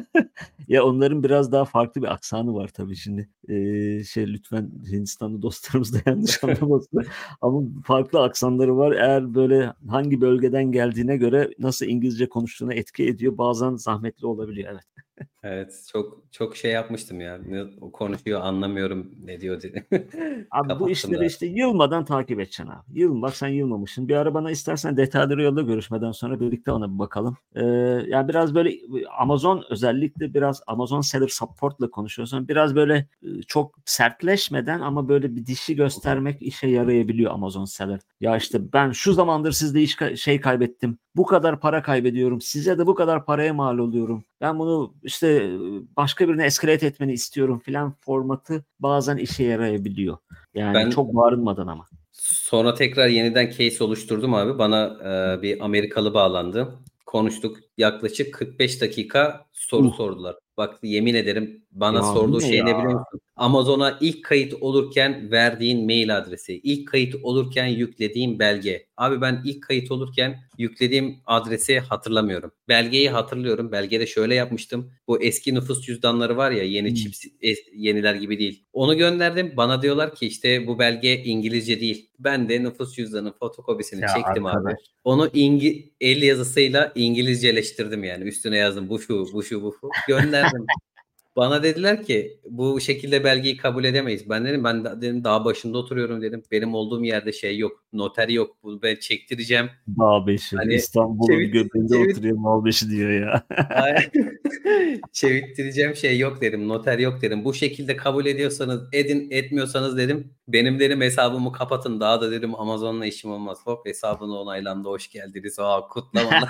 Ya onların biraz daha farklı bir aksanı var tabii şimdi. Ee, şey lütfen Hindistanlı dostlarımız da yanlış anlamasın. Ama farklı aksanları var. Eğer böyle hangi bölgeden geldiğine göre nasıl İngilizce konuştuğuna etki ediyor. Bazen zahmetli olabiliyor, evet. Evet, çok çok şey yapmıştım ya. Ne, o konuşuyor anlamıyorum ne diyor dedi. Abi bu Kapattım işleri da. işte yılmadan takip edeceksin abi. Yılma, bak sen yılmamışsın. Bir ara bana istersen detayları yolla, görüşmeden sonra birlikte ona bir bakalım. Ee, yani biraz böyle Amazon, özellikle biraz Amazon Seller Support'la konuşuyorsan biraz böyle e, çok sertleşmeden ama böyle bir dişi göstermek işe yarayabiliyor Amazon Seller. Ya işte ben şu zamandır sizde iş ka- şey kaybettim. Bu kadar para kaybediyorum. Size de bu kadar paraya mal oluyorum. Ben bunu işte başka birine escalate etmeni istiyorum filan formatı bazen işe yarayabiliyor. Yani Ben çok bağırmadan ama. sonra tekrar yeniden case oluşturdum abi. Bana e, bir Amerikalı bağlandı. Konuştuk. Yaklaşık kırk beş dakika soru Uh, sordular. Bak yemin ederim, bana ya bu sorduğu ne şey ya? ne biliyor musun? Amazon'a ilk kayıt olurken verdiğin mail adresi, ilk kayıt olurken yüklediğin belge. Abi ben ilk kayıt olurken yüklediğim adresi hatırlamıyorum. Belgeyi hatırlıyorum. Belgede şöyle yapmıştım. Bu eski nüfus cüzdanları var ya, yeni Hmm. çips, es- yeniler gibi değil. Onu gönderdim. Bana diyorlar ki işte bu belge İngilizce değil. Ben de nüfus cüzdanının fotokopisini Ya çektim abi. arkadaş. Onu İngi el yazısıyla İngilizceleştirdim yani. Üstüne yazdım bu şu, bu şu, bu şu. Gönderdim. Bana dediler ki bu şekilde belgeyi kabul edemeyiz. Ben dedim ben da- dedim daha başında oturuyorum dedim. Benim olduğum yerde şey yok. Noter yok. Bunu ben çektireceğim. Dağ beşi. Hani İstanbul'un çevit, göbeğinde çevit, oturuyor mal beşi diyor ya. Ay- çevirttireceğim şey yok dedim. Noter yok dedim. Bu şekilde kabul ediyorsanız edin, etmiyorsanız dedim benim dedim hesabımı kapatın. Daha da dedim Amazon'la işim olmaz. Hop, hesabını onaylandı. Hoş geldiniz. Aa, kutlamalar.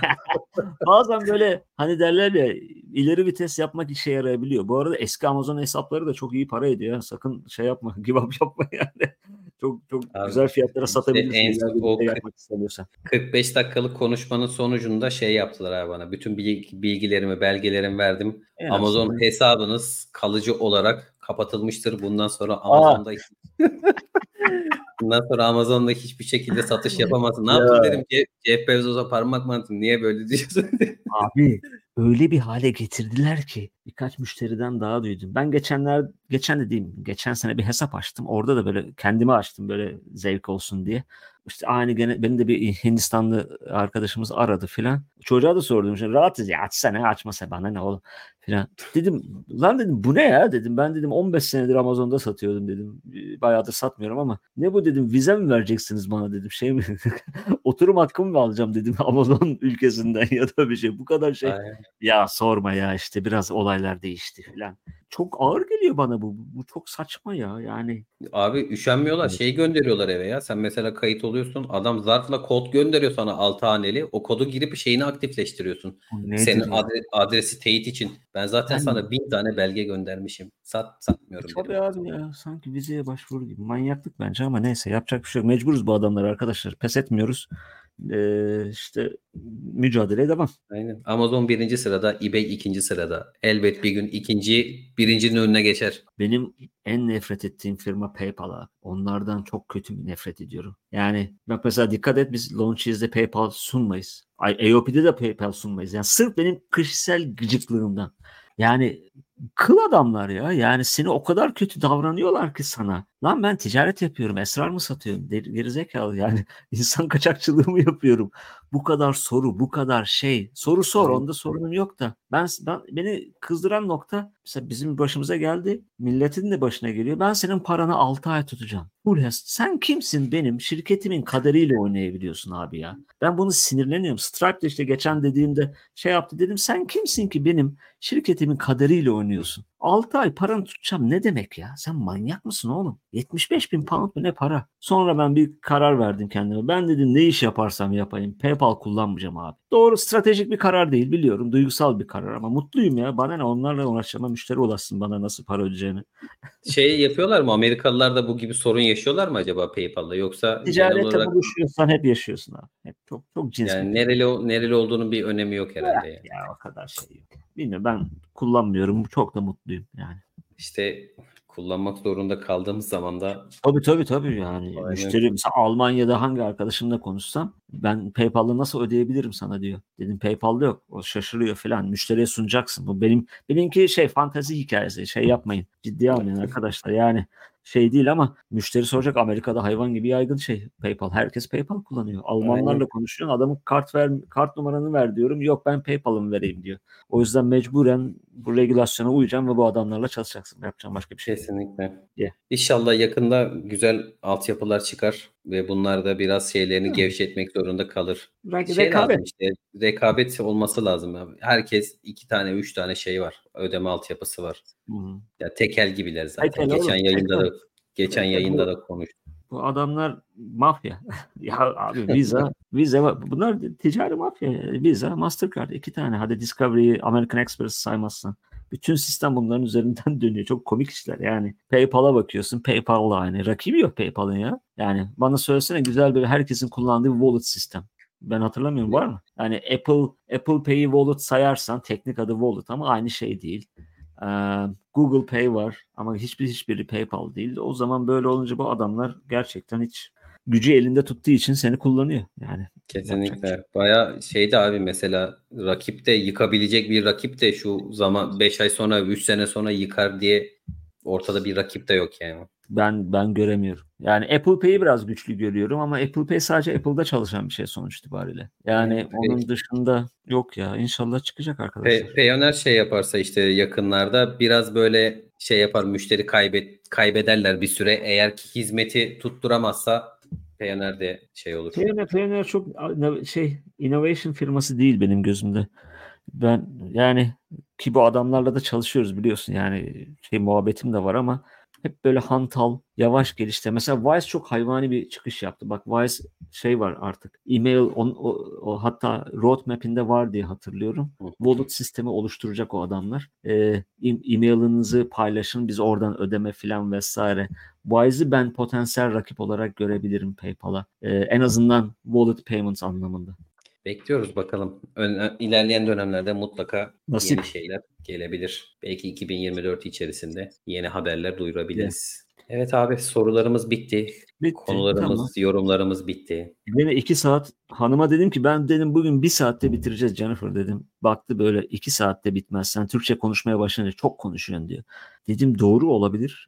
Bazen böyle hani derler ya, ileri vites yapmak işe yarayabiliyor. Bu arada eski Amazon hesapları da çok iyi para ediyor. Yani sakın şey yapma, give up yapma yani. Çok çok Abi, güzel fiyatlara işte satabilirsin en son ileride bir o şey yapmak istemiyorsan. kırk beş dakikalık konuşmanın sonucunda şey yaptılar abi bana. Bütün bilgi- bilgilerimi, belgelerimi verdim. En Amazon azından. hesabınız kalıcı olarak kapatılmıştır. Bundan sonra Aa. Amazon'da bundan sonra Amazon'da hiçbir şekilde satış yapamazsın. Ne Ya. yaptın dedim ki Jeff Bezos'a parmak mı attın? Niye böyle diyorsun? Abi öyle bir hale getirdiler ki birkaç müşteriden daha duydum. Ben geçenler geçen dediğim geçen sene bir hesap açtım. Orada da böyle kendime açtım böyle zevk olsun diye. İşte aynı gene benim de bir Hindistanlı arkadaşımız aradı filan. Çocuğa da sordum. İşte, rahatız ya açsana açmasa bana ne oğlum filan. Dedim lan dedim bu ne ya dedim. Ben dedim on beş senedir Amazon'da satıyordum dedim. Bayağıdır satmıyorum ama ne bu dedim vize mi vereceksiniz bana dedim. Şey mi oturum hakkımı mı alacağım dedim Amazon ülkesinden ya da bir şey. Bu kadar şey. Aynen. Ya sorma ya işte biraz olaylar değişti filan. Çok ağır geliyor bana bu. Bu çok saçma ya yani. Abi üşenmiyorlar. Şey gönderiyorlar eve ya. Sen mesela kayıt oluyorsun. Adam zarfla kod gönderiyor sana altı haneli. O kodu girip şeyini aktifleştiriyorsun. Bu nedir Senin ya? adre- adresi teyit için. Ben zaten Ben sana bin tane belge göndermişim. Sat satmıyorum dedim. tabii abi ya sanki vizeye başvuru gibi manyaklık bence ama neyse yapacak bir şey yok. Mecburuz bu adamlar arkadaşlar. Pes etmiyoruz. Ee, işte mücadeleye devam. Aynen. Amazon birinci sırada, eBay ikinci sırada. Elbet bir gün ikinci birincinin önüne geçer. Benim en nefret ettiğim firma PayPal'a. Onlardan çok kötü nefret ediyorum. Yani bak mesela dikkat et biz Launchies'de PayPal sunmayız. A O P'de de PayPal sunmayız. Yani sırf benim kişisel gıcıklığımdan. Yani kıl adamlar ya. Yani seni o kadar kötü davranıyorlar ki sana. Lan ben ticaret yapıyorum. Esrar mı satıyorum? Gerizekalı yani. İnsan kaçakçılığı mı yapıyorum? Bu kadar soru, bu kadar şey. Soru sor. Aynen. Onda sorunum yok da. Ben, ben beni kızdıran nokta mesela bizim başımıza geldi. Milletin de başına geliyor. Ben senin paranı altı ay tutacağım. Burhes, sen kimsin benim şirketimin kaderiyle oynayabiliyorsun abi ya. Ben bunu sinirleniyorum. Stripe de işte geçen dediğimde şey yaptı dedim. Sen kimsin ki benim şirketimin kaderiyle oynuyorsun? altı ay paranı tutacağım ne demek ya? Sen manyak mısın oğlum? yetmiş beş bin pound mu ne para? Sonra ben bir karar verdim kendime. Ben dedim ne iş yaparsam yapayım. PayPal kullanmayacağım abi. Doğru stratejik bir karar değil biliyorum. Duygusal bir karar ama mutluyum ya. Bana ne onlarla uğraşacağım. Müşteri ulaşsın bana nasıl para ödeyeceğini. Şey yapıyorlar mı? Amerikalılar da bu gibi sorun yaşıyorlar mı acaba PayPal'da? Yoksa genel Ticarette olarak buluşuyorsan hep yaşıyorsun abi. Hep çok çok cins bir yani firma. nereli nereli olduğunun bir önemi yok herhalde Ya, yani. ya o kadar şey yok. Bilmiyorum ben kullanmıyorum. Çok da mutluyum yani. İşte kullanmak zorunda kaldığımız zaman da Tabii tabii tabii yani aynen. müşteri mesela Almanya'da hangi arkadaşımla konuşsam ben PayPal'la nasıl ödeyebilirim sana diyor. Dedim PayPal'da yok. O şaşırıyor falan. Müşteriye sunacaksın. Bu benim benimki şey fantezi hikayesi. Şey yapmayın. Ciddiye almayın arkadaşlar. Yani şey değil ama müşteri soracak Amerika'da hayvan gibi yaygın şey PayPal. Herkes PayPal kullanıyor. Almanlarla Aynen. konuşuyorsun. Adamın kart ver kart numaranı ver diyorum. Yok ben PayPal'ımı vereyim diyor. O yüzden mecburen bu regülasyona uyacağım ve bu adamlarla çalışacaksın. Yapacağım başka bir şey yok. Kesinlikle. Yeah. İnşallah yakında güzel altyapılar çıkar ve bunlar da biraz şeylerini gevşetmek zorunda kalır. Re- Şey rekabet. lazım işte rekabet olması lazım. Abi. Herkes iki tane üç tane şey var. Ödeme altyapısı var. Hı-hı. Ya tekel gibiler zaten. Tekel Geçen oğlum. yayında Tekel. da geçen Tekel. yayında Bu, da konuştuk. bu adamlar mafya. Ya abi Visa, Visa bunlar ticari mafya. Visa, Mastercard iki tane. Hadi Discovery'yi American Express saymazsan. Bütün sistem bunların üzerinden dönüyor. Çok komik işler yani. PayPal'a bakıyorsun. PayPal'la aynı. Rakibi yok PayPal'ın ya. Yani bana söylesene güzel böyle herkesin kullandığı wallet sistem. Ben hatırlamıyorum var mı? Yani Apple Apple Pay'i wallet sayarsan teknik adı wallet ama aynı şey değil. Ee, Google Pay var ama hiçbir hiçbiri PayPal değil. O zaman böyle olunca bu adamlar gerçekten hiç gücü elinde tuttuğu için seni kullanıyor. Yani yapacak bir şey. Kesinlikle. Baya şeydi abi mesela rakip de yıkabilecek bir rakip de şu zaman beş ay sonra üç sene sonra yıkar diye ortada bir rakip de yok yani. Ben ben göremiyorum. Yani Apple Pay'i biraz güçlü görüyorum ama Apple Pay sadece Apple'da çalışan bir şey sonuç itibariyle. Yani Yani onun dışında yok ya. İnşallah çıkacak arkadaşlar. Pe Payoneer şey yaparsa işte yakınlarda biraz böyle şey yapar müşteri kaybet kaybederler bir süre. Eğer ki hizmeti tutturamazsa Payoneer de şey olur. Payoneer, Payoneer çok şey innovation firması değil benim gözümde. Ben yani ki bu adamlarla da çalışıyoruz biliyorsun yani şey muhabbetim de var ama hep böyle hantal, yavaş gelişte. Mesela Wise çok hayvani bir çıkış yaptı. Bak Wise şey var artık. E-mail on, o, o hatta roadmap'inde var diye hatırlıyorum. Wallet sistemi oluşturacak o adamlar. Ee, e-mailinizi paylaşın biz oradan ödeme filan vesaire. Wise'ı ben potansiyel rakip olarak görebilirim PayPal'a. Ee, en azından wallet payments anlamında. Bekliyoruz bakalım. Ön, ilerleyen dönemlerde mutlaka Nasip. yeni şeyler gelebilir. Belki iki bin yirmi dört içerisinde yeni haberler duyurabiliriz. Evet abi, sorularımız bitti. Bitti. Konularımız, Tamam. yorumlarımız bitti. Yine iki saat hanıma dedim ki ben dedim bugün bir saatte bitireceğiz Jennifer dedim. Baktı böyle iki saatte bitmez. Sen Türkçe konuşmaya başlayınca çok konuşuyorsun diyor. Dedim doğru olabilir.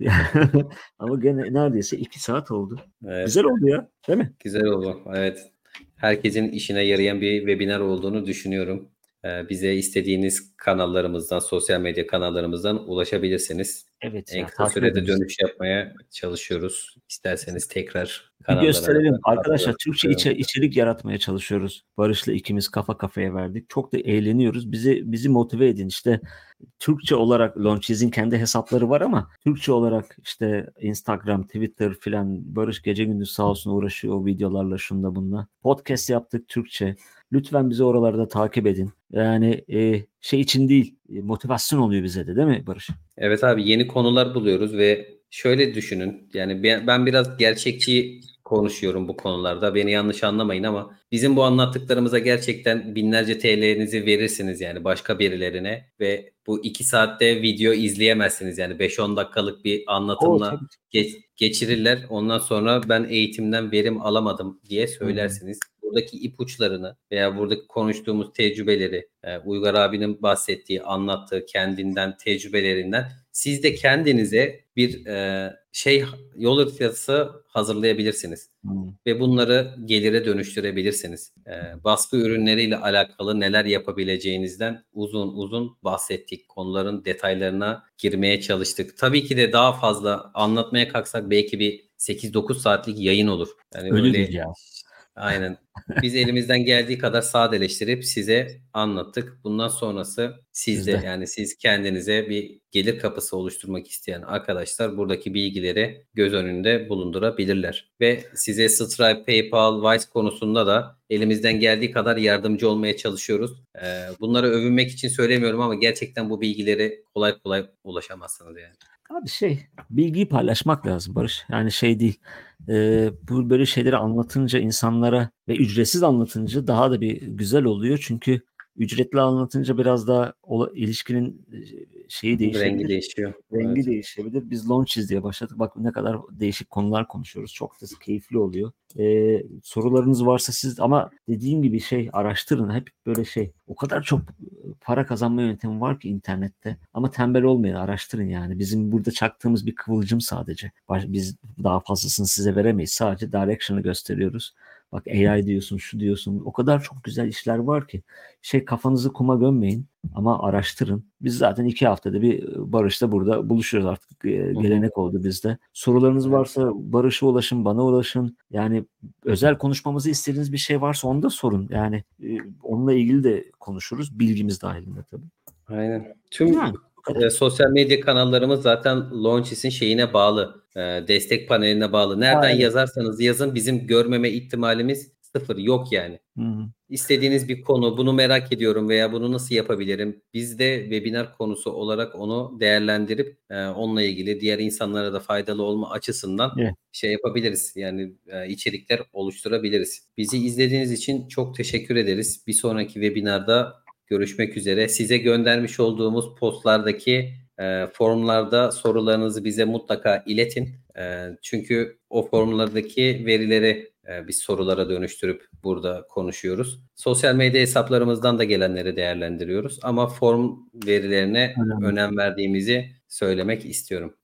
Ama gene neredeyse iki saat oldu. Evet. Güzel oldu ya, değil mi? Güzel oldu. Evet. Herkesin işine yarayan bir webinar olduğunu düşünüyorum. Ee, bize istediğiniz kanallarımızdan, sosyal medya kanallarımızdan ulaşabilirsiniz. Evet En ya, kısa takip sürede edin bizi. dönüş yapmaya çalışıyoruz. İsterseniz tekrar Bir kanallara gösterelim. Arkadaşlar katkılarınızı Türkçe koyalım. içe, içerik yaratmaya çalışıyoruz. Barış'la ikimiz kafa kafaya verdik. Çok da eğleniyoruz. Bizi bizi motive edin. İşte Türkçe olarak Launchiz'in kendi hesapları var ama Türkçe olarak işte Instagram, Twitter filan Barış gece gündüz sağ olsun uğraşıyor o videolarla şunda bununla. Podcast yaptık Türkçe. Lütfen bizi oralarda takip edin. Yani e, şey için değil, e, motivasyon oluyor bize de, değil mi Barış? Evet abi, yeni konular buluyoruz ve şöyle düşünün. Yani ben, ben biraz gerçekçi konuşuyorum bu konularda. Beni yanlış anlamayın ama bizim bu anlattıklarımıza gerçekten binlerce T L'nizi verirsiniz yani başka birilerine ve bu iki saatte video izleyemezsiniz. Yani beş on dakikalık bir O anlatımla tabii. geç, geçirirler. Ondan sonra ben eğitimden verim alamadım diye söylersiniz. Buradaki ipuçlarını veya buradaki konuştuğumuz tecrübeleri, e, Uygar abinin bahsettiği, anlattığı kendinden, tecrübelerinden siz de kendinize bir e, şey yol haritası hazırlayabilirsiniz. Hmm. Ve bunları gelire dönüştürebilirsiniz. E, baskı ürünleriyle alakalı neler yapabileceğinizden uzun uzun bahsettik. Konuların detaylarına girmeye çalıştık. Tabii ki de daha fazla anlatmaya kalksak belki bir sekiz dokuz saatlik yayın olur. Yani Ölürüz öyle ya. aynen. Biz elimizden geldiği kadar sadeleştirip size anlattık. Bundan sonrası sizde, Bizde. yani siz kendinize bir gelir kapısı oluşturmak isteyen arkadaşlar buradaki bilgileri göz önünde bulundurabilirler. Ve size Stripe, PayPal, Wise konusunda da elimizden geldiği kadar yardımcı olmaya çalışıyoruz. Ee, bunları övünmek için söylemiyorum ama gerçekten bu bilgileri kolay kolay ulaşamazsınız yani. Abi şey, bilgiyi paylaşmak lazım Barış. Yani şey değil. E, bu böyle şeyleri anlatınca insanlara ve ücretsiz anlatınca daha da bir güzel oluyor. Çünkü ücretli anlatınca biraz daha o, ilişkinin e, şeyi Rengi değişebilir. değişiyor. Rengi Evet. değişebilir. Biz Launchiz diye başladık. Bak ne kadar değişik konular konuşuyoruz. Çok da keyifli oluyor. Ee, sorularınız varsa siz, ama dediğim gibi şey, araştırın. Hep böyle şey. O kadar çok para kazanma yöntemi var ki internette. Ama tembel olmayın, araştırın yani. Bizim burada çaktığımız bir kıvılcım sadece. Baş- Biz daha fazlasını size veremeyiz. Sadece direction'ı gösteriyoruz. Bak A I diyorsun, şu diyorsun. O kadar çok güzel işler var ki. Şey, kafanızı kuma gömmeyin. Ama araştırın. Biz zaten iki haftada bir Barış'ta burada buluşuyoruz artık. Hı hı. Gelenek oldu bizde. Sorularınız Evet. varsa Barış'a ulaşın, bana ulaşın. Yani özel konuşmamızı istediğiniz bir şey varsa onu da sorun. Yani e, onunla ilgili de konuşuruz. Bilgimiz dahilinde tabii. Aynen. Tüm Yani bu kadar. e, sosyal medya kanallarımız zaten Launchis'in şeyine bağlı. E, destek paneline bağlı. Ha, Nereden evet. yazarsanız yazın bizim görmeme ihtimalimiz sıfır. Yok yani. Hı-hı. İstediğiniz bir konu, bunu merak ediyorum veya bunu nasıl yapabilirim? Biz de webinar konusu olarak onu değerlendirip e, onunla ilgili diğer insanlara da faydalı olma açısından Evet. şey yapabiliriz. Yani e, içerikler oluşturabiliriz. Bizi izlediğiniz için çok teşekkür ederiz. Bir sonraki webinarda görüşmek üzere. Size göndermiş olduğumuz postlardaki e, formlarda sorularınızı bize mutlaka iletin. E, çünkü o formlardaki verileri e, biz sorulara dönüştürüp burada konuşuyoruz. Sosyal medya hesaplarımızdan da gelenleri değerlendiriyoruz. Ama form verilerine Önemli. önem verdiğimizi söylemek istiyorum.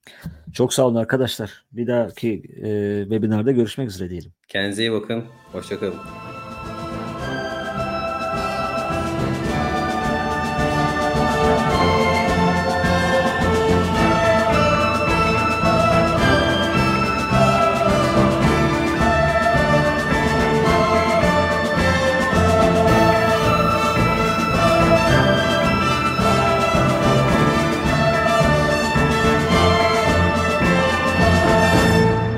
Çok sağ olun arkadaşlar. Bir dahaki e, webinarda görüşmek üzere diyelim. Kendinize iyi bakın. Hoşça kalın.